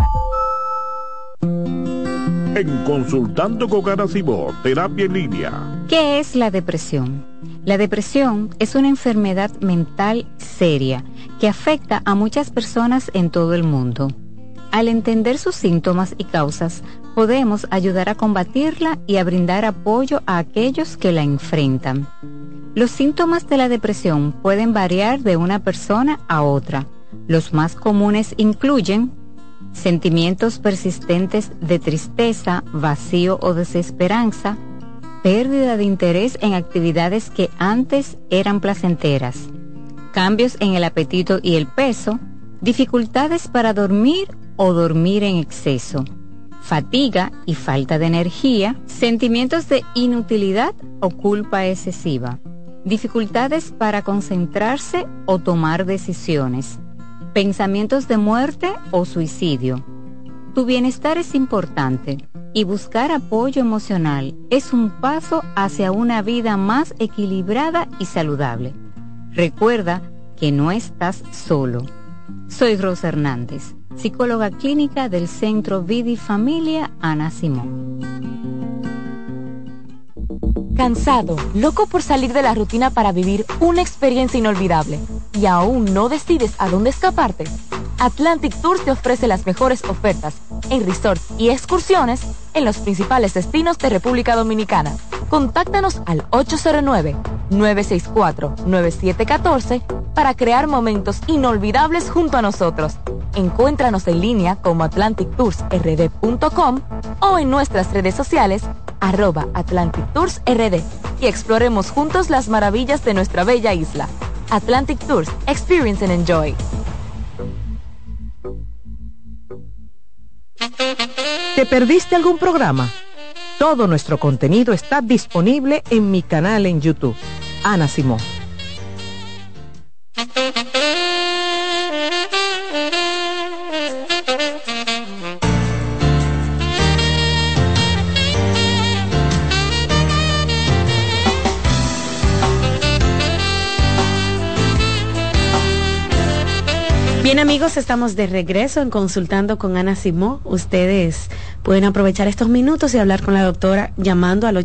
En Consultando con Ana Simó, terapia en línea. ¿Qué es la depresión? La depresión es una enfermedad mental seria que afecta a muchas personas en todo el mundo. Al entender sus síntomas y causas, podemos ayudar a combatirla y a brindar apoyo a aquellos que la enfrentan. Los síntomas de la depresión pueden variar de una persona a otra. Los más comunes incluyen sentimientos persistentes de tristeza, vacío o desesperanza, pérdida de interés en actividades que antes eran placenteras, cambios en el apetito y el peso, dificultades para dormir o dormir en exceso, fatiga y falta de energía, sentimientos de inutilidad o culpa excesiva, dificultades para concentrarse o tomar decisiones, pensamientos de muerte o suicidio. Tu bienestar es importante y buscar apoyo emocional es un paso hacia una vida más equilibrada y saludable. Recuerda que no estás solo. Soy Rosa Hernández, psicóloga clínica del Centro Vida y Familia Ana Simón. ¿Cansado, loco por salir de la rutina para vivir una experiencia inolvidable y aún no decides a dónde escaparte? Atlantic Tours te ofrece las mejores ofertas en resorts y excursiones en los principales destinos de República Dominicana. Contáctanos al 809-964-9714 para crear momentos inolvidables junto a nosotros. Encuéntranos en línea como atlantictoursrd.com o en nuestras redes sociales @AtlanticToursRD y exploremos juntos las maravillas de nuestra bella isla. Atlantic Tours, experience and enjoy. ¿Te perdiste algún programa? Todo nuestro contenido está disponible en mi canal en YouTube, Ana Simón. Bien amigos, estamos de regreso en Consultando con Ana Simó. Ustedes pueden aprovechar estos minutos y hablar con la doctora llamando al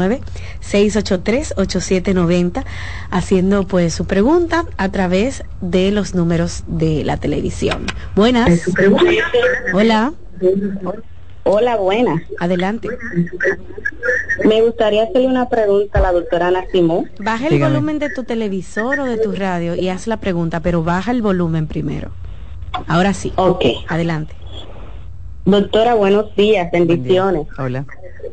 809-683-8790, haciendo pues su pregunta a través de los números de la televisión. Buenas. Hola. Hola, buenas. Adelante. Me gustaría hacerle una pregunta a la doctora Ana Simó. Baja el volumen de tu televisor o de tu radio y haz la pregunta, pero baja el volumen primero. Ahora sí. Ok. Adelante. Doctora, buenos días, bendiciones. Hola.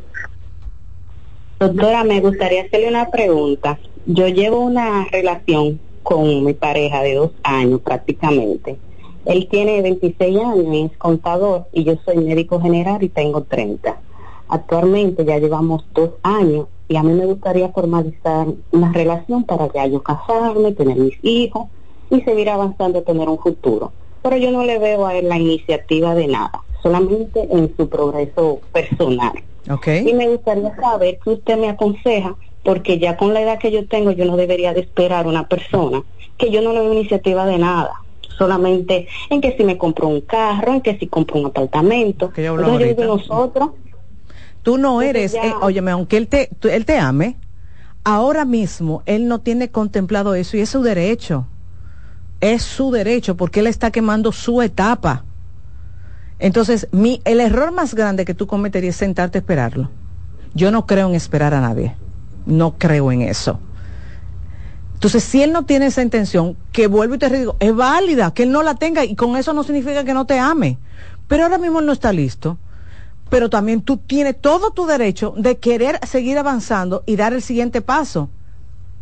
Doctora, me gustaría hacerle una pregunta. Yo llevo una relación con mi pareja de 2 años prácticamente. Él tiene 26 años y es contador y yo soy médico general y tengo 30. Actualmente ya llevamos 2 años y a mí me gustaría formalizar una relación para ya yo casarme, tener mis hijos y seguir avanzando, tener un futuro. Pero yo no le veo a él la iniciativa de nada, solamente en su progreso personal. Okay. Y me gustaría saber qué usted me aconseja, porque ya con la edad que yo tengo yo no debería de esperar una persona que yo no le veo iniciativa de nada. Solamente en que si me compro un carro, en que si compro un apartamento. Entonces yo digo, nosotros. Tú no eres, óyeme, aunque él te ame, ahora mismo él no tiene contemplado eso y es su derecho. Es su derecho porque él está quemando su etapa. Entonces, el error más grande que tú cometerías es sentarte a esperarlo. Yo no creo en esperar a nadie. No creo en eso. Entonces, si él no tiene esa intención, que vuelvo y te digo, es válida, que él no la tenga, y con eso no significa que no te ame. Pero ahora mismo él no está listo. Pero también tú tienes todo tu derecho de querer seguir avanzando y dar el siguiente paso.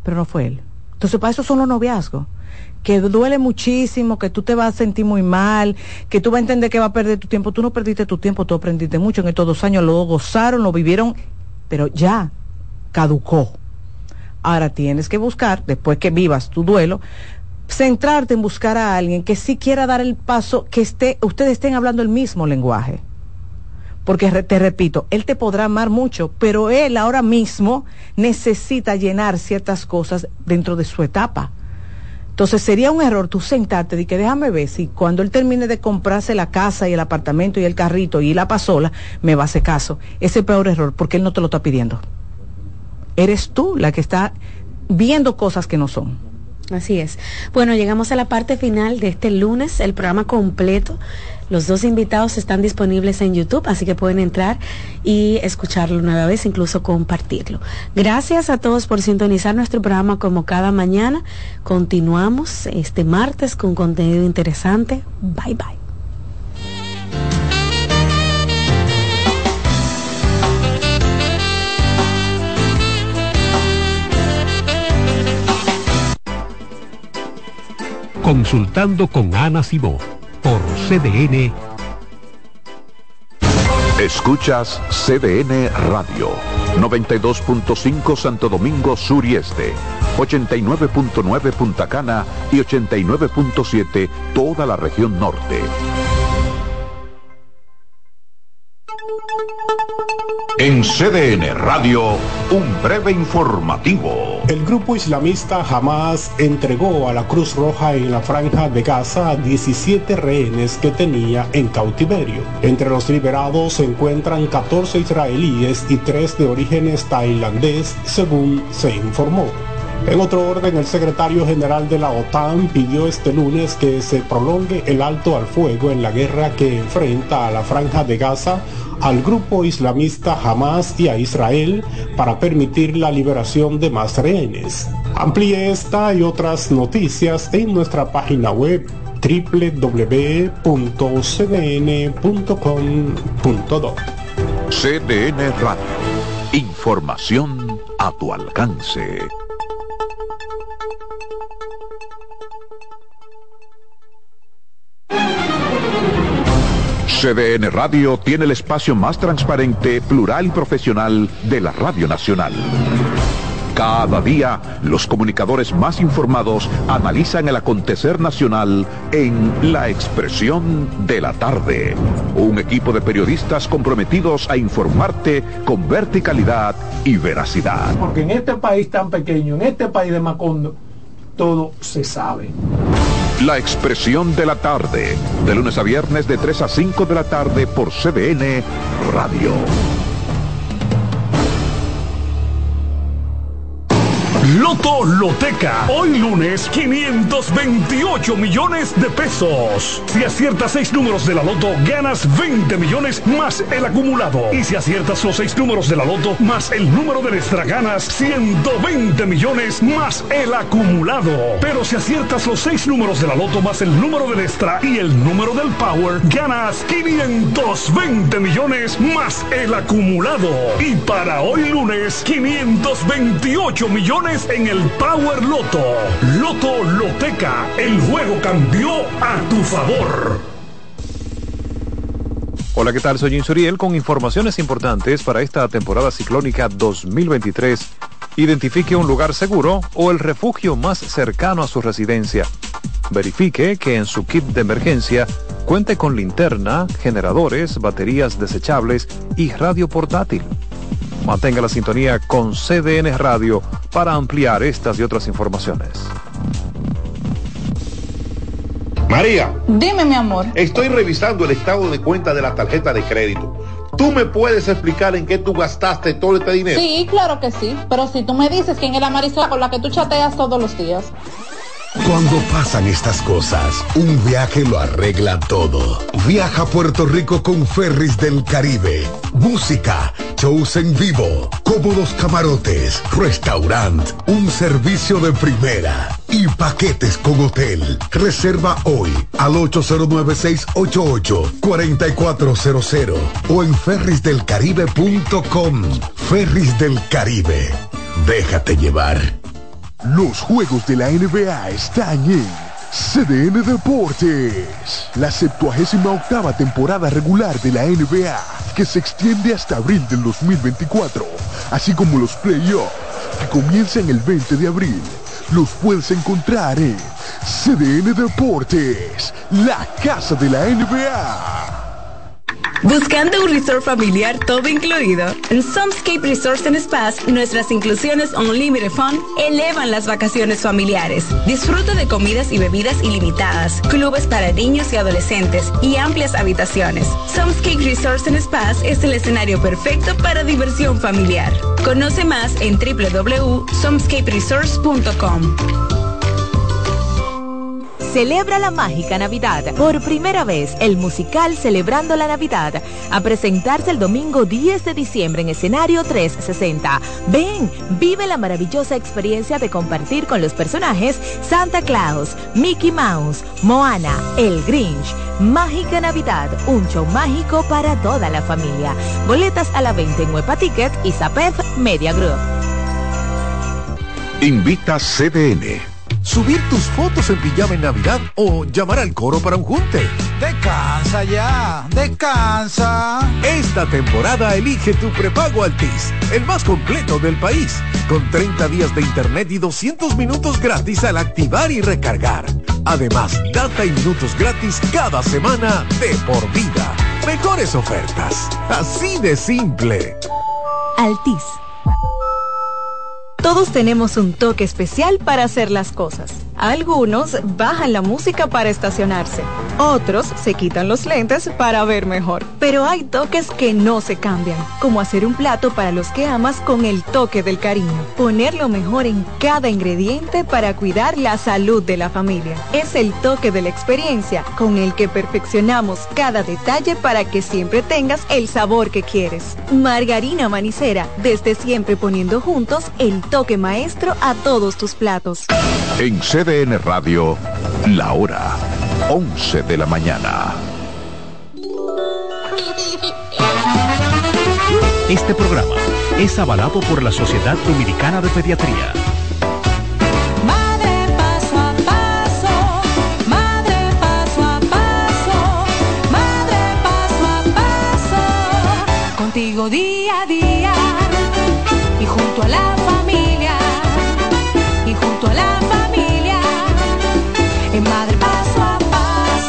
pero no fue él. Entonces, para eso son los noviazgos, que duele muchísimo, que tú te vas a sentir muy mal, que tú vas a entender que vas a perder tu tiempo. Tú no perdiste tu tiempo, tú aprendiste mucho en estos 2 años, lo gozaron, lo vivieron, pero ya caducó. Ahora tienes que buscar, después que vivas tu duelo, centrarte en buscar a alguien que sí quiera dar el paso, que ustedes estén hablando el mismo lenguaje. Porque te repito, él te podrá amar mucho, pero él ahora mismo necesita llenar ciertas cosas dentro de su etapa. Entonces sería un error tú sentarte y que déjame ver si cuando él termine de comprarse la casa y el apartamento y el carrito y la pasola, me va a hacer caso. Ese es el peor error, porque él no te lo está pidiendo. Eres tú la que está viendo cosas que no son. Así es. Bueno, llegamos a la parte final de este lunes, el programa completo. Los 2 invitados están disponibles en YouTube, así que pueden entrar y escucharlo nueva vez, incluso compartirlo. Gracias a todos por sintonizar nuestro programa como cada mañana. Continuamos este martes con contenido interesante. Bye, bye. Consultando con Ana Simó por CDN. Escuchas CDN Radio, 92.5 Santo Domingo Sur y Este, 89.9 Punta Cana y 89.7 toda la región norte. En CDN Radio, un breve informativo. El grupo islamista Hamas entregó a la Cruz Roja en la Franja de Gaza a 17 rehenes que tenía en cautiverio. Entre los liberados se encuentran 14 israelíes y 3 de orígenes tailandés, según se informó. En otro orden, el secretario general de la OTAN pidió este lunes que se prolongue el alto al fuego en la guerra que enfrenta a la Franja de Gaza, al grupo islamista Hamas y a Israel para permitir la liberación de más rehenes. Amplíe esta y otras noticias en nuestra página web www.cdn.com.do. CDN Radio. Información a tu alcance. CDN Radio tiene el espacio más transparente, plural y profesional de la Radio Nacional. Cada día, los comunicadores más informados analizan el acontecer nacional en La Expresión de la Tarde. Un equipo de periodistas comprometidos a informarte con verticalidad y veracidad. Porque en este país tan pequeño, en este país de Macondo, todo se sabe. La Expresión de la Tarde, de lunes a viernes de 3 a 5 de la tarde por CDN Radio. Loto Loteca. Hoy lunes, 528 millones de pesos. Si aciertas 6 números de la Loto, ganas 20 millones más el acumulado. Y si aciertas los 6 números de la Loto más el número del extra, ganas 120 millones más el acumulado. Pero si aciertas los 6 números de la Loto más el número del extra y el número del Power, ganas 520 millones más el acumulado. Y para hoy lunes, 528 millones en el Power Loto. Loto Loteca, el juego cambió a tu favor. Hola, ¿qué tal? Soy Insuriel con informaciones importantes para esta temporada ciclónica 2023. Identifique un lugar seguro o el refugio más cercano a su residencia. Verifique que en su kit de emergencia cuente con linterna, generadores, baterías desechables y radio portátil. Mantenga la sintonía con CDN Radio para ampliar estas y otras informaciones. María. Dime, mi amor. Estoy revisando el estado de cuenta de la tarjeta de crédito. ¿Tú me puedes explicar en qué tú gastaste todo este dinero? Sí, claro que sí. Pero si tú me dices quién es la Marisol con la que tú chateas todos los días. Cuando pasan estas cosas, un viaje lo arregla todo. Viaja a Puerto Rico con Ferris del Caribe. Música, shows en vivo, cómodos camarotes, restaurant, un servicio de primera y paquetes con hotel. Reserva hoy al 809-688-4400 o en ferrisdelcaribe.com. Ferris del Caribe. Déjate llevar. Los juegos de la NBA están en CDN Deportes. La 78ª temporada regular de la NBA, que se extiende hasta abril del 2024, así como los playoffs, que comienzan el 20 de abril, los puedes encontrar en CDN Deportes, la casa de la NBA. ¿Buscando un resort familiar todo incluido? En Somescape Resorts and Spas, nuestras inclusiones Unlimited Fun elevan las vacaciones familiares. Disfruta de comidas y bebidas ilimitadas, clubes para niños y adolescentes y amplias habitaciones. Somescape Resorts and Spas es el escenario perfecto para diversión familiar. Conoce más en www.somescaperesorts.com. Celebra la mágica Navidad. Por primera vez, el musical Celebrando la Navidad, a presentarse el domingo 10 de diciembre en escenario 360. Ven, vive la maravillosa experiencia de compartir con los personajes Santa Claus, Mickey Mouse, Moana, El Grinch. Mágica Navidad, un show mágico para toda la familia. Boletas a la venta en Huepa Ticket y Zapef Media Group. Invita CDN. Subir tus fotos en pijama en Navidad o llamar al coro para un junte. Descansa ya, descansa. Esta temporada elige tu prepago Altis, el más completo del país, con 30 días de internet y 200 minutos gratis al activar y recargar. Además, data y minutos gratis cada semana de por vida. Mejores ofertas, así de simple. Altis. Todos tenemos un toque especial para hacer las cosas. Algunos bajan la música para estacionarse. Otros se quitan los lentes para ver mejor. Pero hay toques que no se cambian, como hacer un plato para los que amas con el toque del cariño. Poner lo mejor en cada ingrediente para cuidar la salud de la familia. Es el toque de la experiencia con el que perfeccionamos cada detalle para que siempre tengas el sabor que quieres. Margarina Manicera, desde siempre poniendo juntos el toque maestro a todos tus platos. En CDN Radio, la hora 11 de la mañana. Este programa es avalado por la Sociedad Dominicana de Pediatría. Madre paso a paso, madre paso a paso, madre paso a paso, contigo día a día y junto a la familia, y junto a la familia, en madre paso a paso.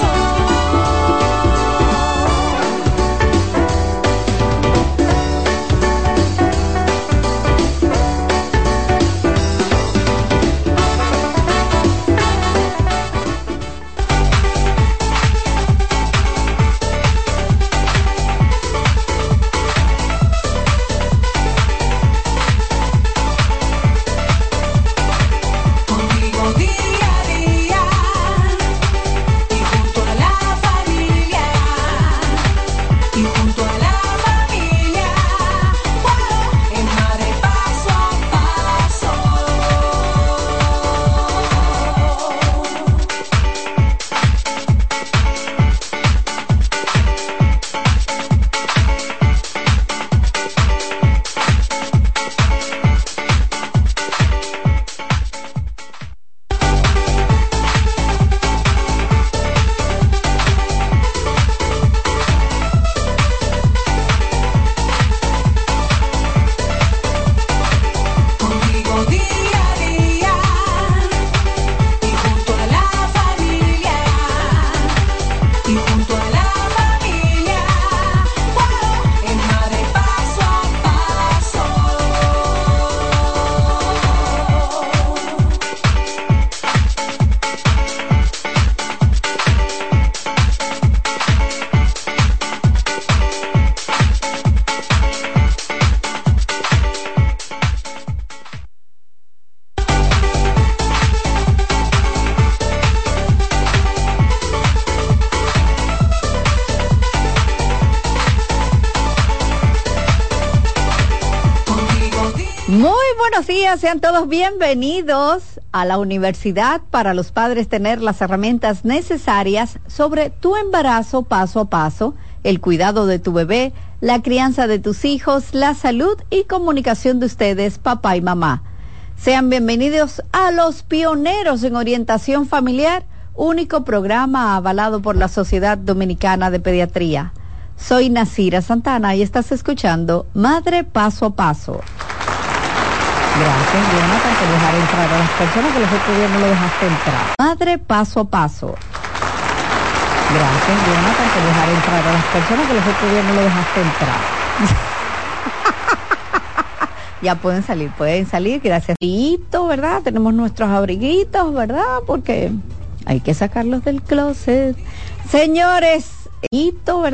Buenos días, sean todos bienvenidos a la universidad para los padres tener las herramientas necesarias sobre tu embarazo paso a paso, el cuidado de tu bebé, la crianza de tus hijos, la salud y comunicación de ustedes, papá y mamá. Sean bienvenidos a Los Pioneros en Orientación Familiar, único programa avalado por la Sociedad Dominicana de Pediatría. Soy Nasira Santana y estás escuchando Madre Paso a Paso. Gracias, Jonathan, por dejar entrar a las personas que los otros días no lo dejaste entrar. Madre Paso a Paso. Gracias, Jonathan, por dejar entrar a las personas que los otros días no lo dejaste entrar. Ya pueden salir, gracias. ¿Verdad? Tenemos nuestros abriguitos, ¿verdad? Porque hay que sacarlos del closet. Señores, ¿verdad?